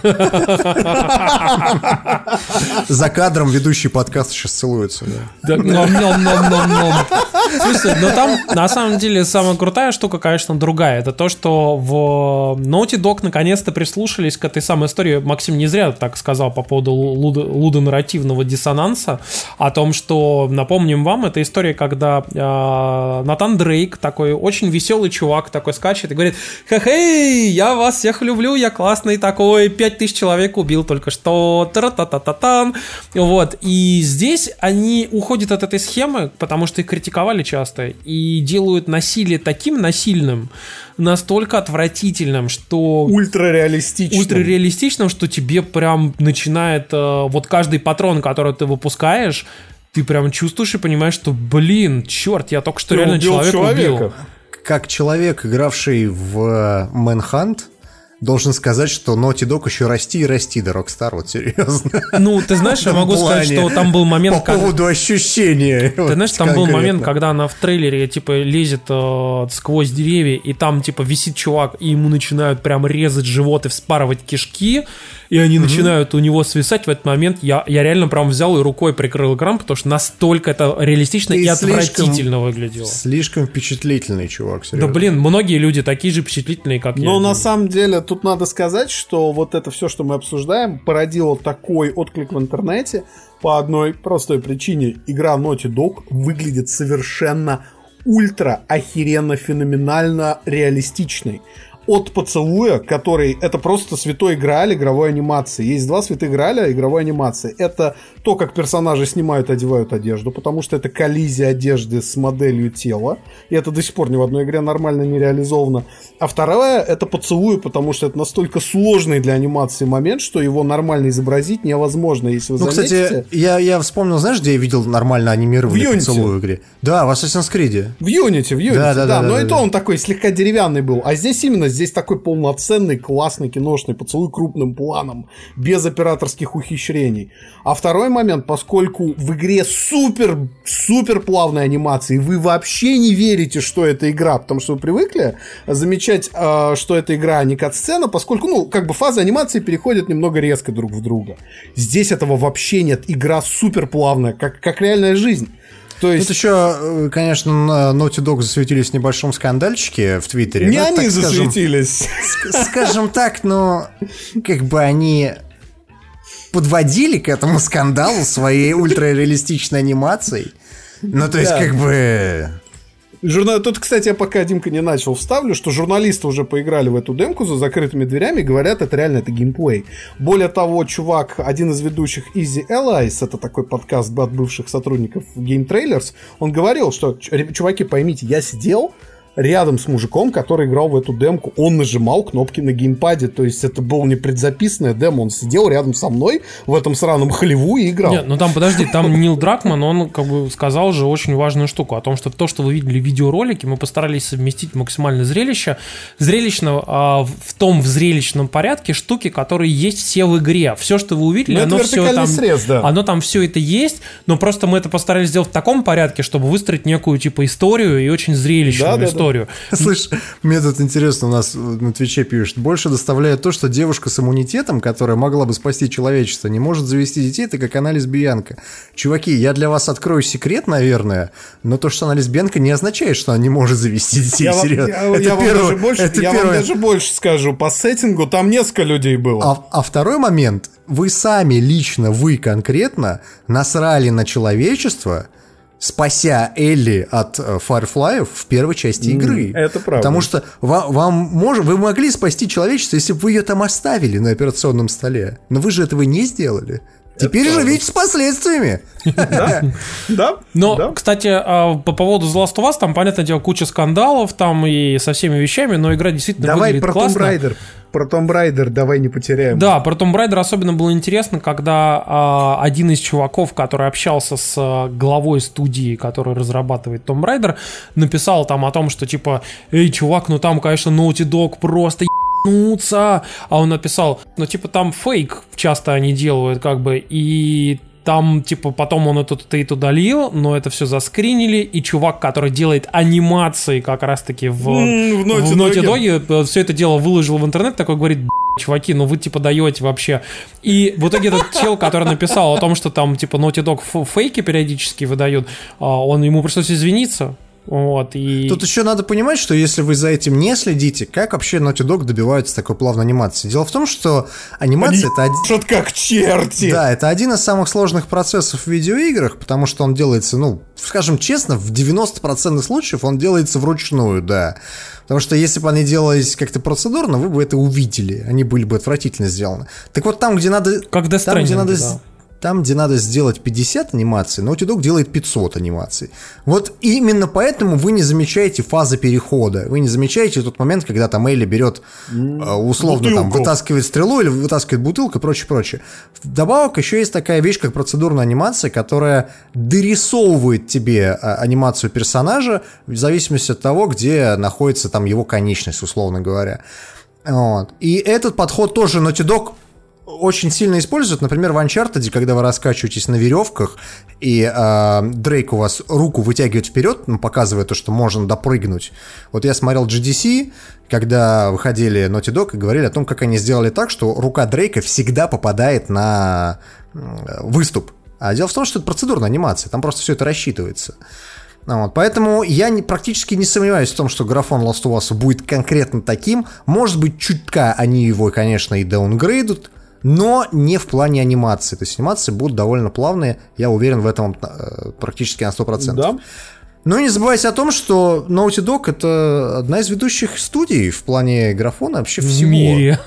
За кадром ведущий подкаст сейчас целуется. Ном-ном-ном-ном-ном. Слушай, но там, на самом деле, самая крутая штука, конечно, другая. Это то, что в Naughty Dog наконец-то прислушались к этой самой истории. Максим не зря так сказал по поводу лудонарративного диссонанса, о том, что, напомним вам, это история, когда э, Натан Дрейк, такой очень веселый чувак, такой скачет и говорит: хе-хей, я вас всех люблю, я классный такой, пять тысяч человек убил только что, та-та-та-та-тан. Вот, и здесь они уходят от этой схемы, потому что их критиковали часто, и делают насилие таким насильным, настолько отвратительным, что... Ультрареалистичным. Ультрареалистичным, что тебе прям начинает... Э, вот каждый патрон, который ты выпускаешь, ты прям чувствуешь и понимаешь, что, блин, черт, я только что ты реально человека, человека убил. Как человек, игравший в Manhunt, должен сказать, что Naughty Dog еще расти и расти до Rockstar, вот серьезно. Ну, ты знаешь, я могу сказать, что там был момент... По поводу ощущения. Ты знаешь, там был момент, когда она в трейлере, типа, лезет э, сквозь деревья, и там, типа, висит чувак, и ему начинают прям резать живот и вспарывать кишки, и они mm-hmm. начинают у него свисать. В этот момент я, я реально прям взял и рукой прикрыл экран, потому что настолько это реалистично Ты и отвратительно слишком, выглядело. Слишком впечатлительный чувак, серьезно. Да, блин, многие люди такие же впечатлительные, как Но я. Но на самом деле тут надо сказать, что вот это все, что мы обсуждаем, породило такой отклик в интернете по одной простой причине. Игра Naughty Dog выглядит совершенно ультра охеренно феноменально реалистичной. От поцелуя, который... Это просто святой грааль игровой анимации. Есть два святых грааля игровой анимации. Это то, как персонажи снимают и одевают одежду, потому что это коллизия одежды с моделью тела. И это до сих пор ни в одной игре нормально не реализовано. А второе — это поцелуй, потому что это настолько сложный для анимации момент, что его нормально изобразить невозможно, если вы ну, заметите. Кстати, я, я вспомнил, знаешь, где я видел нормально анимированный поцелуй в игре? Да, в Assassin's Creed. В Unity, в Unity, да. да, да, да, да но да, и да. то он такой слегка деревянный был. А здесь именно Здесь такой полноценный, классный киношный поцелуй крупным планом, без операторских ухищрений. А второй момент, поскольку в игре супер, супер плавная анимация, и вы вообще не верите, что это игра, потому что вы привыкли замечать, э, что это игра, а не кат-сцена, поскольку, ну, как бы фазы анимации переходят немного резко друг в друга. Здесь этого вообще нет. Игра супер плавная, как, как реальная жизнь. То есть... Тут еще, конечно, Naughty Dog засветились в небольшом скандальчике в Твиттере. Не ну, они так, засветились. Скажем, скажем так, но как бы они подводили к этому скандалу своей ультрареалистичной анимацией. Ну, то есть, да. как бы... Журнал... Тут, кстати, я пока, Димка, не начал, вставлю, что журналисты уже поиграли в эту демку за закрытыми дверями и говорят, это реально это геймплей. Более того, чувак, один из ведущих Easy Allies, это такой подкаст от бывших сотрудников Game Trailers, он говорил, что, чуваки, поймите, я сидел рядом с мужиком, который играл в эту демку, он нажимал кнопки на геймпаде, то есть это был не предзаписанная демо, он сидел рядом со мной в этом сраном хлеву и играл. Нет, ну там, подожди, там Нил Дракман, он как бы сказал же очень важную штуку, о том, что то, что вы видели в видеоролике, мы постарались совместить максимально зрелище, зрелищно а, в том в зрелищном порядке штуки, которые есть все в игре. Все, что вы увидели, ну, оно все там, срез, да. оно там все это есть, но просто мы это постарались сделать в таком порядке, чтобы выстроить некую типа историю и очень зрелищную да, историю. Да, да. Слышь, мне тут интересно, у нас на Твиче пишут, больше доставляет то, что девушка с иммунитетом, которая могла бы спасти человечество, не может завести детей, это как она лесбиянка. Чуваки, я для вас открою секрет, наверное, но то, что она лесбиянка, не означает, что она не может завести детей. Я, серьезно. Я, это я, первое, вам, даже больше, это я вам даже больше скажу, по сеттингу там несколько людей было. А, а второй момент, вы сами, лично вы конкретно насрали на человечество, спася Элли от Firefly в первой части игры. Это правда. Потому что вам, вам мож, вы могли спасти человечество, если бы вы ее там оставили на операционном столе. Но вы же этого не сделали. Теперь это живите правда. С последствиями. Да, да. Но, да. кстати, по поводу The Last of Us, там, понятное дело, куча скандалов там и со всеми вещами, но игра действительно Давай выглядит про классно. Tomb Raider. Про Tomb Raider давай не потеряем. Да, про Tomb Raider особенно было интересно, когда а, один из чуваков, который общался с а, главой студии, который разрабатывает Tomb Raider, написал там о том, что типа, эй, чувак, ну там, конечно, Naughty Dog просто ебанутся. А он написал, ну типа там фейк часто они делают, как бы, и... Там, типа, потом он этот тейт удалил, но это все заскринили, и чувак, который делает анимации как раз-таки в, mm, в Naughty Dog, все это дело выложил в интернет, такой говорит, чуваки, ну вы, типа, даете вообще. И в итоге этот чел, который написал о том, что там, типа, Naughty Dog фейки периодически выдают, он, ему пришлось извиниться. Вот, и... Тут еще надо понимать, что если вы за этим не следите, как вообще Naughty Dog добиваются такой плавной анимации? Дело в том, что анимация Они это один... что-то как черти! Да, это один из самых сложных процессов в видеоиграх, потому что он делается, ну, скажем честно, в девяносто процентов случаев он делается вручную, да. Потому что если бы они делались как-то процедурно, вы бы это увидели, они были бы отвратительно сделаны. Так вот там, где надо... Как Death там, где надо... да. Там, где надо сделать пятьдесят анимаций, Naughty Dog делает пятьсот анимаций. Вот именно поэтому вы не замечаете фазы перехода. Вы не замечаете тот момент, когда там Элли берет, условно, там, вытаскивает стрелу или вытаскивает бутылку и прочее, прочее. Вдобавок еще есть такая вещь, как процедурная анимация, которая дорисовывает тебе анимацию персонажа в зависимости от того, где находится там его конечность, условно говоря. Вот. И этот подход тоже Naughty Dog очень сильно используют, например, в Uncharted, когда вы раскачиваетесь на веревках, и э, Дрейк у вас руку вытягивает вперед, ну, показывая то, что можно допрыгнуть. Вот я смотрел джи ди си, когда выходили Naughty Dog и говорили о том, как они сделали так, что рука Дрейка всегда попадает на выступ. А дело в том, что это процедурная анимация, там просто все это рассчитывается. Вот, поэтому я не, практически не сомневаюсь в том, что графон Last of Us будет конкретно таким. Может быть, чутка они его, конечно, и даунгрейдут, но не в плане анимации. То есть анимации будут довольно плавные, я уверен в этом э, практически на сто процентов. Да. Но не забывайте о том, что Naughty Dog — это одна из ведущих студий в плане графона вообще всего. В мире.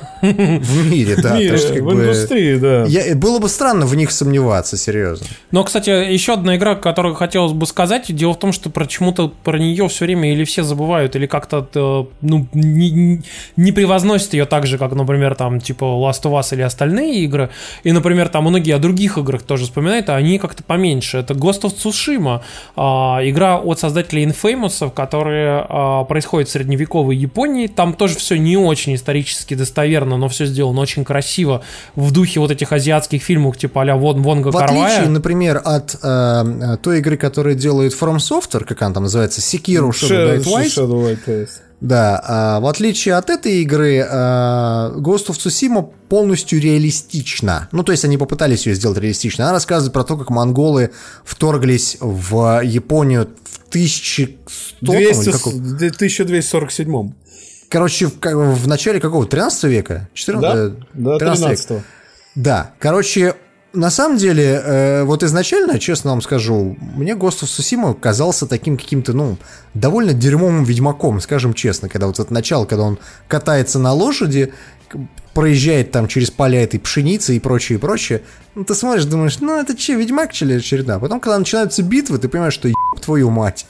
В мире, да. В мире, есть, в бы, индустрии, да. Я, было бы странно в них сомневаться, серьезно. Но, кстати, еще одна игра, которую хотелось бы сказать, дело в том, что почему-то про нее все время или все забывают, или как-то ну, не, не превозносят ее так же, как, например, там, типа Last of Us или остальные игры. И, например, там многие о других играх тоже вспоминают, а они как-то поменьше. Это Ghost of Tsushima. А, игра от создателей Infamous, которые э, происходят в средневековой Японии. Там тоже все не очень исторически достоверно, но все сделано очень красиво в духе вот этих азиатских фильмов типа а-ля Вон, Вонга Кар-вая. В отличие, например, от э, той игры, которую делает From Software, как она там называется, Sekiro Shadow Die Twice. Shadow Die Twice. Да, а, в отличие от этой игры, а, Ghost of Tsushima полностью реалистична. Ну, то есть они попытались ее сделать реалистичной. Она рассказывает про то, как монголы вторглись в Японию в тысяча сто... тысяча двести сорок семь. Короче, в, в начале какого? тринадцатого века? четырнадцатого? Да, да, тринадцатого. Да, короче... На самом деле, э, вот изначально, честно вам скажу, мне Ghost of Tsushima казался таким каким-то, ну, довольно дерьмовым ведьмаком, скажем честно, когда вот это начало, когда он катается на лошади, проезжает там через поля этой пшеницы и прочее, и прочее, ну, ты смотришь, думаешь, ну, это че, ведьмак, че ли очередная? Потом, когда начинаются битвы, ты понимаешь, что еб твою мать.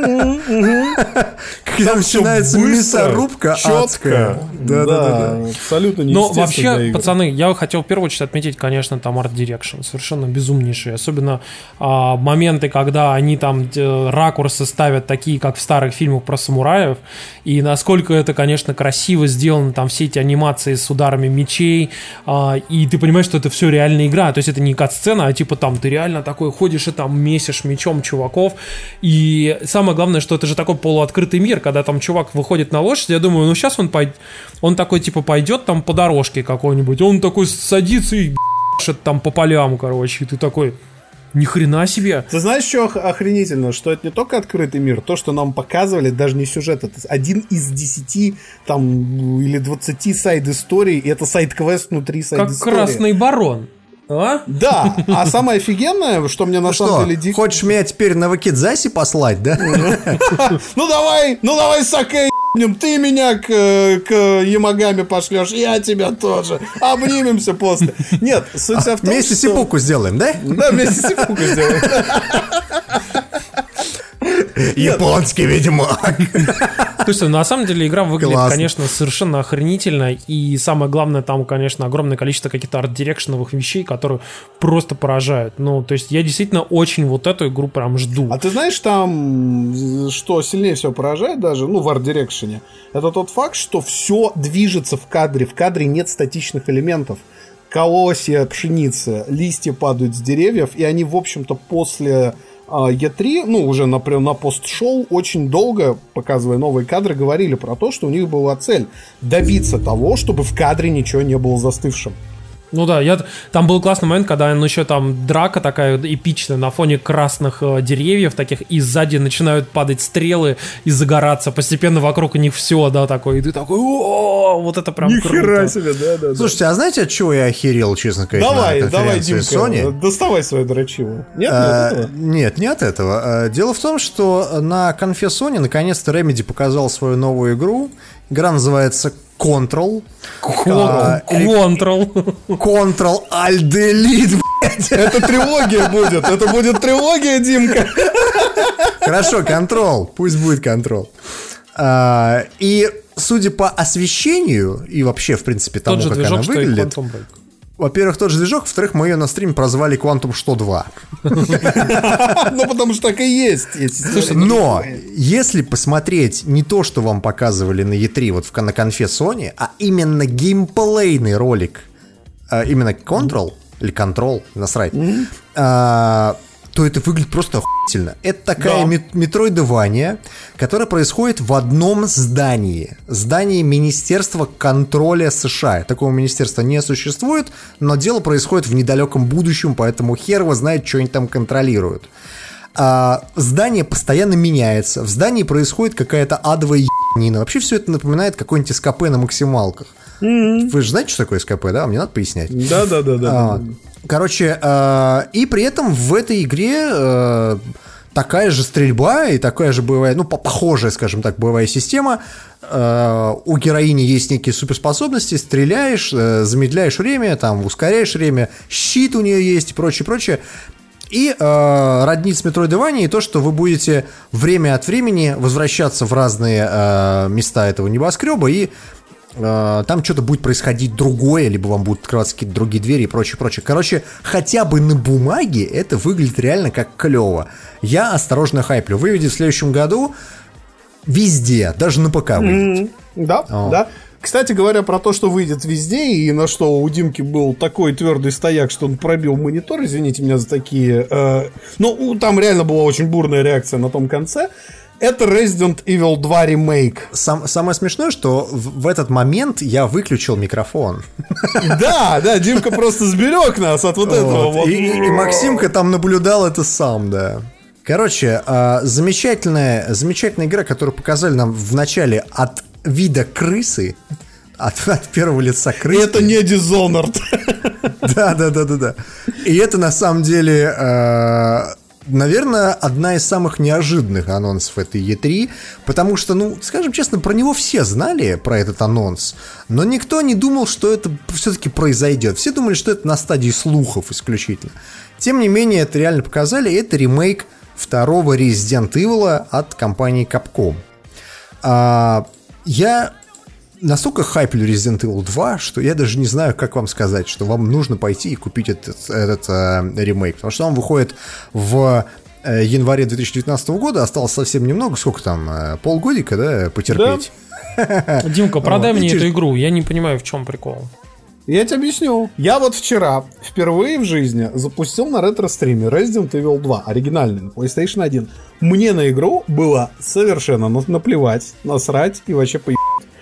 Когда начинается мясорубка адская. Да, абсолютно неестественно. Но вообще, пацаны, я хотел в первую очередь отметить, конечно, там арт-дирекшн, совершенно безумнейший. Особенно моменты, когда они там ракурсы ставят такие, как в старых фильмах про самураев, и насколько это, конечно, красиво сделано, там все эти анимации с ударами мечей, и ты понимаешь, что это все реальная игра. То есть это не кат-сцена, а типа там ты реально такой ходишь и там месишь мечом чуваков. И самое главное, что это же такой полуоткрытый мир, когда там чувак выходит на лошадь, я думаю, ну сейчас он пойдет, он такой типа пойдет там по дорожке какой-нибудь, он такой садится и б***шит там по полям, короче, и ты такой... Ни хрена себе. Ты знаешь, что охренительно? Что это не только открытый мир, то, что нам показывали, даже не сюжет, это один из десяти там, или двадцати сайд-историй, и это сайд-квест внутри сайд-истории. Как Красный Барон. А? Да, а самое офигенное, что мне на ну самом что, деле дико... Хочешь меня теперь на Вакидзаси послать, да? Ну давай, ну давай, Сакэ, ты меня к, к Ямагаме пошлешь, я тебя тоже. Обнимемся после. Нет, суть вся в том, вместе что... сипуку сделаем, да? Да, вместе сипуку сделаем. Японский ведьмак. Слушай, на самом деле игра выглядит, Классно. конечно, совершенно охренительно. И самое главное, там, конечно, огромное количество каких-то арт-дирекшеновых вещей, которые просто поражают. Ну, то есть я действительно очень вот эту игру прям жду. А ты знаешь, там, что сильнее всего поражает даже, ну, в арт-дирекшене, это тот факт, что все движется в кадре. В кадре нет статичных элементов. Колосья, пшеница, листья падают с деревьев, и они, в общем-то, после... и три, ну, уже на, на пост-шоу, очень долго, показывая новые кадры, говорили про то, что у них была цель добиться того, чтобы в кадре ничего не было застывшим. Ну да, я, там был классный момент, когда ну, еще там драка такая эпичная на фоне красных э, деревьев таких, и сзади начинают падать стрелы и загораться, постепенно вокруг них все, да, такое, и ты такой, о, вот это прям круто. Нихера себе, да, да. Слушайте, а знаете, от чего я охерел, честно говоря, давай, на давай, конференции Димка, Sony? доставай свою дрочиву. Нет, а, не от этого? Нет, не от этого. Дело в том, что на конфе Sony наконец-то Remedy показал свою новую игру. Игра называется Control. Control. Control Alt Delete, блядь. Это трилогия будет. Это будет трилогия, Димка. Хорошо, Control. Пусть будет Control. А, и судя по освещению и вообще, в принципе, тому, Тот же как движок, она выглядит... что и Quantum Break. Во-первых, тот же движок, во-вторых, мы ее на стриме прозвали Quantum что два. Ну, потому что так и есть. Но, если посмотреть не то, что вам показывали на и три, вот на конфе Sony, а именно геймплейный ролик, именно Control, или Control, насрать, то это выглядит просто охуительно. Это такая да. метроидвания, которая происходит в одном здании. Здании Министерства контроля США. Такого министерства не существует, но дело происходит в недалеком будущем, поэтому хер его знает, что они там контролируют. А, здание постоянно меняется. В здании происходит какая-то адовая ебанина. Вообще все это напоминает какой-нибудь СКП на максималках. Mm-hmm. Вы же знаете, что такое СКП, да? Мне надо пояснять. Да-да-да. А, короче, э, и при этом в этой игре э, такая же стрельба и такая же боевая, ну, похожая, скажем так, боевая система. Э, у героини есть некие суперспособности, стреляешь, э, замедляешь время, там, ускоряешь время, щит у нее есть и прочее, прочее. И э, роднит с Metroidvania то, что вы будете время от времени возвращаться в разные э, места этого небоскреба и э, там что-то будет происходить другое, либо вам будут открываться какие-то другие двери и прочее, прочее. Короче, хотя бы на бумаге это выглядит реально как клево. Я осторожно хайплю. Выйдет в следующем году везде, даже на ПК выйдет. Mm-hmm. Да, О. да. Кстати говоря, про то, что выйдет везде, и на что у Димки был такой твердый стояк, что он пробил монитор, извините меня за такие... Э, ну, там реально была очень бурная реакция на том конце. Это Resident Evil два ремейк. Сам, самое смешное, что в, в этот момент я выключил микрофон. Да, да, Димка просто сберег нас от вот этого. И Максимка там наблюдал это сам, да. Короче, замечательная, замечательная игра, которую показали нам в начале от вида крысы, от, от первого лица крысы. И это не Dishonored. Да, да, да, да, да. И это на самом деле, э, наверное, одна из самых неожиданных анонсов этой и три, потому что, ну, скажем честно, про него все знали, про этот анонс, но никто не думал, что это все-таки произойдет. Все думали, что это на стадии слухов исключительно. Тем не менее, это реально показали, это ремейк второго Resident Evil от компании Capcom. А, я настолько хайплю Resident Evil два, что я даже не знаю, как вам сказать, что вам нужно пойти и купить этот, этот э, ремейк, потому что он выходит в э, январе две тысячи девятнадцатого года, осталось совсем немного, сколько там, э, полгодика, да, потерпеть. Да. Димка, продай вот, мне эту игру, я не понимаю, в чем прикол. Я тебе объясню. Я вот вчера впервые в жизни запустил на ретро-стриме Resident Evil два, оригинальный, на PlayStation один. Мне на игру было совершенно наплевать, насрать и вообще поебать.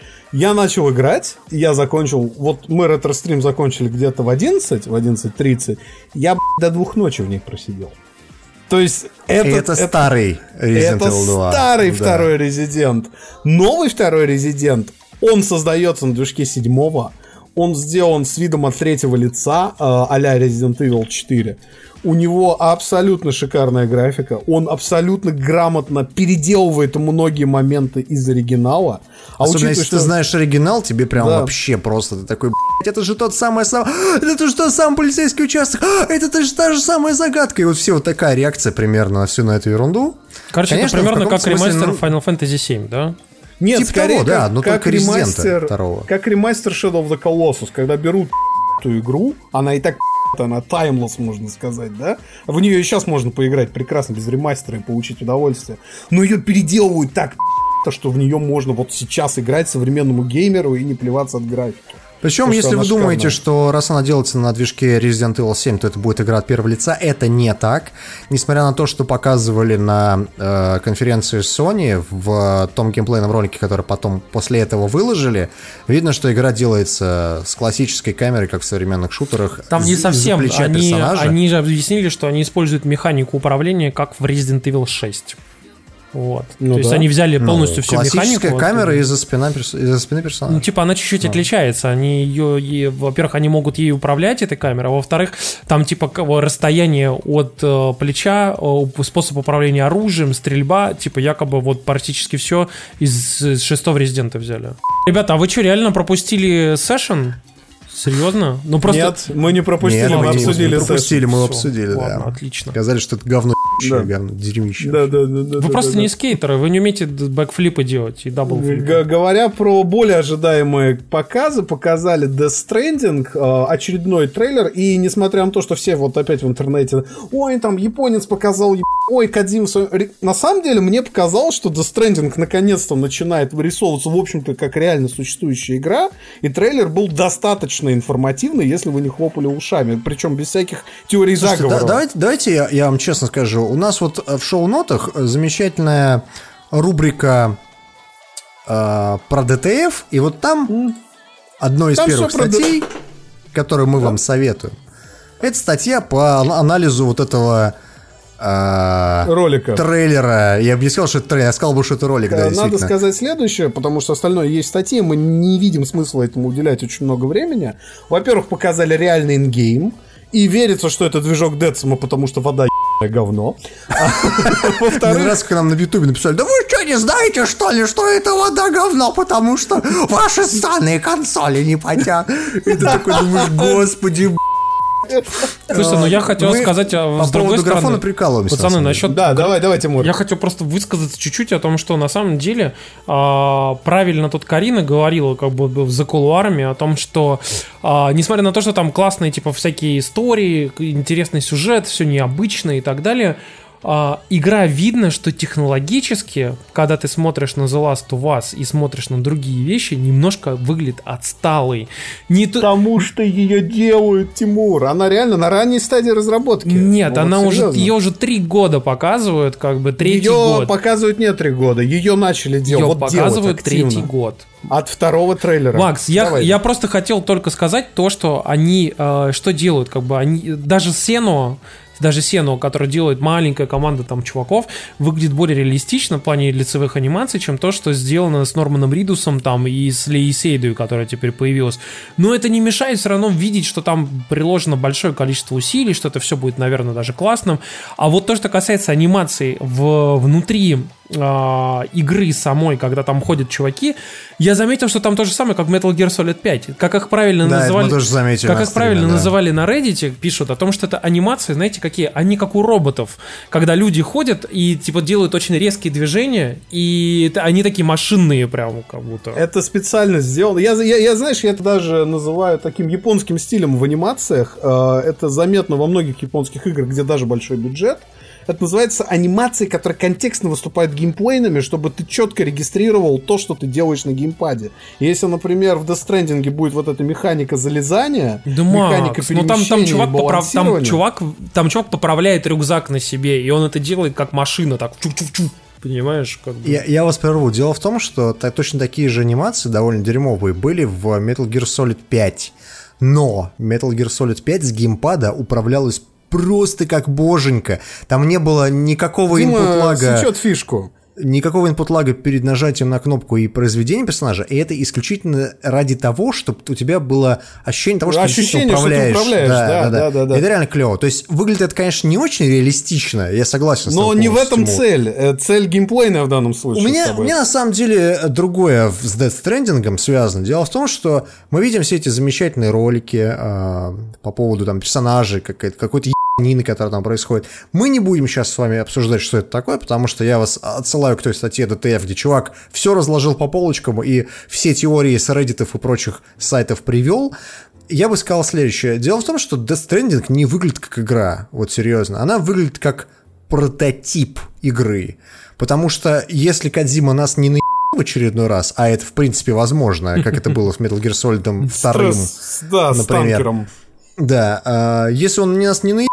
Я начал играть, я закончил, вот мы ретро-стрим закончили где-то в одиннадцать, в одиннадцать тридцать, я, б***ь, до двух ночи в них просидел. То есть это, это, это старый Resident Evil два. Это старый да. второй Resident. Новый второй Resident, он создается на движке седьмого, он сделан с видом от третьего лица, э, а-ля Resident Evil четыре. У него абсолютно шикарная графика. Он абсолютно грамотно переделывает многие моменты из оригинала. А особенно если что... ты знаешь оригинал, тебе прям да. вообще просто ты такой, блядь, это же тот самый сам, это же тот самый полицейский участок, это же та же самая загадка. И вот все вот такая реакция примерно на всю на эту ерунду. Короче, конечно, это примерно как смысле, ремастер ну... Final Fantasy семь, да? Нет, типа скорее того, как, да, но как только ремастер, второго. Как ремастер Shadow of the Colossus, когда берут эту игру, она и так она timeless, можно сказать, да? В нее и сейчас можно поиграть прекрасно без ремастера и получить удовольствие. Но ее переделывают так, что в нее можно вот сейчас играть современному геймеру и не плеваться от графики. Причем, то, если вы думаете, что раз она делается на движке Resident Evil семь, то это будет игра от первого лица, это не так. Несмотря на то, что показывали на э, конференции Sony в том геймплейном ролике, который потом после этого выложили, видно, что игра делается с классической камерой, как в современных шутерах. Там не совсем. Они, они же объяснили, что они используют механику управления, как в Resident Evil шесть. Вот. Ну, То есть да. они взяли полностью ну, всю механику. Классическая камера из-за спины, из-за спины персонажа. Ну, типа, она чуть-чуть да. отличается. Они ее, и, во-первых, они могут ей управлять, этой камерой, а во-вторых, там, типа, расстояние от э, плеча, э, способ управления оружием, стрельба, типа, якобы вот практически все из, из шестого Резидента взяли. Ребята, а вы что, реально пропустили сессион? Серьезно? Ну, просто... Нет, мы не пропустили, Нет, мы, мы обсудили. Не пропустили, мы Все, обсудили, ладно, да. Отлично. Сказали, что это говно, да. говно, дерьмище. Да, да, да, да, вы да, просто да, не да. скейтеры, вы не умеете бэкфлипы делать и даблфлипы. Г- говоря про более ожидаемые показы, показали Death Stranding, э, очередной трейлер, и несмотря на то, что все вот опять в интернете, ой, там японец показал, еб... ой, Кодзима... На самом деле мне показалось, что Death Stranding наконец-то начинает вырисовываться, в общем-то, как реально существующая игра, и трейлер был достаточно информативный, если вы не хлопали ушами, причем без всяких теорий Слушайте, заговора. Да, давайте, давайте я, я вам честно скажу, у нас вот в шоу-нотах замечательная рубрика э, про ди ти эф, и вот там mm. одной из там первых статей, д... которую мы да. вам советуем, это статья по анализу вот этого э, ролика. трейлера. Я бы не сказал, что это трейлер, я сказал бы, что это ролик. Да, надо сказать следующее, потому что остальное есть статьи, мы не видим смысла этому уделять очень много времени. Во-первых, показали реальный ингейм, и верится, что это движок Децima, потому что вода ебаное говно. Во-вторых, раз к нам на Ютубе написали, да вы что, не знаете, что ли, что это вода говно, потому что ваши ссаные консоли не потят. И ты такой думаешь, господи, Слушай, ну я хотел Мы сказать, а, по с другой поводу графона стороны, прикалываемся. пацаны, на самом деле. насчет... Да, давай, давай, Тимур. Я хотел просто высказаться чуть-чуть о том, что на самом деле а, правильно тут Карина говорила как бы за кулуарами о том, что а, несмотря на то, что там классные типа всякие истории, интересный сюжет, все необычно и так далее, а, игра видно, что технологически, когда ты смотришь на The Last of Us и смотришь на другие вещи, немножко выглядит отсталой. Не то... Потому что ее делают, Тимур. Она реально на ранней стадии разработки. Нет, Ну, она вот уже, серьезно. ее уже три года показывают, как бы третий Ее год. показывают не три года. Ее начали делать. Ее Вот показывают делать активно. третий год. От второго трейлера. Макс, я, Давай. я просто хотел только сказать то, что они э, что делают, как бы они даже Сено, даже Сено, который делает маленькая команда там чуваков, выглядит более реалистично в плане лицевых анимаций, чем то, что сделано с Норманом Ридусом там и с Леей Сейдой, которая теперь появилась. Но это не мешает все равно видеть, что там приложено большое количество усилий, что это все будет, наверное, даже классным. А вот то, что касается анимации в, внутри э, игры самой, когда там ходят чуваки, я заметил, что там то же самое, как в Metal Gear Solid пять. Как их правильно Да, называли, это мы тоже заметили как на их стриме, правильно да. называли на Reddit, пишут о том, что это анимации, знаете, какие? Они как у роботов, когда люди ходят и типа делают очень резкие движения, и это, они такие машинные прям как будто. Это специально сделано. Я, я, я, знаешь, я это даже называю таким японским стилем в анимациях. Э, Это заметно во многих японских играх, где даже большой бюджет. Это называется анимации, которые контекстно выступают геймплейными, чтобы ты четко регистрировал то, что ты делаешь на геймпаде. Если, например, в Death Stranding будет вот эта механика залезания, Да, механика Макс, ну там, там, перемещения чувак и поправ- там, балансирования. чувак, там чувак поправляет рюкзак на себе, и он это делает как машина, так чук-чук-чук. Понимаешь, как бы. Я, я вас прерву. Дело в том, что так, точно такие же анимации, довольно дерьмовые, были в Metal Gear Solid пять. Но Metal Gear Solid пять с геймпада управлялась просто как боженька. Там не было никакого Дима инпут-лага. сечет фишку. Никакого инпут-лага перед нажатием на кнопку и произведением персонажа, и это исключительно ради того, чтобы у тебя было ощущение того, что Ощущение, ты действительно управляешь. что ты управляешь, да, да, да, да. Это реально клево. То есть выглядит это, конечно, не очень реалистично, я согласен с Но тобой не в этом полностью. цель. Э, Цель геймплейная в данном случае. У с меня, тобой. у меня на самом деле другое с Death Stranding связано. Дело в том, что мы видим все эти замечательные ролики э, по поводу там персонажей, какой-то, какой-то ебанины, которая там происходит. Мы не будем сейчас с вами обсуждать, что это такое, потому что я вас отсылаю к той статье ди ти эф, где чувак все разложил по полочкам и все теории с Reddit и прочих сайтов привел. Я бы сказал следующее. Дело в том, что Death Stranding не выглядит как игра, вот серьезно. Она выглядит как прототип игры. Потому что если Кодзима нас не наебал в очередной раз, а это в принципе возможно, как это было в Metal Gear Solid два, Стресс, да, с например. танкером. Да, э, если он нас не наебал,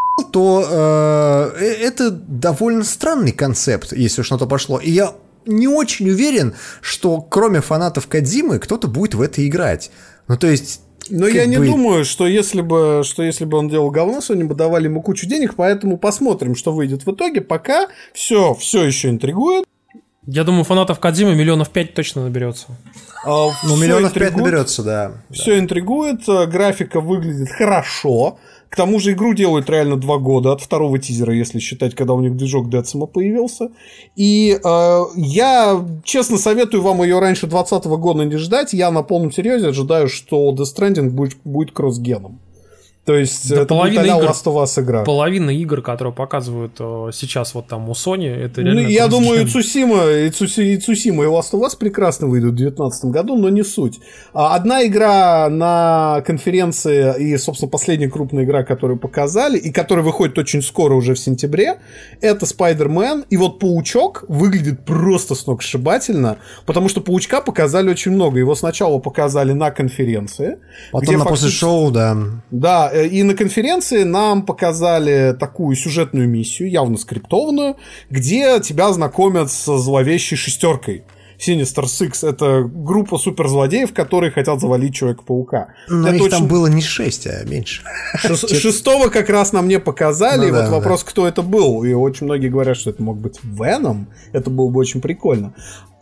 то э, это довольно странный концепт, если уж на то пошло. И я не очень уверен, что кроме фанатов Кодзимы кто-то будет в это играть. Ну, то есть... Но как я не бы- думаю, что если бы, что если бы он делал говно, они бы давали ему кучу денег, поэтому посмотрим, что выйдет в итоге. Пока все, все еще интригует. Я думаю, фанатов Кодзимы миллионов пять точно наберется. Ну, миллионов пять наберется, да. Все интригует, э, графика выглядит хорошо. К тому же игру делают реально два года от второго тизера, если считать, когда у них движок Децимо появился. И э, я честно советую вам ее раньше двадцатого года не ждать. Я на полном серьезе ожидаю, что Death Stranding будет, будет кросс-геном. То есть Да это будет половина а-ля игр- Last of Us игра. Половина игр, которые показывают э, сейчас вот там у Sony, это Ну, реально... я кросс-ген. думаю, и Цусима, и, Цуси, и Цусима, и Last of Us прекрасно выйдут в две тысячи девятнадцатом году, но не суть. А Одна игра на конференции и, собственно, последняя крупная игра, которую показали, и которая выходит очень скоро, уже в сентябре, это Spider-Man. И вот Паучок выглядит просто сногсшибательно, потому что Паучка показали очень много. Его сначала показали на конференции. Потом где на фактически- после шоу, да. Да, э, и на конференции нам показали такую сюжетную миссию, явно скриптованную, где тебя знакомят с зловещей шестеркой. Sinister Six — это группа суперзлодеев, которые хотят завалить Человека-паука. Но Это их очень- там было не шесть, а меньше. Шес- Шестого как раз нам не показали, Ну и вот да, вопрос, кто это был. И очень многие говорят, что это мог быть Веном. Это было бы очень прикольно.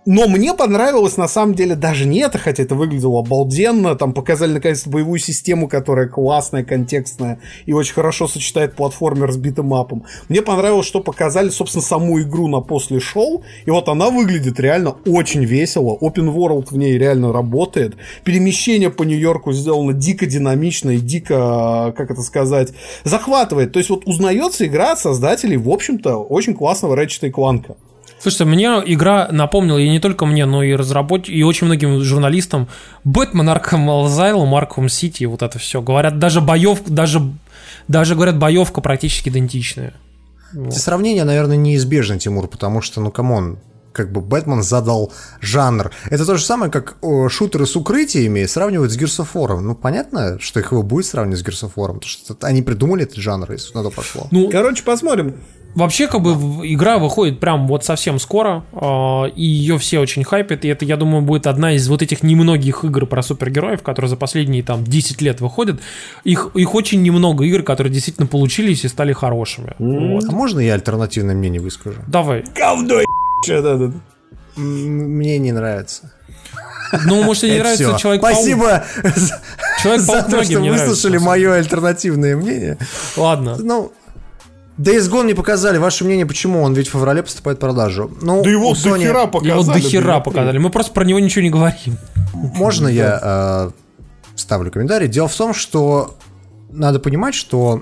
Но мне понравилось, на самом деле, даже не это, хотя это выглядело обалденно. Там показали, наконец-то, боевую систему, которая классная, контекстная и очень хорошо сочетает платформер с битэмапом. Мне понравилось, что показали, собственно, саму игру на после шоу. И вот она выглядит реально очень весело. Open World в ней реально работает. Перемещение по Нью-Йорку сделано дико динамично и дико, как это сказать, захватывает. То есть вот узнается игра от создателей, в общем-то, очень классного Ratchet и Clank. Слушайте, мне игра напомнила, и не только мне, но и разработчикам, и очень многим журналистам, Бэтмен, Аркхам Asylum, Arkham City, вот это все. Говорят, даже боевка, даже, даже говорят, боевка практически идентичная. Вот. Эти сравнения, наверное, неизбежны, Тимур, потому что, ну, камон, как бы Бэтмен задал жанр. Это то же самое, как о, шутеры с укрытиями сравнивают с Gears of War. Ну, понятно, что их его будет сравнивать с Gears of War, потому что они придумали этот жанр, если на то пошло. Ну, короче, посмотрим. Вообще, как бы, игра выходит прям вот совсем скоро, э, и ее все очень хайпят, и это, я думаю, будет одна из вот этих немногих игр про супергероев, которые за последние, там, десять лет выходят. Их, их очень немного игр, которые действительно получились и стали хорошими. Mm. Вот. А можно я альтернативное мнение выскажу? Давай. Говно, что-то. Мне не нравится. Ну, может, и не нравится все. Человек-паук. Спасибо Человек-паук за то, что выслушали мое альтернативное мнение. Ладно. Ну, Days Gone не показали. Ваше мнение, почему? Он ведь в феврале поступает в продажу. Ну, да его Sony... до хера показали. Его до хера показали. Мы просто про него ничего не говорим. Можно я э, ставлю комментарий? Дело в том, что надо понимать, что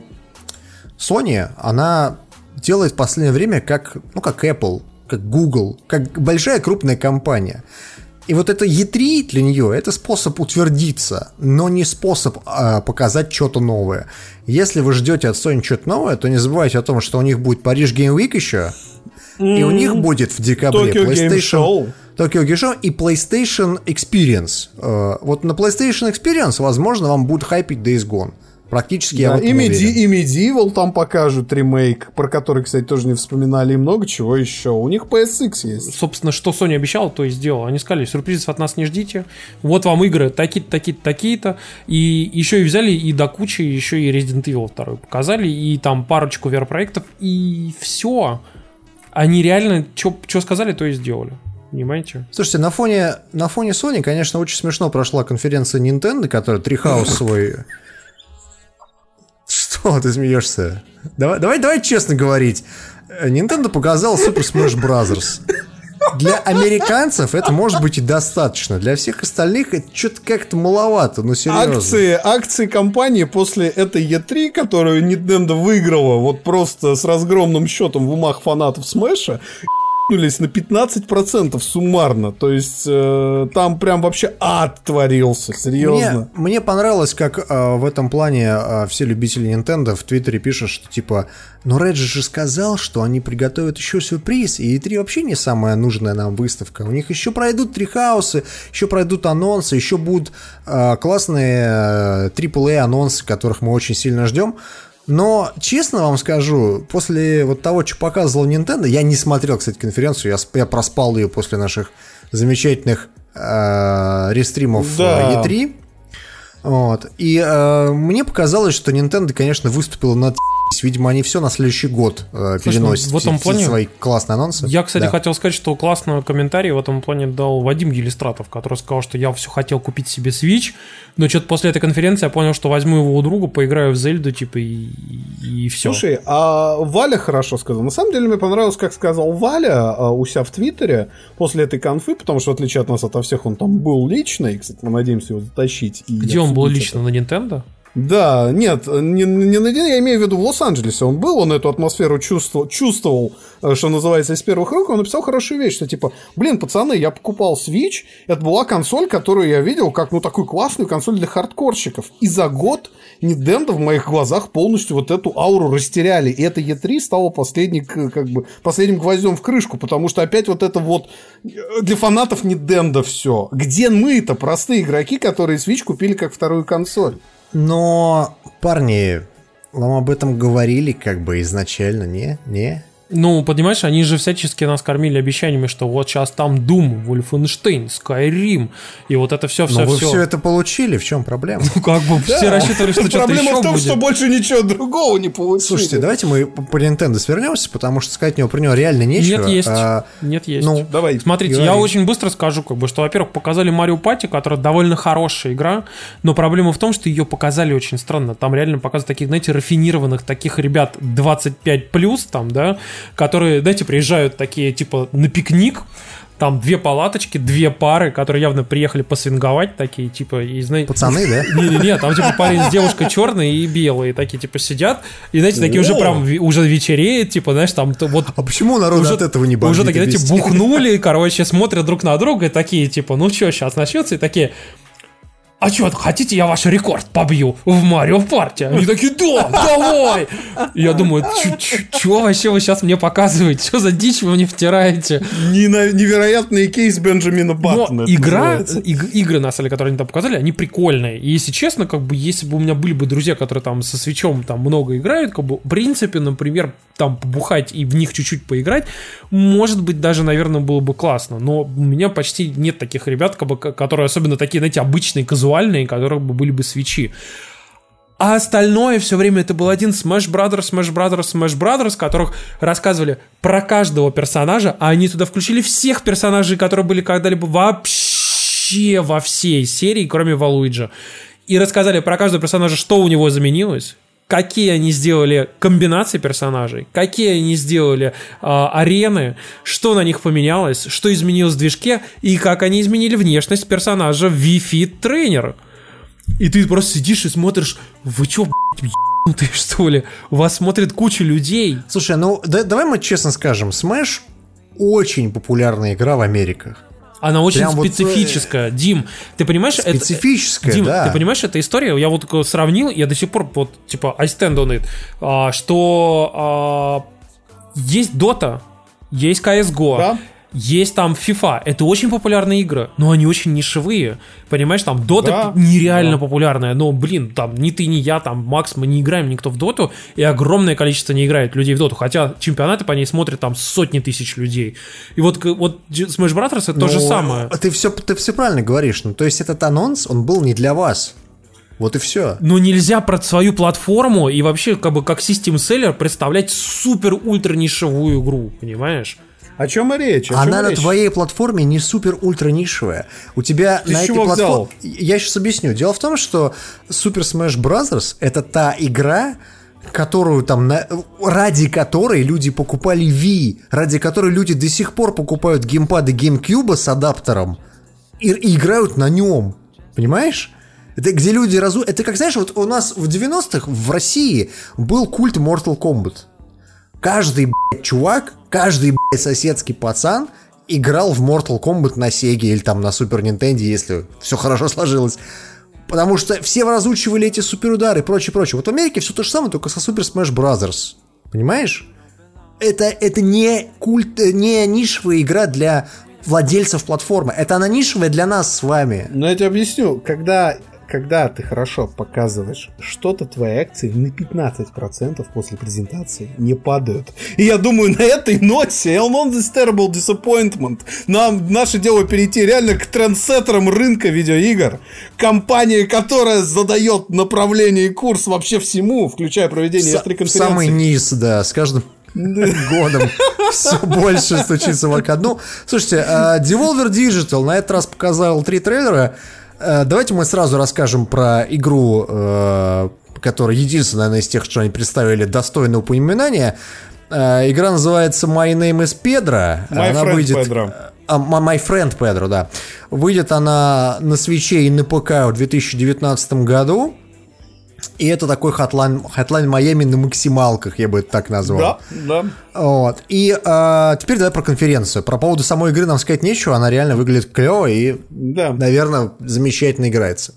Sony, она делает в последнее время как, ну, как Apple, как Google, как большая крупная компания. И вот это и три для нее это способ утвердиться, но не способ э, показать что-то новое. Если вы ждете от Sony что-то новое, то не забывайте о том, что у них будет Париж Game Week еще, mm-hmm. и у них будет в декабре Tokyo PlayStation Tokyo Game Show и PlayStation Experience. Э, вот на PlayStation Experience, возможно, вам будет хайпить Days Gone. Практически, да, я в этом и, уверен. Medi- и Medieval там покажут ремейк, про который, кстати, тоже не вспоминали, и много чего еще. У них пи эс икс есть. Собственно, что Sony обещал, то и сделал. Они сказали, сюрпризов от нас не ждите. Вот вам игры такие-то, такие-то, такие-то. И еще и взяли и до кучи, еще и Resident Evil два показали, и там парочку ви ар-проектов, и все. Они реально, что сказали, то и сделали. Понимаете? Слушайте, на фоне, на фоне Sony, конечно, очень смешно прошла конференция Nintendo, которая Treehouse свой... Что ты смеешься? Давай, давай, давай честно говорить. Nintendo показал Super Smash Bros. Для американцев это может быть и достаточно. Для всех остальных это что-то как-то маловато, ну серьезно. Акции, акции компании после этой и три, которую Nintendo выиграла вот просто с разгромным счетом в умах фанатов Смэша, нулись на пятнадцать процентов суммарно. То есть э, там прям вообще ад творился, серьезно. Мне, мне понравилось, как э, в этом плане э, все любители Nintendo в Твиттере пишут, что типа, ну Реджи же сказал, что они приготовят еще сюрприз, и и три вообще не самая нужная нам выставка. У них еще пройдут трихаусы, еще пройдут анонсы, еще будут э, классные трипл эй анонсы, которых мы очень сильно ждем. Но, честно вам скажу, после вот того, что показывал Nintendo, я не смотрел, кстати, конференцию, я, я проспал ее после наших замечательных э, рестримов да. и три. Вот. И э, мне показалось, что Nintendo, конечно, выступила на... Видимо, они все на следующий год э, Слушай, переносят в этом все, плане... все свои классные анонсы. Я, кстати, да. хотел сказать, что классный комментарий в этом плане дал Вадим Елистратов, который сказал, что я все хотел купить себе Switch, но что-то после этой конференции я понял, что возьму его у друга, поиграю в Зельду, типа, и, и все. Слушай, а Валя хорошо сказал. На самом деле, мне понравилось, как сказал Валя у себя в Твиттере после этой конфы, потому что, в отличие от нас, ото всех, он там был лично, и, кстати, мы надеемся его затащить. И Где он был лично? Это. На Nintendo? Да, нет, не, не на день, я имею в виду в Лос-Анджелесе он был, он эту атмосферу чувствовал, чувствовал, что называется, из первых рук, он написал хорошую вещь, что типа, блин, пацаны, я покупал Switch, это была консоль, которую я видел как, ну, такую классную консоль для хардкорщиков, и за год Nintendo в моих глазах полностью вот эту ауру растеряли, и это и три стало последний, как бы, последним гвоздем в крышку, потому что опять вот это вот для фанатов Nintendo все. Где мы-то, простые игроки, которые Switch купили как вторую консоль? Но, парни, вам об этом говорили как бы изначально, не? Не? Ну, понимаешь, они же всячески нас кормили обещаниями, что вот сейчас там Doom, Wolfenstein, Skyrim, и вот это все, все, Но вы все. все это получили, в чем проблема? Ну, как бы все рассчитывали, что что-то еще Проблема в том, будет. что больше ничего другого не получили. Слушайте, давайте мы по Nintendo свернемся, потому что сказать него про него реально нечего. Нет, есть. А, Нет, есть. ну, давай. Смотрите, говори. я очень быстро скажу, как бы, что, во-первых, показали Марио Пати, которая довольно хорошая игра, но проблема в том, что ее показали очень странно. Там реально показывают таких, знаете, рафинированных таких ребят двадцать пять плюс, там, да, которые, знаете, приезжают такие, типа, на пикник, там две палаточки, две пары, которые явно приехали посвинговать, такие, типа, и, знаете... Пацаны, да? Не-не-не, там, типа, парень с девушкой черные и белые, такие, типа, сидят, и, знаете, такие уже прям, ви- уже вечереет, типа, знаешь, там, то вот... А почему народ Уже- от этого не бомбит? Уже такие, знаете, объясните? бухнули, короче, смотрят друг на друга и такие, типа, ну что, сейчас начнется, и такие... А что, хотите, я ваш рекорд побью в Марио Парти? Они такие, да, давай! И я думаю, что вообще вы сейчас мне показываете? Что за дичь вы мне втираете? Нена- Невероятный кейс Бенджамина Баттона. Но это игра, называется. иг- игры, на самом деле, которые они там показали, они прикольные. И если честно, как бы, если бы у меня были бы друзья, которые там со свечом там много играют, как бы, в принципе, например, там побухать и в них чуть-чуть поиграть, может быть, даже, наверное, было бы классно. Но у меня почти нет таких ребят, как бы, ко- которые особенно такие, знаете, обычные, казуальные, которых бы были бы свечи. А остальное все время это был один Smash Brothers, Smash Brothers, Smash Brothers, которых рассказывали про каждого персонажа, а они туда включили всех персонажей, которые были когда-либо вообще во всей серии, кроме Валуиджи. И рассказали про каждого персонажа, что у него заменилось, какие они сделали комбинации персонажей, какие они сделали э, арены, что на них поменялось, что изменилось в движке, и как они изменили внешность персонажа в Wii Fit Trainer. И ты просто сидишь и смотришь, вы чё, блядь, ебанутые, что ли? Вас смотрит куча людей. Слушай, ну да- давай мы честно скажем, Smash очень популярная игра в Америках. Она очень Прям вот, специфическая. Дим, ты понимаешь, это... Специфическая, Дим, да. ты понимаешь, эта история, я вот такой сравнил, я до сих пор вот, типа, I stand on it, а, что а, есть Dota, есть си эс го, Да. есть там FIFA, это очень популярные игры, но они очень нишевые, понимаешь, там Dota Да. нереально Да. популярная, но, блин, там ни ты, ни я, там, Макс, мы не играем никто в Доту, и огромное количество не играет людей в Доту, хотя чемпионаты по ней смотрят там сотни тысяч людей. И вот, к- вот Smash Brothers это то же Ну, самое. Ты все, ты все правильно говоришь. Ну, то есть этот анонс, он был не для вас. Вот и все. Но нельзя про свою платформу и вообще как бы как систем-селлер представлять супер-ультра нишевую игру, понимаешь? О чем и речь? О Она чем на речь? твоей платформе не супер-ультра нишевая. У тебя Ты на с этой чего платформе... взял? Я сейчас объясню. Дело в том, что Super Smash Bros. Это та игра, которую там на- ради которой люди покупали Wii, ради которой люди до сих пор покупают геймпады GameCube с адаптером и, и играют на нем. Понимаешь? Это где люди разу... Это как, знаешь, вот у нас в девяностых в России был культ Mortal Kombat. Каждый, блядь, чувак, каждый, блядь, соседский пацан играл в Mortal Kombat на Сеге или там на Супер Нинтендо, если все хорошо сложилось. Потому что все разучивали эти суперудары и прочее, прочее. Вот в Америке все то же самое, только со Super Smash Bros. Понимаешь? Это, это не культ, не нишевая игра для владельцев платформы. Это она нишевая для нас с вами. Ну, я тебе объясню. Когда, когда ты хорошо показываешь что-то, твои акции на пятнадцать процентов после презентации не падают. И я думаю, на этой ноте Elmon this terrible disappointment. Нам наше дело перейти реально к трендсеттерам рынка видеоигр. Компания, которая задает направление и курс вообще всему, включая проведение С- и три конференции. Самый низ, да, с каждым годом все больше стучится в окно. Ну, слушайте, а, Devolver Digital на этот раз показал три трейлера. А, Давайте мы сразу расскажем про игру, э, которая единственная, наверное, из тех, что они представили, достойное упоминания. А, Игра называется My Name is Pedro. My Она Friend выйдет... Pedro. А, My Friend Pedro, да. Выйдет она на свече и на ПК в две тысячи девятнадцатом году. И это такой Hotline, Hotline Miami на максималках, я бы это так назвал. Да, да. Вот. И а, теперь давай про конференцию. Про поводу самой игры нам сказать нечего, она реально выглядит клево и, Да. наверное, замечательно играется.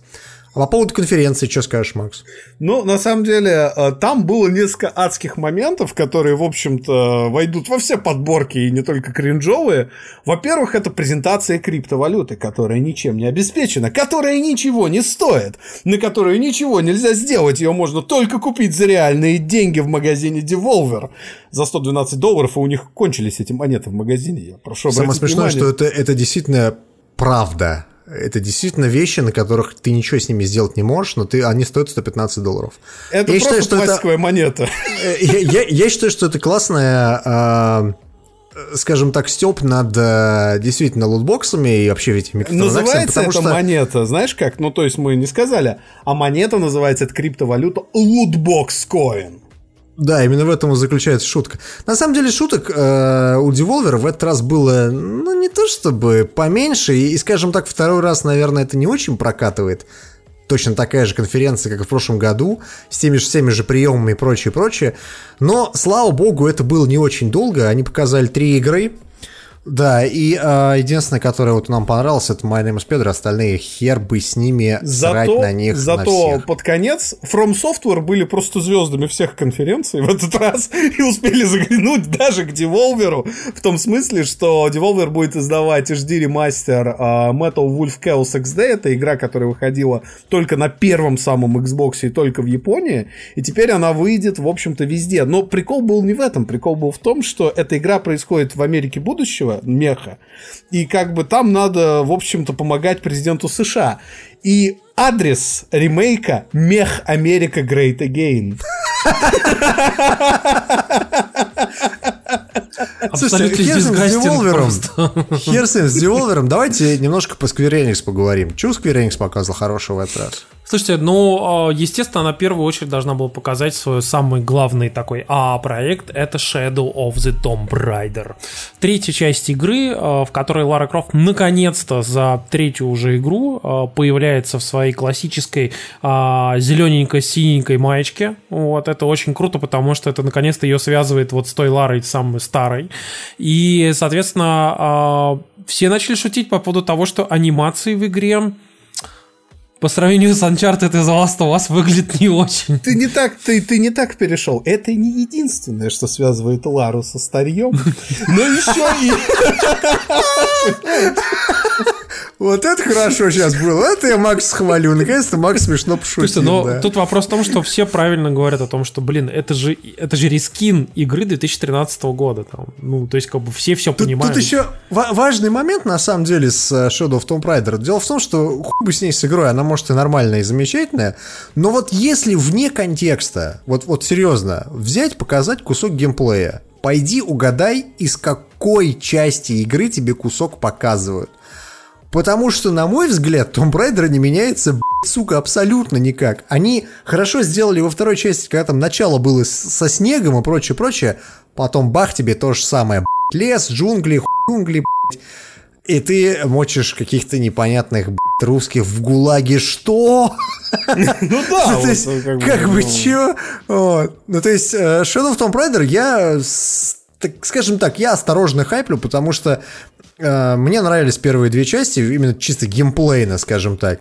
А по поводу конференции, что скажешь, Макс? Ну, на самом деле, там было несколько адских моментов, которые, в общем-то, войдут во все подборки и не только кринжовые. Во-первых, это презентация криптовалюты, которая ничем не обеспечена, которая ничего не стоит, на которую ничего нельзя сделать. Ее можно только купить за реальные деньги в магазине Devolver за сто двенадцать долларов, и у них кончились эти монеты в магазине. Я прошу обратить Самое смешное, внимание. что это, это действительно правда. Это действительно вещи, на которых ты ничего с ними сделать не можешь, но ты, они стоят сто пятнадцать долларов. Это я просто считаю, пластиковая это, монета. Я, я, я считаю, что это классная, э, скажем так, стёб над э, действительно лутбоксами и вообще этими микротранзакциями. Называется это что... монета, знаешь как? Ну, то есть мы не сказали, а монета называется, это криптовалюта Lootbox Coin. Да, именно в этом и заключается шутка. На самом деле шуток э, у Devolver в этот раз было, ну, не то чтобы поменьше, и, и, скажем так, второй раз, наверное, это не очень прокатывает. Точно такая же конференция, как и в прошлом году, с теми же, всеми же приемами и прочее, прочее. Но, слава богу, это было не очень долго, они показали три игры. Да, и э, единственное, которое вот нам понравилось, это My Name is Pedro, остальные хер бы с ними срать на них, зато на всех. под конец From Software были просто звездами всех конференций в этот раз и успели заглянуть даже к Devolver, в том смысле, что Devolver будет издавать эйч ди ремастер э, Metal Wolf Chaos икс ди, это игра, которая выходила только на первом самом Xbox и только в Японии, и теперь она выйдет, в общем-то, везде. Но прикол был не в этом, прикол был в том, что эта игра происходит в Америке будущего, меха. И как бы там надо, в общем-то, помогать президенту США. И адрес ремейка — Мех Америка Great Again. Слушайте, хер с Devolver'ом, хер с ним, с Devolver'ом, давайте немножко по Square Enix поговорим. Чего Square Enix показывал хорошего в этот раз? Слушайте, ну, естественно, она в первую очередь должна была показать свой самый главный такой А-проект, это Shadow of the Tomb Raider. Третья часть игры, в которой Лара Крофт наконец-то за третью уже игру появляется в своей классической зелененько-синенькой маечке. Вот, это очень круто, потому что это наконец-то ее связывает вот с той Ларой самой старой. И, соответственно, все начали шутить по поводу того, что анимации в игре по сравнению с Uncharted и The Last of Us выглядит не очень. Ты не так, ты, ты не так перешел. Это не единственное, что связывает Лару со старьем, но еще и... Вот это хорошо сейчас было. Это я Макс хвалю. Наконец-то Макс смешно пошутил. Слушайте, но да. тут вопрос в том, что все правильно говорят о том, что, блин, это же, это же рескин игры две тысячи тринадцатого года. Там. Ну, то есть, как бы все все Тут, понимают. тут еще ва- важный момент, на самом деле, с Shadow of Tomb Raider. Дело в том, что хуй бы с ней с игрой, она может и нормальная, и замечательная, но вот если вне контекста, вот, вот серьезно, взять, показать кусок геймплея, пойди угадай, из какой части игры тебе кусок показывают. Потому что, на мой взгляд, Tomb Raider не меняется, блядь, сука, абсолютно никак. Они хорошо сделали во второй части, когда там начало было с- со снегом и прочее, прочее. Потом бах, тебе то же самое, блядь, лес, джунгли, джунгли, блядь. И ты мочишь каких-то непонятных, блядь, русских в ГУЛАГе. Что? Ну да. То есть, как бы, чё? Ну, то есть, Shadow of Tomb Raider я, скажем так, я осторожно хайплю, потому что мне нравились первые две части, именно чисто геймплейно, скажем так.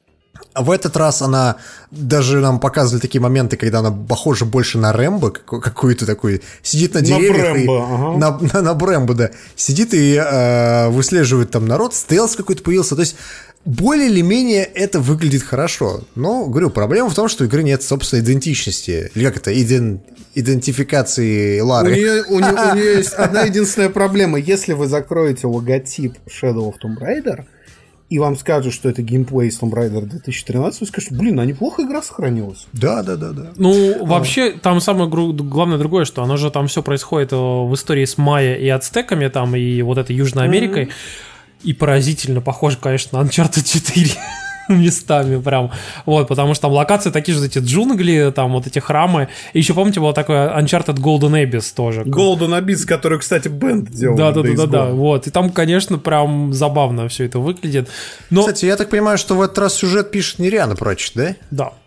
В этот раз она, даже нам показывали такие моменты, когда она похожа больше на Рэмбо, какую-то такую, сидит на деревьях. На Брэмбо, и, ага. на, на, на Брэмбо, да. Сидит и э, выслеживает там народ, стелс какой-то появился, то есть более или менее это выглядит хорошо. Но, говорю, проблема в том, что у игры нет собственной идентичности. Или как это? Иден... Идентификации Лары. У нее, у, нее, у нее есть одна единственная проблема. Если вы закроете логотип Shadow of Tomb Raider, и вам скажут, что это геймплей из Tomb Raider две тысячи тринадцатого, вы скажете, блин, а неплохо игра сохранилась. Да, да, да, да. Ну, вообще, там самое гру- главное другое, что оно же там все происходит в истории с майя и ацтеками, там, и вот этой Южной Америкой. Mm-hmm. И поразительно похоже, конечно, на Uncharted четыре. Местами прям, вот, потому что там локации такие же, эти джунгли, там вот эти храмы, и еще, помните, было такое Uncharted Golden Abyss тоже. Golden Abyss, который, кстати, Бенд делал. Да-да-да-да, вот, и там, конечно, прям забавно все это выглядит. Но... Кстати, я так понимаю, что в этот раз сюжет пишет не Риана Прочь, да? Да.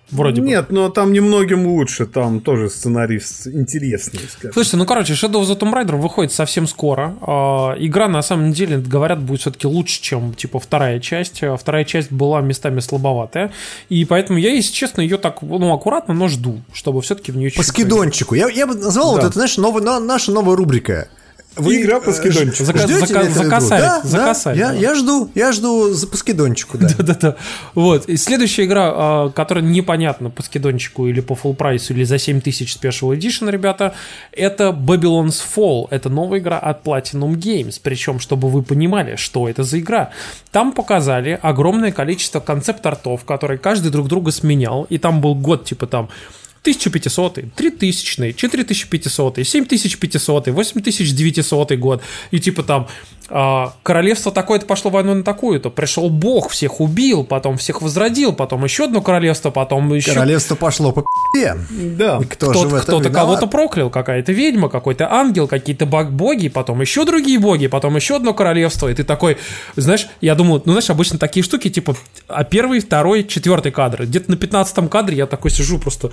Вроде Нет, бы. но там немногим лучше, там тоже сценарист интересный, скажем. Слушайте, ну, короче, Shadow of the Tomb Raider выходит совсем скоро. А, игра, на самом деле, говорят, будет все-таки лучше, чем, типа, вторая часть. Вторая часть была местами слабоватая. И поэтому я, если честно, ее так, ну, аккуратно, но жду, чтобы все-таки в нее По скидончику. Я, я бы назвал Да. вот это, знаешь, новый, на- наша новая рубрика. Вы Игра по скидончику. Зака- ждете зака- эту игру? закосарить, Да, да, закосарить, я, да. я жду, я жду за по скидончику, да. Да-да-да. Вот. И следующая игра, а, которая непонятна по скидончику или по full прайсу, или за семь тысяч Special Edition, ребята, это Babylon's Fall. Это новая игра от Platinum Games. Причем, чтобы вы понимали, что это за игра. Там показали огромное количество концепт-артов, которые каждый друг друга сменял. И там был год, типа там тысяча пятисотый, три тысячный, четыре тысячи пятисотый, семь тысяч пятисотый, восемь тысяч девятисотый год. И типа там а, королевство такое-то пошло войну на такую-то. Пришел бог, всех убил, потом всех возродил, потом еще одно королевство, потом еще... Королевство пошло по пи***е. Да. И кто же в Кто-то, этом кто-то виноват? кого-то проклял, какая-то ведьма, какой-то ангел, какие-то боги, потом еще другие боги, потом еще одно королевство, и ты такой, знаешь, я думаю, ну, знаешь, обычно такие штуки, типа, а первый, второй, четвертый кадр, где-то на пятнадцатом кадре я такой сижу просто,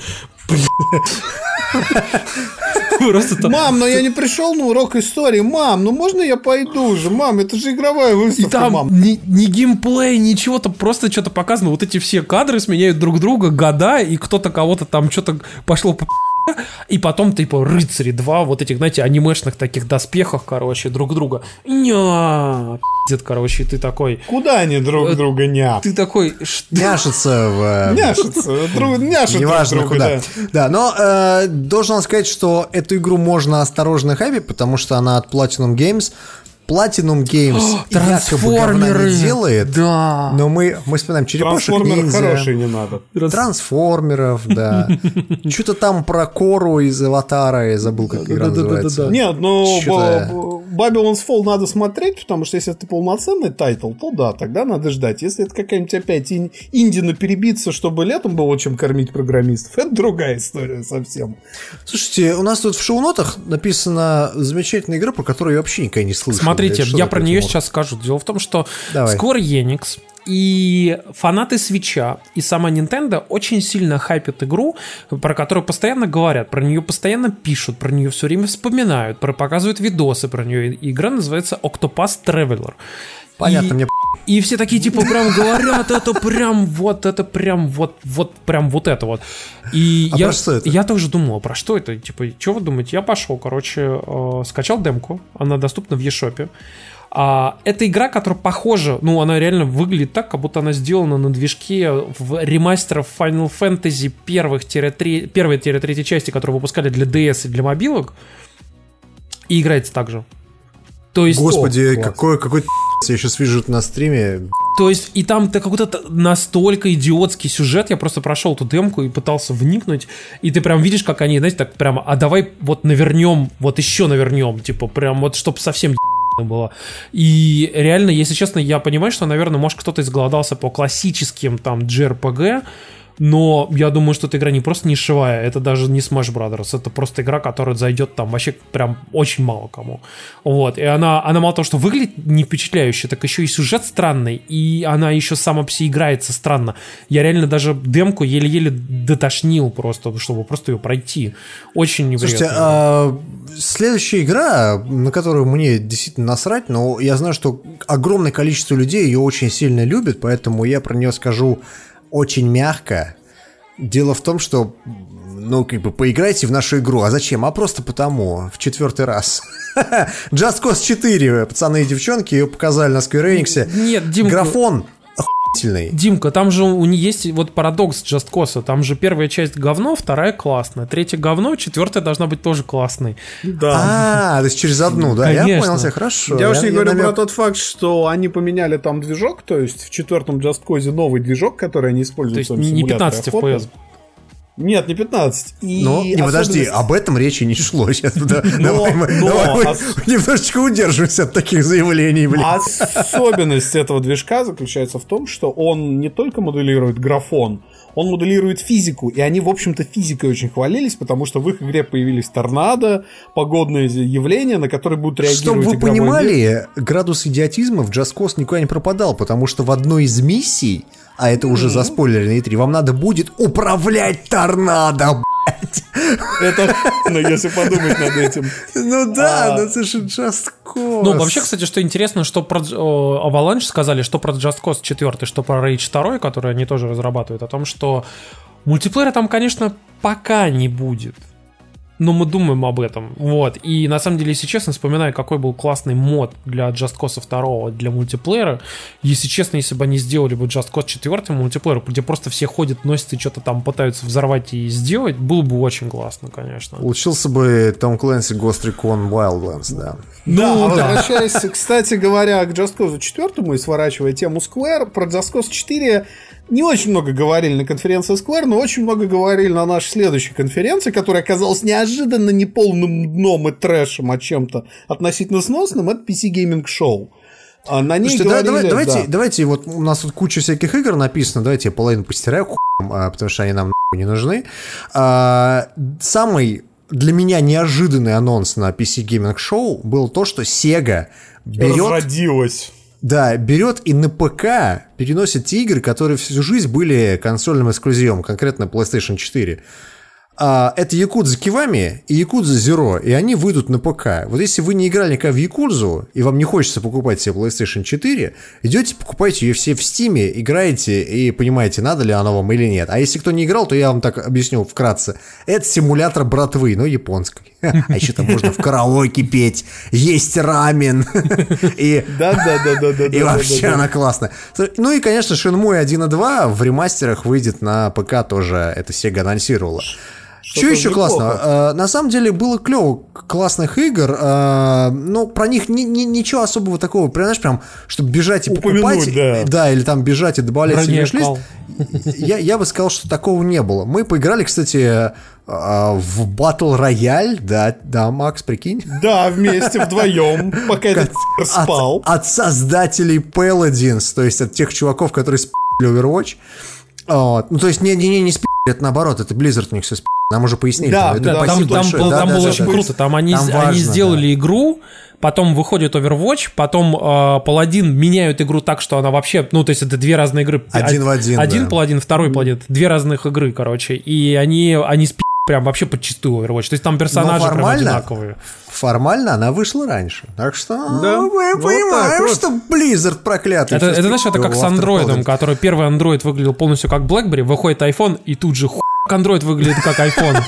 просто там... Мам, но я не пришел на урок истории. Мам, ну можно я пойду уже? Мам, это же игровая И выставка, там мам. ни, ни геймплей, ничего, там просто что-то показано. Вот эти все кадры сменяют друг друга, года, и кто-то кого-то там что-то пошло по и потом, типа, рыцари два, вот этих, знаете, анимешных таких доспехах, короче, друг друга. Ня, пиздец, короче, и ты такой... Куда они друг Э, друга нят? Ты такой... Что? Няшится в... Няшатся, друг- няшат Неважно друг друга, куда. да. Да, но э, должен вам сказать, что эту игру можно осторожно хайпить, потому что она от Platinum Games. Platinum Games якобы говна Трансформеры! не делает, Да! но мы, мы вспоминаем черепашек Трансформеры ниндзя, хорошие не надо. трансформеров, да. Что-то там про Кору из Аватара, я забыл, как игра Да-да-да-да-да. называется. Нет, ну Чё-то- Б- Babylon's Fall надо смотреть, потому что если это полноценный тайтл, то да, тогда надо ждать. Если это какая-нибудь опять ин- инди на перебиться, чтобы летом было чем кормить программистов, это другая история совсем. Слушайте, у нас тут в шоу-нотах написана замечательная игра, про которую я вообще никогда не слышал. Смотрите, Это что я такое, про нее Тимур? сейчас скажу. Дело в том, что Давай. Square Enix и фанаты Свитча и сама Nintendo очень сильно хайпят игру, про которую постоянно говорят, про нее постоянно пишут, про нее все время вспоминают, про, показывают видосы про нее. И игра называется Octopath Traveler. Понятно, И- мне И все такие, типа, прям говорят, это прям вот, это прям вот, вот, прям вот это вот. И А я, про что это? я тоже думал, про что это? Типа, что вы думаете? Я пошел, короче, э, скачал демку, она доступна в eShop. А, это игра, которая похожа, ну, она реально выглядит так, как будто она сделана на движке в ремастеров Final Fantasy первых-три, первой-третьей части, которые выпускали для ди эс и для мобилок. И играется так же. То есть... Господи, класс. какой, какой я сейчас вижу это на стриме. То есть, и там-то какой-то настолько идиотский сюжет, я просто прошел эту демку и пытался вникнуть, и ты прям видишь, как они, знаете, так прямо, а давай вот навернем, вот еще навернем, типа, прям вот, чтобы совсем ебано было. И реально, если честно, я понимаю, что, наверное, может, кто-то изголодался по классическим там джей ар пи джи, но я думаю, что эта игра не просто нишевая, это даже не Smash Brothers, это просто игра, которая зайдет там вообще прям очень мало кому. Вот, и она, она мало того, что выглядит не впечатляюще, так еще и сюжет странный, и она еще сама по себе играется странно. Я реально даже демку еле-еле дотошнил просто, чтобы просто ее пройти. Очень неприятно. Слушайте, а, следующая игра, на которую мне действительно насрать, но я знаю, что огромное количество людей ее очень сильно любит, поэтому я про нее скажу очень мягко. Дело в том, что, ну, как бы, поиграйте в нашу игру. А зачем? А просто потому, в четвертый раз. Just Cause четыре, пацаны и девчонки, ее показали на Square Enix. Нет, Димка... Графон охуительный. Димка, там же у них есть вот парадокс Just Cause. Там же первая часть говно, вторая классная. Третья говно, четвертая должна быть тоже классной. Да. А, то есть через одну, да? Я Конечно. понял тебя, хорошо. Я уж не говорю намек- про тот факт, что они поменяли там движок, то есть в четвертом Just Cause новый движок, который они используют То есть в своем не симуляторе пятнадцать охоты. эф пи эс. Нет, не пятнадцать. И Ну, не подожди, особенность- об этом речи не шло. Сейчас, да, давай мы, но давай мы ос- немножечко удерживаемся от таких заявлений, блин. Особенность этого движка заключается в том, что он не только моделирует графон, он моделирует физику, и они, в общем-то, физикой очень хвалились, потому что в их игре появились торнадо, погодные явления, на которые будут реагировать Чтобы вы игровой понимали, мир. градус идиотизма в Just Cause никуда не пропадал, потому что в одной из миссий, а это уже за спойлеры три, вам надо будет управлять торнадо, блядь. Это охуенно, если подумать над этим. Ну да, А. ну это же Just Cause. Ну, вообще, кстати, что интересно, что про Дж- о, Avalanche сказали, что про Just Cause четыре, что про Rage два, который они тоже разрабатывают, о том, что мультиплеера там, конечно, пока не будет. Но мы думаем об этом. Вот. И на самом деле, если честно, вспоминаю, какой был классный мод для Just Cause два для мультиплеера. Если честно, если бы они сделали бы Just Cause четыре мультиплеер, где просто все ходят, носят и что-то там пытаются взорвать и сделать, было бы очень классно, конечно. Получился бы Том Клэнси Ghost Recon Wildlands, да. Да, Ну, а да. возвращаясь, кстати говоря, к Just Cause четыре и сворачивая тему Square, про Just Cause четыре не очень много говорили на конференции Square, но очень много говорили на нашей следующей конференции, которая оказалась неожиданно не полным дном и трэшем, а чем-то относительно сносным. Это пи си Gaming Show. А на ней Слушайте, да, говорили, давай- давайте, да. давайте, вот у нас тут куча всяких игр написано, давайте я половину постираю, к хуям, а, потому что они нам нахуй не нужны. А, самый для меня неожиданный анонс на пи си Gaming Show был то, что Sega берет... Разродилась. Да, берет и на ПК переносит те игры, которые всю жизнь были консольным эксклюзивом, конкретно PlayStation четыре. А, это Якудза Кивами и Якудза Zero, и они выйдут на ПК. Вот если вы не играли никогда в Якудзу, и вам не хочется покупать себе PlayStation четыре, идете, покупайте ее все в Стиме, играете и понимаете, надо ли оно вам или нет. А если кто не играл, то я вам так объясню вкратце. Это симулятор братвы, но японской. А еще там можно в караоке петь, есть рамен. И Да-да-да-да-да. и вообще она классная. Ну и, конечно, Shenmue один и два в ремастерах выйдет на ПК тоже, это Sega анонсировала. Что еще неплохо. классно? А, на самом деле было клево классных игр, а, но про них ни- ни- ничего особого такого, понимаешь, прям, чтобы бежать и Упомянуть, покупать, да. да, или там бежать и добавлять себе Броня виш-лист, кал. я, я бы сказал, что такого не было. Мы поиграли, кстати, а, в Battle Royale, да, да, Макс, прикинь. Да, вместе, вдвоем, пока этот От, спал. от создателей Paladins, то есть от тех чуваков, которые спи***ли Overwatch. Вот. Ну, то есть, не, не, не, не спи***ли, это наоборот, это Blizzard у них все спи***ли. Нам уже пояснили. Да, это да, Там, спасибо там большое. был- Да, там да, было да, очень да. круто. Там они, Там они важно, сделали да. игру, потом выходит Overwatch, потом э, Паладин меняют игру так, что она вообще, ну, то есть это две разные игры. Один в один, Один да. Паладин, второй Паладин. Две разных игры, короче. И они, они спи*** прям вообще подчистую Overwatch. То есть там персонажи прям формально- одинаковые. Формально она вышла раньше. Так что Да. мы Вот понимаем, так вот. что Blizzard проклятый. Это, Всё это знаешь, это как с автор андроидом, Paladin. который первый андроид выглядел полностью как BlackBerry, выходит iPhone, и тут же хуй андроид выглядит как iPhone.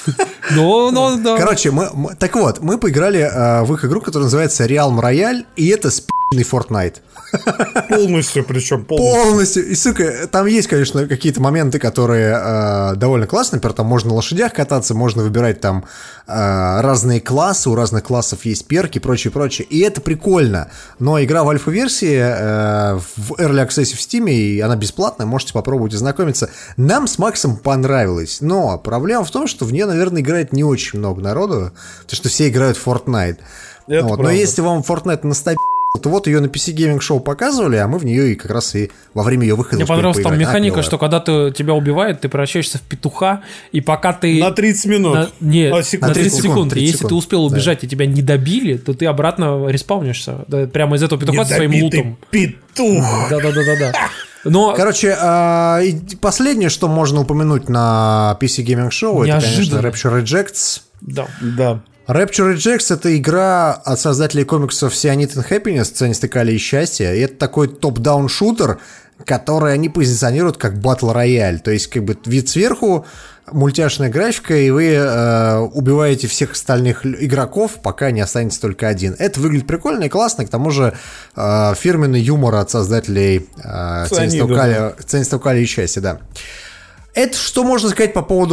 Ну, ну, да. Короче, мы, мы- так вот, мы поиграли э, в их игру, которая называется Realm Royale, и это спи***ный Fortnite. Полностью, причем полностью. Полностью. И, сука, там есть, конечно, какие-то моменты, которые э, довольно классные. Например, там можно на лошадях кататься, можно выбирать там э, разные классы, у разных классов есть перки и прочее, прочее. И это прикольно. Но игра в альфа-версии э, в Early Access в Steam, и она бесплатная, можете попробовать ознакомиться. Нам с Максом понравилось. Но проблема в том, что в нее, наверное, играет не очень много народу, потому что все играют в Fortnite. Это Вот. Но правда. если вам Fortnite настабил, то вот ее на пи си Gaming Show показывали, а мы в нее и как раз и во время ее выхода Мне успели понравилась там поиграть. А, механика, клево. что когда ты, тебя убивает, ты превращаешься в петуха, и пока ты... На тридцать минут. На- Нет, А, секунд. на тридцать секунд, секунд. И тридцать если секунд. ты успел Да. убежать и тебя не добили, то ты обратно респаунишься. Да, прямо из этого петуха со своим Недобитый лутом. петух. Да-да-да-да-да. Но Короче, а, и последнее, что можно упомянуть на пи си Gaming Show, это, конечно, Неожиданно. Rapture Rejects. да. Да. Rapture Rejects — это игра от создателей комиксов Cyanide and Happiness, Цианистый калий и счастье. И это такой топ-даун шутер, который они позиционируют как Battle Royale. То есть, как бы вид сверху, мультяшная графика, и вы э, убиваете всех остальных л- игроков, пока не останется только один. Это выглядит прикольно и классно, к тому же э, фирменный юмор от создателей э, Цианида, Цианистого калия, Цианистого калия и счастья, да. Это что можно сказать по поводу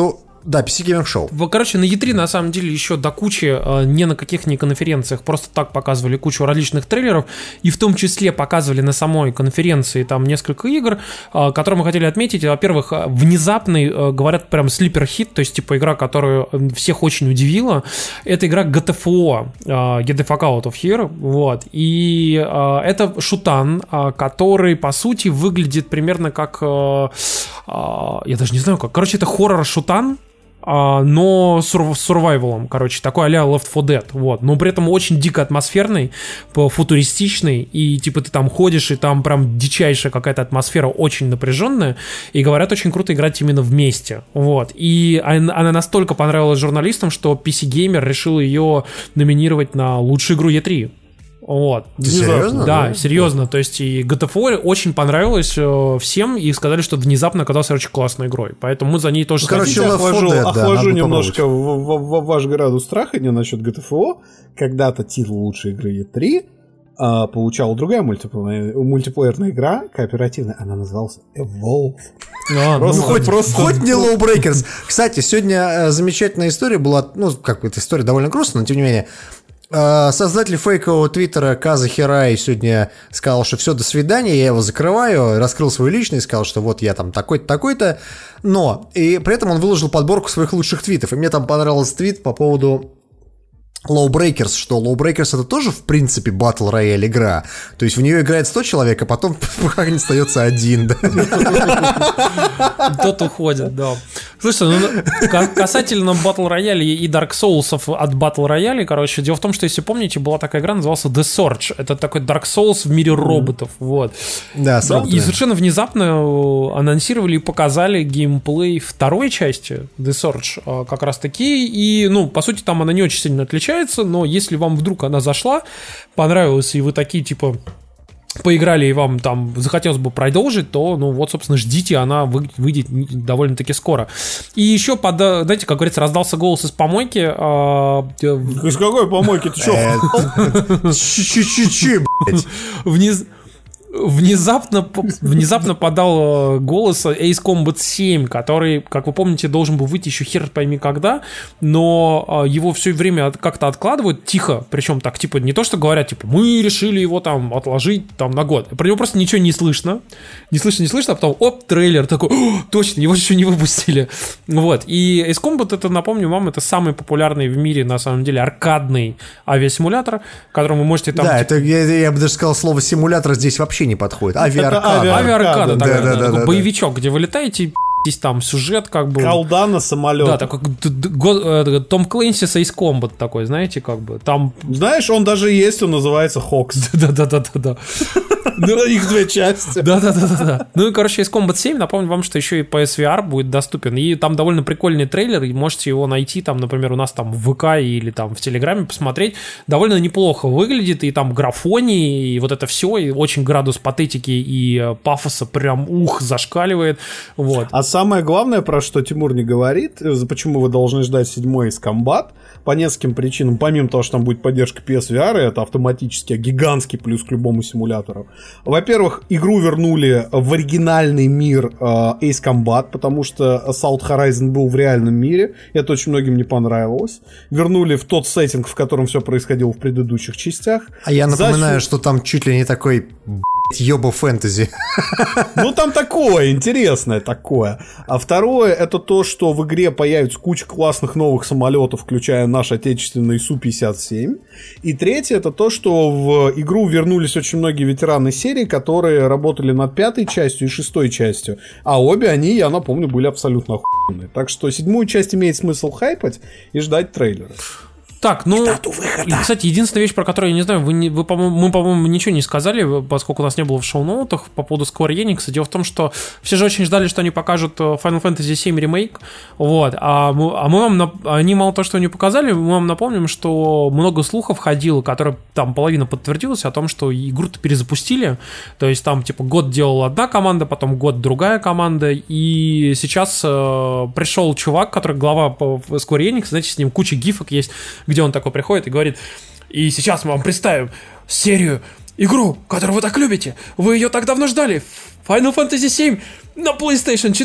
Да, пи си Gaming Show. Короче, на и три на самом деле еще до кучи, не на каких ни конференциях, просто так показывали кучу различных трейлеров, и в том числе показывали на самой конференции там несколько игр, которые мы хотели отметить. Во-первых, внезапный, говорят, прям слипер хит, то есть типа игра, которую всех очень удивила. Это игра джи ти эф о, Get the Fuck Out of Here, вот. И это шутан, который, по сути, выглядит примерно как... Я даже не знаю как. Короче, это хоррор-шутан, но с сурвайвалом, короче, такой а-ля Left фор Dead, вот, но при этом очень дико атмосферный, футуристичный, и типа ты там ходишь, и там прям дичайшая какая-то атмосфера, очень напряженная, и говорят, очень круто играть именно вместе, вот, и она настолько понравилась журналистам, что пи си Gamer решил ее номинировать на лучшую игру и три. Вот. Серьезно? Да, да, серьезно. То есть и джи ти эф о очень понравилось э, всем, и сказали, что внезапно оказалась очень классной игрой. Поэтому мы за ней тоже... Ну, короче, охлажу, Dead, охлажу да, немножко в, в, в ваш градус страха не насчет джи ти эф о. Когда-то титул лучшей игры и три а, получала другая мультиплеерная, мультиплеерная игра, кооперативная. Она называлась Evolve. А, просто, ну, хоть, просто... хоть не Lawbreakers. Кстати, сегодня замечательная история была, ну, как бы эта история довольно грустная, но тем не менее. Создатель фейкового твиттера Каза Хирай сегодня сказал, что все, до свидания, я его закрываю, раскрыл свою личность, сказал, что вот я там такой-то, такой-то, но, и при этом он выложил подборку своих лучших твитов, и мне там понравился твит по поводу Lawbreakers, что Lawbreakers это тоже, в принципе, Battle Royale игра. То есть в нее играет сто человек, а потом как не остается один, да. Тот уходит, да. Слушай, ну, касательно Battle Royale и Dark Souls от Battle Royale, короче, дело в том, что, если помните, была такая игра, называлась The Surge. Это такой Dark Souls в мире роботов, вот. Да, с роботами. И совершенно внезапно анонсировали и показали геймплей второй части The Surge как раз таки, и, ну, по сути, там она не очень сильно отличается, но если вам вдруг она зашла, понравилась, и вы такие, типа, поиграли, и вам там захотелось бы продолжить, то, ну, вот, собственно, ждите, она выйдет довольно-таки скоро. И еще, под, знаете, как говорится, раздался голос из помойки. Из какой помойки? Ты что? Чи-чи-чи, блядь. Вниз... Внезапно, внезапно подал голос Ace Combat семь, который, как вы помните, должен был выйти еще хер пойми когда, но его все время как-то откладывают тихо, причем так, типа, не то, что говорят, типа, мы решили его там отложить там на год. Про него просто ничего не слышно, не слышно, не слышно, а потом, оп, трейлер такой, точно, его еще не выпустили. Вот, и Ace Combat, это, напомню вам, это самый популярный в мире, на самом деле, аркадный авиасимулятор, которым вы можете там... Да, типа... это, я, я бы даже сказал, слово симулятор здесь вообще не подходит. Авиаркада. Ави... Авиаркада, да, такой, да, да, такой да, боевичок, да. Где вы летаете, здесь там сюжет как бы... Колда на самолет. Да, такой Том Клэнси с Ace Combat такой, знаете, как бы там... Знаешь, он даже есть, он называется Хокс. Да-да-да-да-да. Ну, их две части. Да-да-да-да. Ну и, короче, Ace Combat семь, напомню вам, что еще и по эс ви ар будет доступен. И там довольно прикольный трейлер, и можете его найти, там, например, у нас там в ВК или там в Телеграме посмотреть. Довольно неплохо выглядит, и там графоний, и вот это все, и очень градус патетики и пафоса прям, ух, зашкаливает. Вот. А самое главное, про что Тимур не говорит, почему вы должны ждать седьмой Ace Combat, по нескольким причинам, помимо того, что там будет поддержка пи эс ви ар, это автоматически гигантский плюс к любому симулятору. Во-первых, игру вернули в оригинальный мир э, Ace Combat, потому что Assault Horizon был в реальном мире, это очень многим не понравилось. Вернули в тот сеттинг, в котором все происходило в предыдущих частях. А я напоминаю, За... что там чуть ли не такой... Ёба фэнтези. Ну, там такое, интересное такое. А второе, это то, что в игре появится куча классных новых самолетов, включая наш отечественный Су пятьдесят семь. И третье, это то, что в игру вернулись очень многие ветераны серии, которые работали над пятой частью и шестой частью. А обе они, я напомню, были абсолютно охуенные. Так что седьмую часть имеет смысл хайпать и ждать трейлера. Так, ну, кстати, единственная вещь, про которую я не знаю, вы, не, вы по-моему, мы, по-моему, ничего не сказали, поскольку у нас не было в шоу-ноутах по поводу Square Enix. Дело в том, что все же очень ждали, что они покажут Final Fantasy семь ремейк, вот, а мы, а мы вам, они мало того, что они показали, мы вам напомним, что много слухов ходило, которые там половина подтвердилась о том, что игру-то перезапустили, то есть там, типа, год делала одна команда, потом год другая команда, и сейчас э, пришел чувак, который глава по Square Enix, знаете, с ним куча гифок есть, где он такой приходит и говорит: и сейчас мы вам представим серию, игру, которую вы так любите, вы ее так давно ждали, Final Fantasy семь на PlayStation четыре.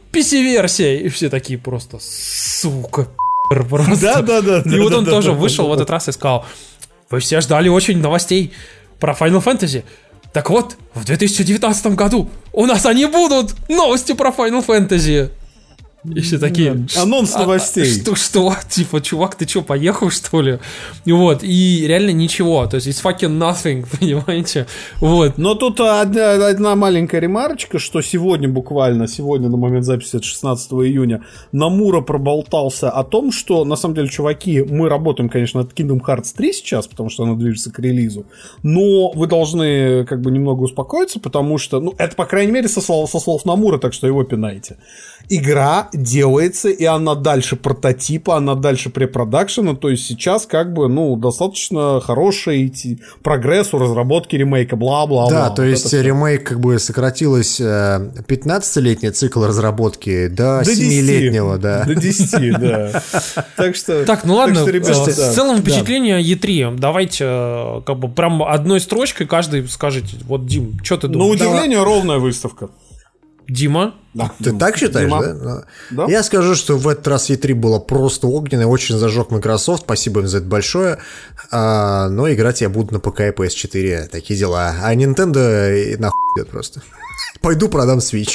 пи си-версия. И все такие просто, сука, просто. Да, да, да. И вот он тоже вышел в этот раз и сказал: вы все ждали очень новостей про Final Fantasy. Так вот, в две тысячи девятнадцатом году у нас они будут, новости про Final Fantasy. И все такие... Да. Анонс новостей. А, что, что? Типа, чувак, ты что, поехал, что ли? И вот, и реально ничего. То есть, it's fucking nothing, понимаете? Вот. Но тут одна, одна маленькая ремарочка, что сегодня буквально, сегодня на момент записи, это шестнадцатого июня, Намура проболтался о том, что, на самом деле, чуваки, мы работаем, конечно, над Kingdom Hearts три сейчас, потому что она движется к релизу, но вы должны, как бы, немного успокоиться, потому что, ну, это, по крайней мере, со слов, со слов Намура, так что его пинайте. Игра делается, и она дальше прототипа, она дальше препродакшена, то есть сейчас как бы, ну, достаточно хороший прогресс у разработки ремейка, бла-бла-бла. Да, вот то есть ремейк как бы сократилось пятнадцатилетний цикл разработки до семилетнего, да. До десяти, да. Так что... Так, ну ладно, в целом впечатление и три. Давайте как бы прям одной строчкой каждый скажите. Вот, Дим, что ты думаешь? На удивление ровная выставка. Дима? Да. Ты так считаешь, Дима? да? Да? Я скажу, что в этот раз и три было просто огненное, очень зажег Microsoft, спасибо им за это большое, а, но играть я буду на ПК и пи эс четыре, такие дела, а Nintendo нахуй идет просто. Пойду продам Switch.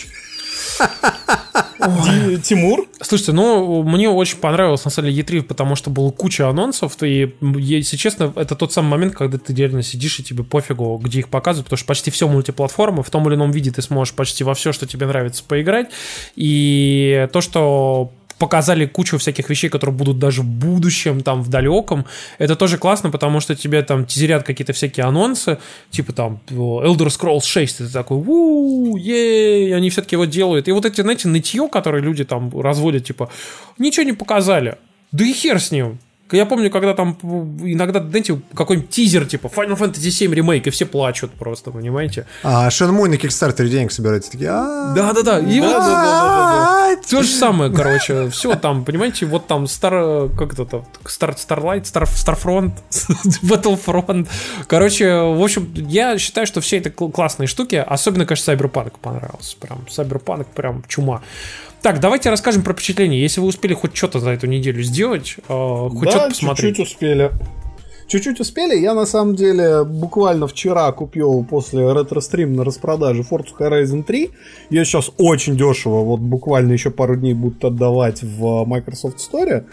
Тимур? Слушайте, ну, мне очень понравилось, на самом деле, и три, потому что было куча анонсов, и, если честно, это тот самый момент, когда ты реально сидишь, и тебе пофигу, где их показывают, потому что почти все мультиплатформы, в том или ином виде ты сможешь почти во все, что тебе нравится, поиграть, и то, что показали кучу всяких вещей, которые будут даже в будущем, там, в далеком. Это тоже классно, потому что тебе там тизерят какие-то всякие анонсы, типа там Elder Scrolls шесть, ты такой, уу, ей, они все-таки его делают. И вот эти, знаете, нытье, которые люди там разводят, типа, ничего не показали. Да и хер с ним. Я помню, когда там иногда, знаете, какой-нибудь тизер, типа Final Fantasy семь ремейк, и все плачут просто, понимаете? А Shenmue на Кикстартере денег собирается, такие, да-да-да, и вот то же самое, короче, все там, понимаете, вот там Star, как это там, Star, Starlight, Star, Starfront, Battlefront, короче, в общем, я считаю, что все это классные штуки, особенно, конечно, Cyberpunk понравился, прям, Cyberpunk прям чума. Так, давайте расскажем про впечатления. Если вы успели хоть что-то за эту неделю сделать, э, хоть да, что-то посмотреть. чуть-чуть успели. Чуть-чуть успели. Я, на самом деле, буквально вчера купил после ретро-стрим на распродаже Forza Horizon три. Ее сейчас очень дешево, вот буквально еще пару дней будут отдавать в Microsoft Store.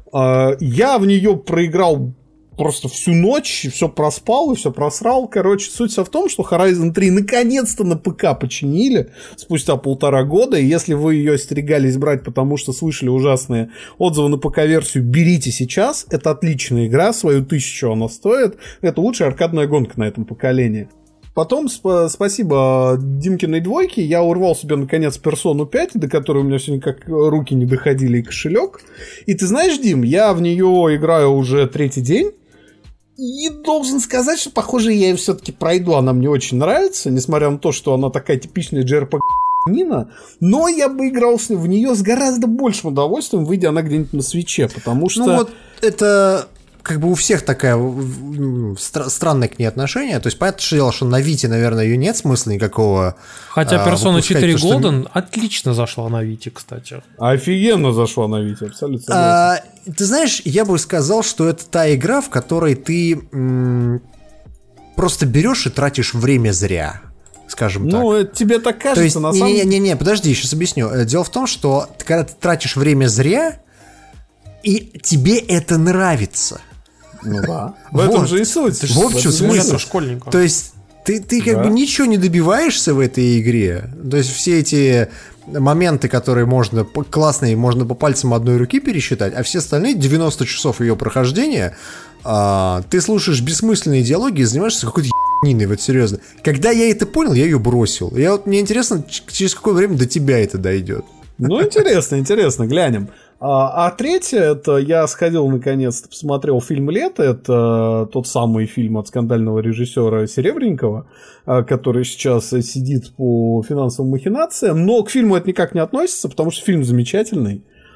Я в нее проиграл просто всю ночь, все проспал и все просрал. Короче, суть вся в том, что Horizon три наконец-то на ПК починили спустя полтора года, и если вы ее остерегались брать, потому что слышали ужасные отзывы на ПК-версию, берите сейчас. Это отличная игра, свою тысячу она стоит. Это лучшая аркадная гонка на этом поколении. Потом, сп- спасибо Димкиной двойке, я урвал себе, наконец, персону пять, до которой у меня все никак руки не доходили, и кошелек. И ты знаешь, Дим, я в нее играю уже третий день. И должен сказать, что, похоже, я ее все-таки пройду. Она мне очень нравится, несмотря на то, что она такая типичная джей ар пи ги-нина. Но я бы играл в нее с гораздо большим удовольствием, выйдя она где-нибудь на свитче, потому что... Ну вот это... как бы у всех такая стра- странное к ней отношение. То есть, понятно, что дело, что на Вите, наверное, ее нет смысла никакого. Хотя а, Persona четыре Golden что... отлично зашла на Вите, кстати. Офигенно зашла на Вите, абсолютно. А, ты знаешь, я бы сказал, что это та игра, в которой ты м- просто берешь и тратишь время зря. Скажем так. Ну, тебе так кажется, То есть, на самом деле. Не-не-не, подожди, сейчас объясню. Дело в том, что когда ты тратишь время зря, и тебе это нравится. Ну да. В этом вот. же и суть. В общем смысл. Школьника. То есть ты, ты как да. бы ничего не добиваешься в этой игре. То есть все эти моменты, которые можно классные, можно по пальцам одной руки пересчитать, а все остальные девяносто часов ее прохождения а, ты слушаешь бессмысленные диалоги и занимаешься какой-то ебаниной, вот серьезно. Когда я это понял, я ее бросил. Я вот, мне интересно, через какое время до тебя это дойдет. Ну, интересно, интересно, глянем. А, а третье, это я сходил наконец-то, посмотрел фильм «Лето», это тот самый фильм от скандального режиссера Серебренникова, который сейчас сидит по финансовым махинациям, но к фильму это никак не относится, потому что фильм замечательный.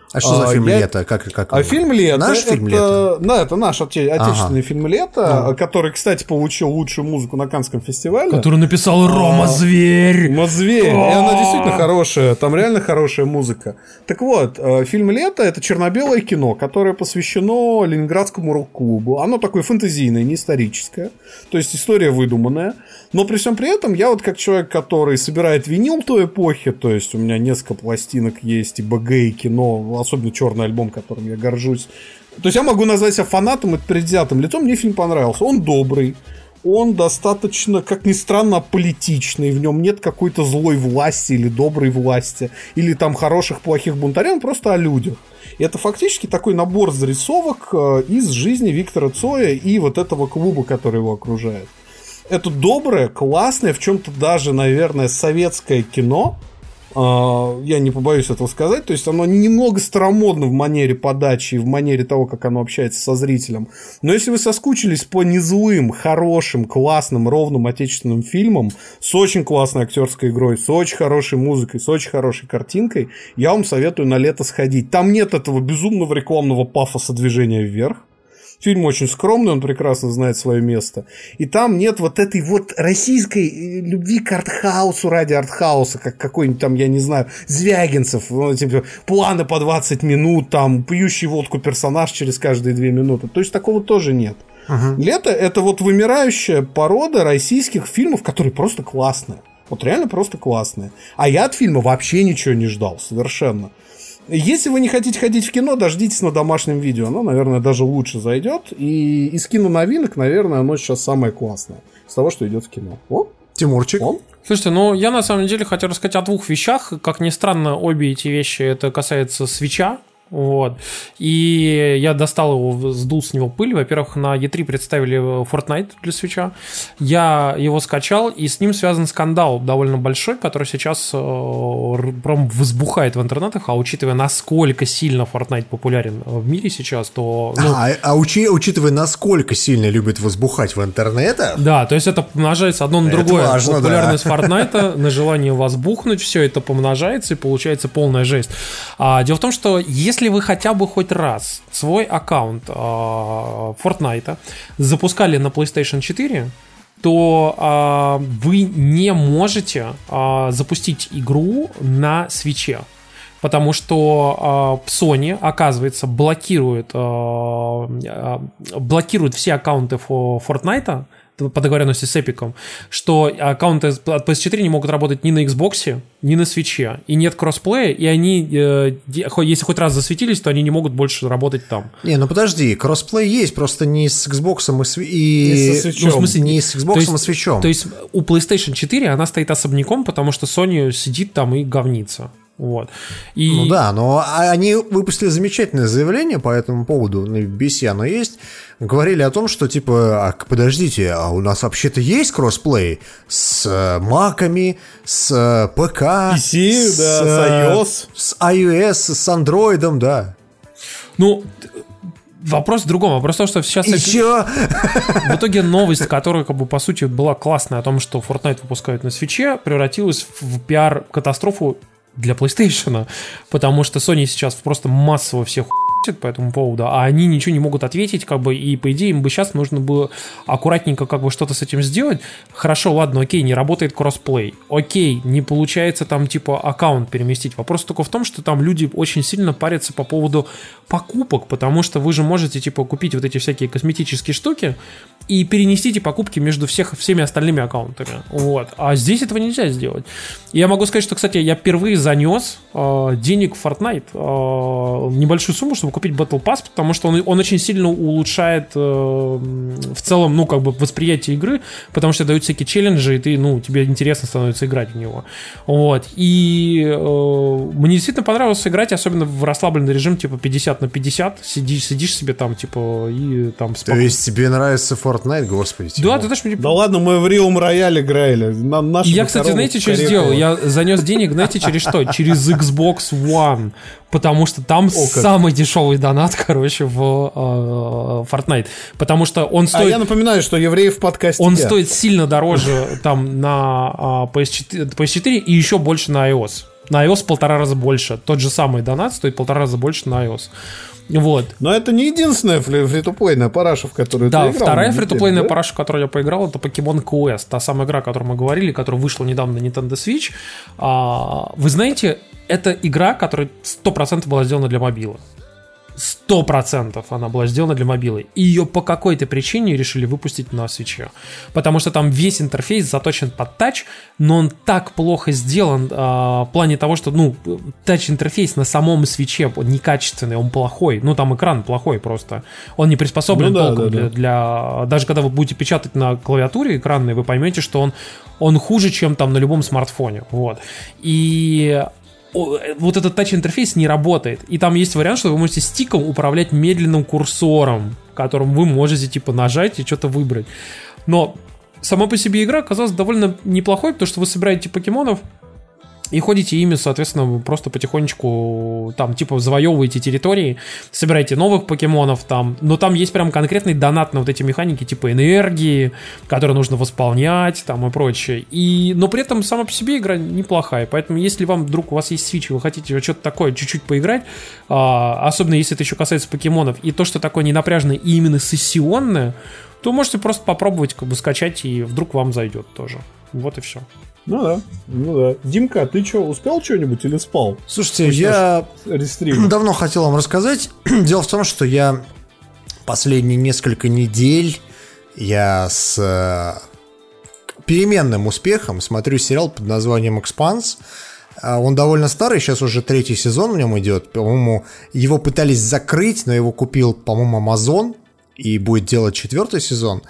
А что за фильм я... «Лето»? Как, как а фильм «Лето» наш это... фильм «Лето»? Да, это наш оте... отечественный ага. фильм «Лето», ага. который, кстати, получил лучшую музыку на Каннском фестивале. Который написал Рома Зверь. Рома Зверь. И она действительно хорошая. Там реально хорошая музыка. Так вот, фильм «Лето» — это черно-белое кино, которое посвящено Ленинградскому рок-клубу. Оно такое фэнтезийное, не историческое. То есть история выдуманная. Но при всем при этом я вот как человек, который собирает винил той эпохи, то есть у меня несколько пластинок есть, и БГ, и кино, особенно черный альбом, которым я горжусь. То есть я могу назвать себя фанатом и предвзятым лицом. Мне фильм понравился. Он добрый. Он достаточно, как ни странно, политичный. В нем нет какой-то злой власти или доброй власти. Или там хороших, плохих бунтарей. Он просто о людях. И это фактически такой набор зарисовок из жизни Виктора Цоя и вот этого клуба, который его окружает. Это доброе, классное, в чем-то даже, наверное, советское кино. Я не побоюсь этого сказать. То есть оно немного старомодно в манере подачи и в манере того, как оно общается со зрителем. Но если вы соскучились по незлым, хорошим, классным, ровным отечественным фильмам с очень классной актерской игрой, с очень хорошей музыкой, с очень хорошей картинкой, я вам советую на «Лето» сходить. Там нет этого безумного рекламного пафоса движения вверх. Фильм очень скромный, он прекрасно знает свое место. И там нет вот этой вот российской любви к артхаусу ради артхауса, как какой-нибудь там, я не знаю, Звягинцев, ну, типа, планы по двадцать минут, там, пьющий водку персонаж через каждые две минуты. То есть такого тоже нет. Uh-huh. «Лето» — это вот вымирающая порода российских фильмов, которые просто классные. Вот реально просто классные. А я от фильма вообще ничего не ждал, совершенно. Если вы не хотите ходить в кино, дождитесь на домашнем видео. Оно, наверное, даже лучше зайдет. И из киноновинок, наверное, оно сейчас самое классное. С того, что идет в кино. О, Тимурчик. О. Слушайте, ну я на самом деле хотел рассказать о двух вещах. Как ни странно, обе эти вещи, это касается Свитча. Вот. И я достал его, сдул с него пыль. Во-первых, на и три представили Fortnite для Switch'а. Я его скачал, и с ним связан скандал довольно большой, который сейчас э, прям взбухает в интернетах. А учитывая, насколько сильно Fortnite популярен в мире сейчас, то... Ну, а а учи, учитывая, насколько сильно любят возбухать в интернетах... Да, то есть это помножается одно на это другое. важно, Популярность да. Fortnite на желание возбухнуть, все это помножается, и получается полная жесть. А, дело в том, что если Если вы хотя бы хоть раз свой аккаунт э, Fortnite запускали на PlayStation четыре, то э, вы не можете э, запустить игру на Switch'е. Потому что э, Sony, оказывается, блокирует, э, блокирует все аккаунты Fortnite по договоренности с Epic, что аккаунты от пи эс четыре не могут работать ни на Xbox, ни на Switch, и нет кроссплея, и они, э, если хоть раз засветились, то они не могут больше работать там. Не, ну подожди, кроссплей есть, просто не с Xbox и, с... и... Не со Switch'ом. Ну, в смысле, не с Xbox, есть, а с Switch'ом. То есть у PlayStation четыре она стоит особняком, потому что Sony сидит там и говнится. Вот. И... Ну да, но они выпустили замечательное заявление по этому поводу, на би си оно есть, говорили о том, что типа, а, подождите, а у нас вообще-то есть кроссплей с маками, с ПК, пи си, с, да, с iOS. С iOS, с андроидом, да. Ну, вопрос в другом. Вопрос в том, что сейчас... Еще? В итоге новость, которая, как бы, по сути, была классная, о том, что Fortnite выпускают на Switch'е, превратилась в пиар-катастрофу для PlayStation, потому что Sony сейчас просто массово всех по этому поводу, а они ничего не могут ответить, как бы, и по идее им бы сейчас нужно было аккуратненько как бы что-то с этим сделать. Хорошо, ладно, окей, не работает кроссплей, окей, не получается там типа аккаунт переместить. Вопрос только в том, что там люди очень сильно парятся по поводу покупок, потому что вы же можете типа купить вот эти всякие косметические штуки и перенести эти покупки между всех, всеми остальными аккаунтами. Вот. А здесь этого нельзя сделать. И я могу сказать, что, кстати, я впервые занес э, денег в Fortnite, э, небольшую сумму, чтобы купить Battle Pass, потому что он, он очень сильно улучшает э, в целом, ну, как бы восприятие игры, потому что дают всякие челленджи, и ты, ну, тебе интересно становится играть в него. Вот. И э, мне действительно понравилось играть, особенно в расслабленный режим, типа пятьдесят на пятьдесят, сидишь, сидишь себе там, типа, и там... То есть тебе нравится Fortnite, господи. Да, ты знаешь, мне... Да ладно, мы в Realm Royale играли. На, Я, кстати, знаете, что сделал? Я занес денег, знаете, через что? Через Xbox One. Потому что там О, самый дешевый донат, короче, в э, Fortnite. Потому что он стоит... А я напоминаю, что евреи в подкасте. Он стоит сильно дороже там на э, пи эс четыре, пи эс четыре и еще больше на iOS. На iOS в полтора раза больше. Тот же самый донат стоит полтора раза больше на iOS. Вот. Но это не единственная фри-то-плейная параша, в которую да, ты играл. Да, вторая фри-то-плейная да? параша, в которую я поиграл, это Pokemon Quest. Та самая игра, о которой мы говорили, которая вышла недавно на Nintendo Switch. А, вы знаете, это игра, которая сто процентов была сделана для мобилы. Сто процентов она была сделана для мобилы. И ее по какой-то причине решили выпустить на свитче. Потому что там весь интерфейс заточен под тач, но он так плохо сделан а, в плане того, что, ну, тач-интерфейс на самом свитче некачественный, он плохой. Ну, там экран плохой просто. Он не приспособлен ну, да, толком да, для, да. для... Даже когда вы будете печатать на клавиатуре экранной, вы поймете, что он, он хуже, чем там на любом смартфоне. Вот. И... вот этот тач-интерфейс не работает. И там есть вариант, что вы можете стиком управлять медленным курсором, которым вы можете типа нажать и что-то выбрать. Но сама по себе игра оказалась довольно неплохой, потому что вы собираете покемонов и ходите ими, соответственно, просто потихонечку там, типа, завоевываете территории, собираете новых покемонов там, но там есть прям конкретный донат на вот эти механики, типа энергии, которые нужно восполнять там и прочее. И, но при этом сама по себе игра неплохая, поэтому если вам вдруг у вас есть Switch, и вы хотите что-то такое чуть-чуть поиграть, а, особенно если это еще касается покемонов, и то, что такое ненапряжное и именно сессионное, то можете просто попробовать как бы скачать, и вдруг вам зайдет тоже. Вот и все. Ну да, ну да. Димка, ты что, успел что-нибудь или спал? Слушайте, Пусть я давно хотел вам рассказать. Дело в том, что я последние несколько недель я с переменным успехом смотрю сериал под названием «Экспанс». Он довольно старый, сейчас уже третий сезон в нем идет. По-моему, его пытались закрыть, но его купил, по-моему, Amazon и будет делать четвертый сезон.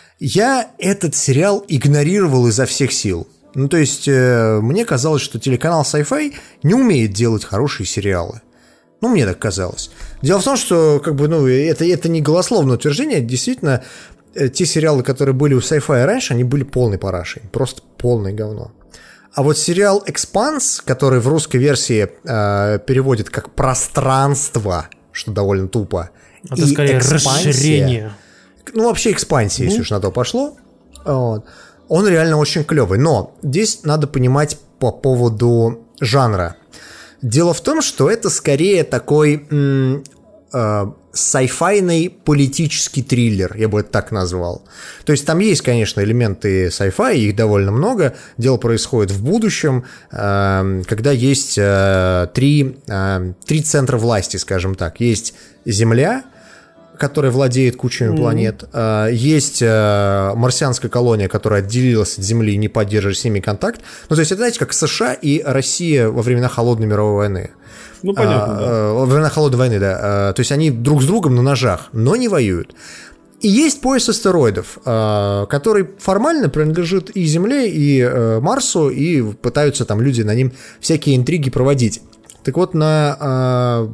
Я этот сериал игнорировал изо всех сил. Ну, то есть, э, мне казалось, что телеканал Sci-Fi не умеет делать хорошие сериалы. Ну, мне так казалось. Дело в том, что, как бы, ну, это, это не голословное утверждение. Действительно, э, те сериалы, которые были у Sci-Fi раньше, они были полной парашей. Просто полное говно. А вот сериал «Экспанс», который в русской версии э, переводит как «пространство», что довольно тупо. Это скорее расширение. Ну, вообще экспансия, mm-hmm. если уж на то пошло. Вот. Он реально очень клевый. Но здесь надо понимать по поводу жанра. Дело в том, что это скорее такой м- э, sci-fi-ный политический триллер, я бы это так назвал. То есть там есть, конечно, элементы sci-fi, их довольно много. Дело происходит в будущем, э, когда есть э, три, э, три центра власти, скажем так. Есть Земля, которая владеет кучами mm-hmm. планет. Есть марсианская колония, которая отделилась от Земли и не поддерживает с ними контакт. Ну, то есть, это, знаете, как США и Россия во времена Холодной мировой войны. Ну, понятно, а, да. Во времена Холодной войны, да. То есть, они друг с другом на ножах, но не воюют. И есть пояс астероидов, который формально принадлежит и Земле, и Марсу, и пытаются там люди на ним всякие интриги проводить. Так вот, на...